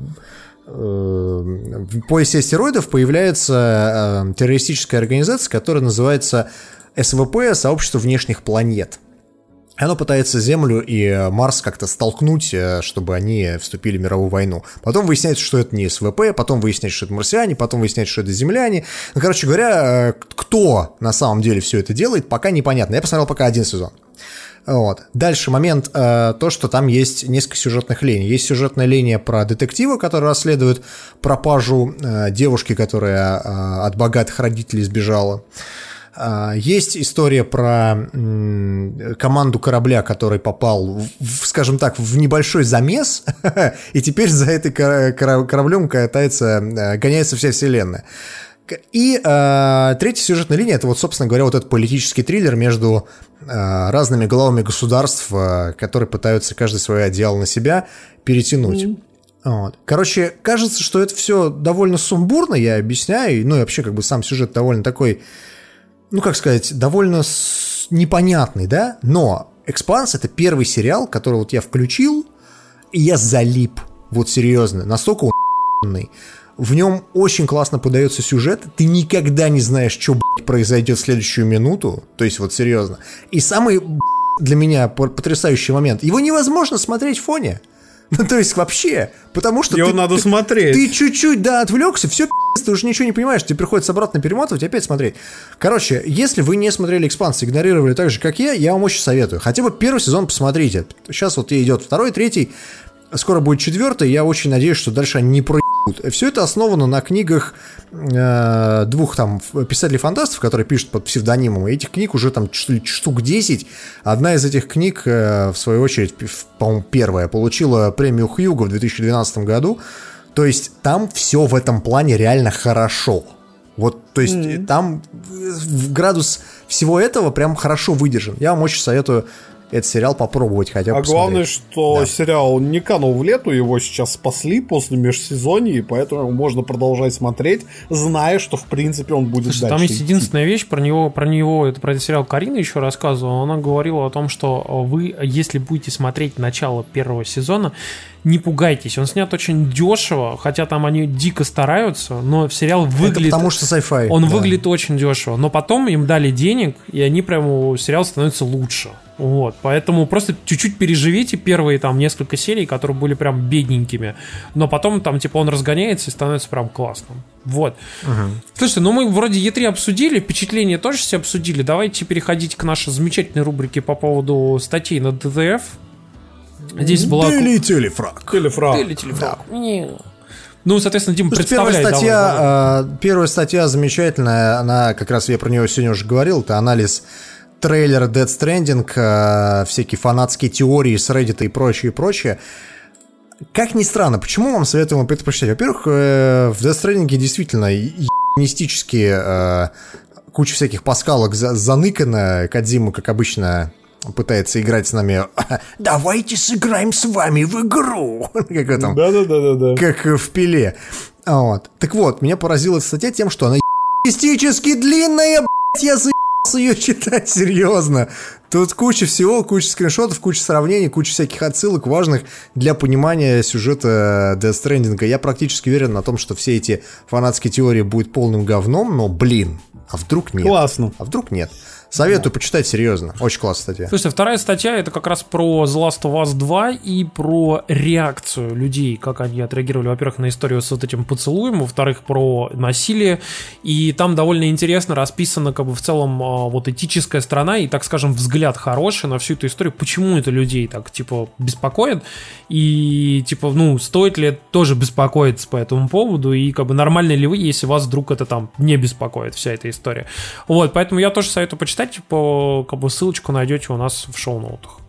в поясе астероидов появляется э, террористическая организация, которая называется эс вэ пэ, Сообщество внешних планет. Оно пытается Землю и Марс как-то столкнуть, чтобы они вступили в мировую войну. Потом выясняется, что это не эс вэ пэ, потом выясняется, что это марсиане, потом выясняется, что это земляне. Ну, короче говоря, кто на самом деле все это делает, пока непонятно. Я посмотрел пока один сезон. Вот. Дальше момент, э, то, что там есть несколько сюжетных линий. Есть сюжетная линия про детектива, который расследует пропажу э, девушки, которая э, от богатых родителей сбежала. Э, есть история про э, команду корабля, который попал, в, скажем так, в небольшой замес, и теперь за этим кораблем катается, э, гоняется вся вселенная. И э, третья сюжетная линия — это вот, собственно говоря, вот этот политический триллер между э, разными главами государств, э, которые пытаются каждый свое одеяло на себя перетянуть. Mm-hmm. Вот. Короче, кажется, что это все довольно сумбурно, я объясняю, ну и вообще как бы сам сюжет довольно такой, ну как сказать, довольно с... непонятный, да? Но «Экспанс» — это первый сериал, который вот я включил, и я залип, вот серьезно, настолько он ***ный. В нем очень классно подается сюжет. Ты никогда не знаешь, что, блядь, произойдет в следующую минуту. То есть, вот серьезно. И самый, блядь, для меня потрясающий момент. Его невозможно смотреть в фоне. Ну, то есть вообще, потому что Его ты, надо ты, смотреть. Ты чуть-чуть, да, отвлекся, все, ты уже ничего не понимаешь, тебе приходится обратно перемотывать и опять смотреть. Короче, если вы не смотрели «Экспанс», игнорировали так же, как я, я вам очень советую. Хотя бы первый сезон посмотрите. Сейчас вот идет второй, третий, скоро будет четвертый, я очень надеюсь, что дальше они не проебут. Все это основано на книгах э, двух там писателей-фантастов, которые пишут под псевдонимом. И этих книг уже там штук десять. Одна из этих книг, э, в свою очередь, по-моему, первая, получила премию Хьюго в две тысячи двенадцатом году. То есть там все в этом плане реально хорошо. Вот, то есть mm-hmm. там градус всего этого прям хорошо выдержан. Я вам очень советую этот сериал попробовать хотя бы А посмотреть. главное, что да. сериал не канул в лету, его сейчас спасли после межсезонья, и поэтому можно продолжать смотреть, зная, что в принципе он будет Слушай, дальше там есть идти. единственная вещь, про него, про него, это про этот сериал Карина еще рассказывала, она говорила о том, что вы, если будете смотреть начало первого сезона, не пугайтесь, он снят очень дешево, хотя там они дико стараются, но сериал выглядит... Это потому что sci-fi. Он да. выглядит очень дешево, но потом им дали денег, и они прямо, сериал становится лучше. Вот, поэтому просто чуть-чуть переживите первые там несколько серий, которые были прям бедненькими, но потом там типа он разгоняется и становится прям классным. Вот. Угу. Слушайте, ну мы вроде и три обсудили, впечатления тоже все обсудили. Давайте переходить к нашей замечательной рубрике по поводу статей на ди ти эф. Здесь была... Телефраг. Телефраг. Телефраг. Ну, соответственно, Дима, Слушайте, представляй. Первая статья, давай, давай. Э, первая статья замечательная, она как раз, я про нее сегодня уже говорил, это анализ трейлера Death Stranding, э, всякие фанатские теории с Reddit и прочее, и прочее. Как ни странно, почему вам советуем это прочитать? Во-первых, э, в Death Stranding действительно ебанистические э, куча всяких пасхалок за, заныкана. Кодзима, как обычно, пытается играть с нами. Давайте сыграем с вами в игру. Как в этом. Да-да-да-да. Как в Пиле. Вот. Так вот, меня поразила эта статья тем, что она ебанистически длинная, блядь, я заебался ее читать, серьезно. Тут куча всего, куча скриншотов, куча сравнений, куча всяких отсылок важных для понимания сюжета Death Stranding. Я практически уверен на том, что все эти фанатские теории будут полным говном, но, блин, а вдруг нет? Классно. А вдруг нет? Советую почитать серьезно. Очень классная статья. Слушайте, вторая статья это как раз про The Last of Us два и про реакцию людей, как они отреагировали, во-первых, на историю с вот этим поцелуем, во-вторых, про насилие. И там довольно интересно расписано, как бы в целом вот этическая сторона и, так скажем, взгляд хороший на всю эту историю. Почему это людей так, типа, беспокоит? И, типа, ну, стоит ли тоже беспокоиться по этому поводу? И, как бы, нормально ли вы, если вас вдруг это там не беспокоит, вся эта история? Вот, поэтому я тоже советую почитать. По, как бы, ссылочку найдете у нас в шоу-ноутах.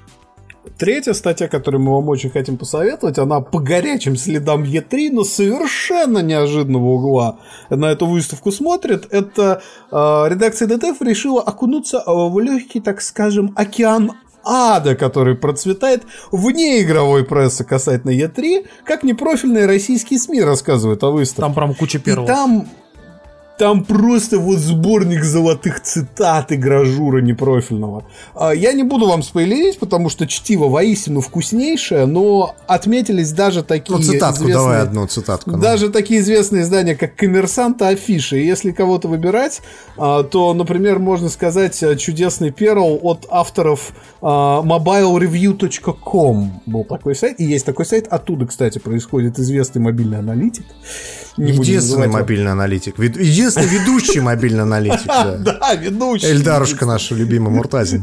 Третья статья, которую мы вам очень хотим посоветовать, она по горячим следам и три, но совершенно неожиданного угла на эту выставку смотрит. Это э, редакция ди ти эф решила окунуться в легкий, так скажем, океан ада, который процветает вне игровой прессы касательно и три, как непрофильные российские СМИ рассказывают о выставке. Там прям куча перлов. И там... Там просто вот сборник золотых цитат и гражура непрофильного. Я не буду вам спойлерить, потому что чтиво воистину вкуснейшее, но отметились даже такие ну, цитатку известные... давай одну цитатку. Даже ну. такие известные издания, как «Коммерсант» и «Афиши». И если кого-то выбирать, то, например, можно сказать чудесный перл от авторов мобайл ревью точка ком. Был такой сайт, и есть такой сайт. Оттуда, кстати, происходит известный мобильный аналитик. Не Единственный мобильный аналитик. Единственный ведущий мобильный аналитик. Да, ведущий. Эльдарушка наш любимый Муртазин.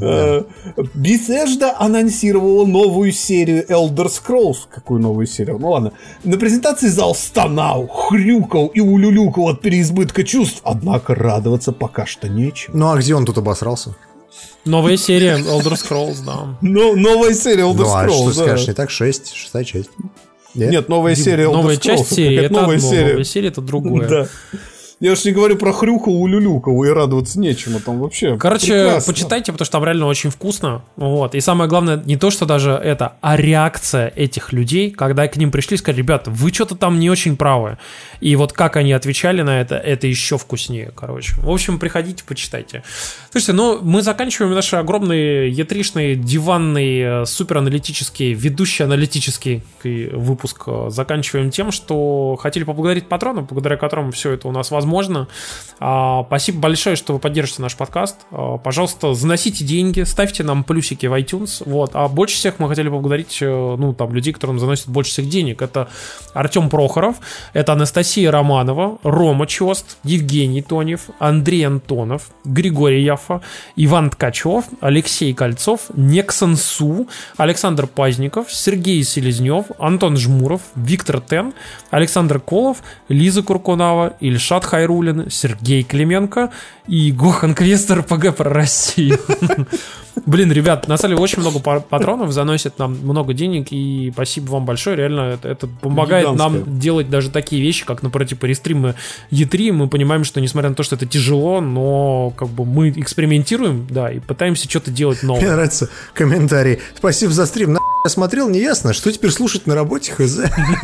Bethesda анонсировала новую серию Elder Scrolls. Какую новую серию? Ну ладно. На презентации зал стонал, хрюкал и улюлюкал от переизбытка чувств. Однако радоваться пока что нечем. Ну а где он тут обосрался? Новая серия Elder Scrolls, да. Ну, новая серия Elder Scrolls. Ну а что скажешь, не так? Шесть, шестая часть. Нет, Нет новая Дим, серия Elder Scrolls. Новая часть серии, это новая одно, серия. новая серия это другое. Да. Я уж не говорю про хрюкал, улюлюкал, и радоваться нечему, там вообще Короче, прекрасно. Почитайте, потому что там реально очень вкусно. Вот. И самое главное, не то, что даже это, а реакция этих людей, когда к ним пришли и сказали: ребята, вы что-то там не очень правы. И вот как они отвечали на это, это еще вкуснее, короче. В общем, приходите, почитайте. Слушайте, ну, мы заканчиваем наш огромный и три-шный, диванный, супераналитический, ведущий аналитический выпуск. Заканчиваем тем, что хотели поблагодарить патронов, благодаря которым все это у нас возможно. возможно. А, спасибо большое, что вы поддержите наш подкаст. А, пожалуйста, заносите деньги, ставьте нам плюсики в iTunes. Вот. А больше всех мы хотели поблагодарить, ну, там, людей, которым заносят больше всех денег. Это Артем Прохоров, это Анастасия Романова, Рома Чост, Евгений Тонев, Андрей Антонов, Григорий Яффа, Иван Ткачев, Алексей Кольцов, Нексон Су, Александр Пазников, Сергей Селезнев, Антон Жмуров, Виктор Тен, Александр Колов, Лиза Куркунава, Ильшат Хайрулин, Сергей Клименко и Гохан Квестер ПГ про Россию. Блин, ребят, на самом деле очень много патронов заносит нам много денег, и спасибо вам большое, реально это, это помогает Гигантская. Нам делать даже такие вещи, как, например, типа рестримы и три. Мы понимаем, что несмотря на то, что это тяжело, но как бы мы экспериментируем, да, и пытаемся что-то делать новое. Мне нравится комментарий. Спасибо за стрим. На я смотрел, не ясно, что теперь слушать на работе, хз.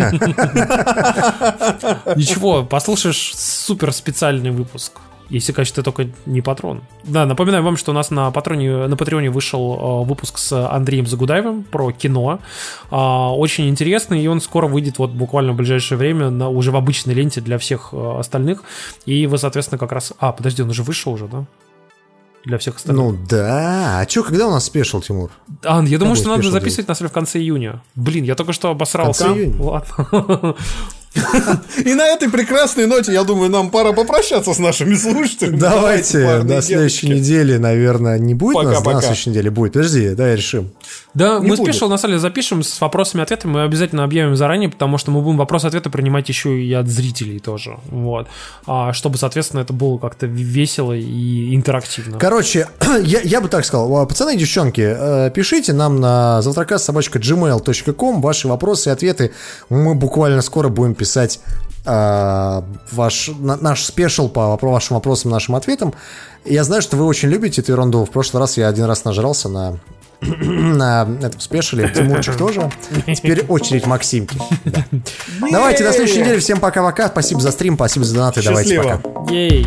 Ничего, послушаешь супер специальный выпуск. Если, конечно, ты только не патрон. Да, напоминаю вам, что у нас на патроне, на Патреоне вышел э, выпуск с Андреем Загудаевым про кино. Э, очень интересный, и он скоро выйдет вот буквально в ближайшее время на, уже в обычной ленте для всех э, остальных. И вы, соответственно, как раз... А, подожди, он уже вышел уже, да? Для всех остальных. Ну да. А что, когда у нас спешл, Тимур? А, я думаю, что надо записывать на самом деле в конце июня. Блин, я только что обосрался. В конце июня? Ладно. И на этой прекрасной ноте, я думаю, нам пора попрощаться с нашими слушателями. Давайте, до следующей недели, наверное, не будет пока, нас, пока. На следующей неделе будет. Подожди, давай решим. Да, не мы будет. спешл на самом деле запишем с вопросами и ответами. Мы обязательно объявим заранее, потому что мы будем вопросы-ответы принимать еще и от зрителей тоже. Вот. А, чтобы, соответственно, это было как-то весело и интерактивно. Короче, я, я бы так сказал, пацаны и девчонки, пишите нам на завтракаст собака джи мейл точка ком ваши вопросы и ответы. Мы буквально скоро будем писать э, ваш, на, наш спешл по, по вашим вопросам, нашим ответам. Я знаю, что вы очень любите эту ерунду. В прошлый раз я один раз нажрался на, на этом спешале. Тимурчик тоже. Теперь очередь Максимки. Да. Давайте, до следующей недели. Всем пока-пока. Спасибо за стрим, спасибо за донаты. Давайте, пока. Ей.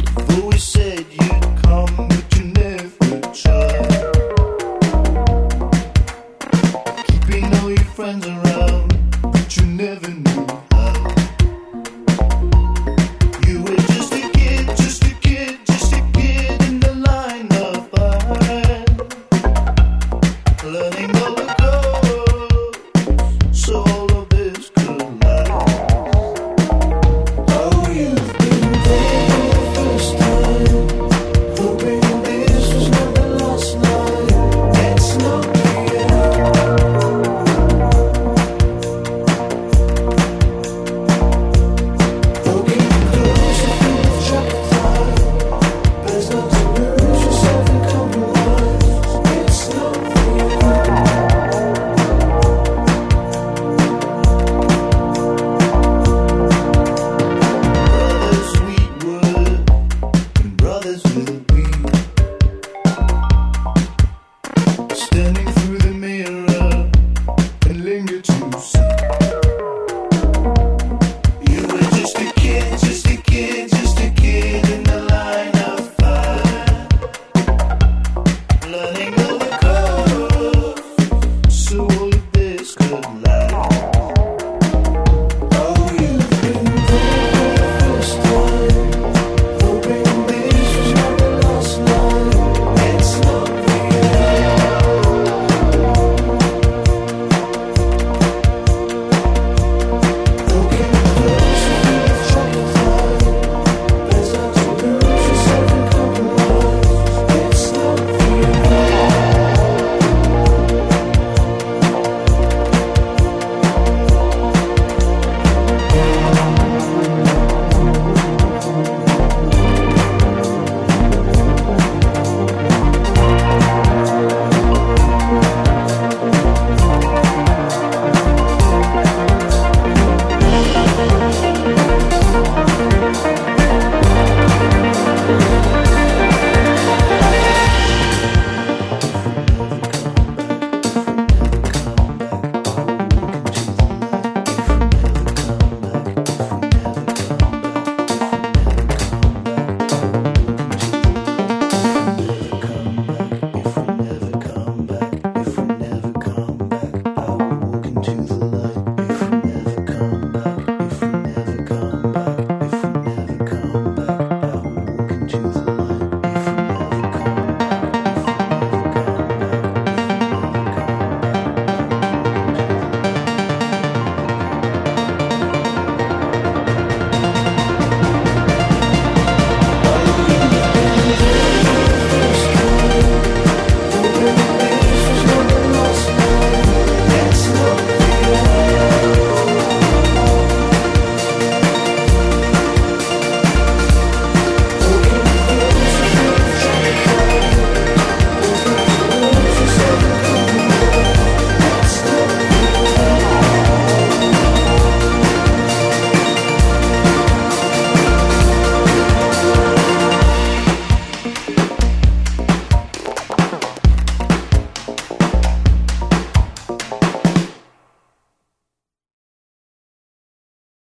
Yourself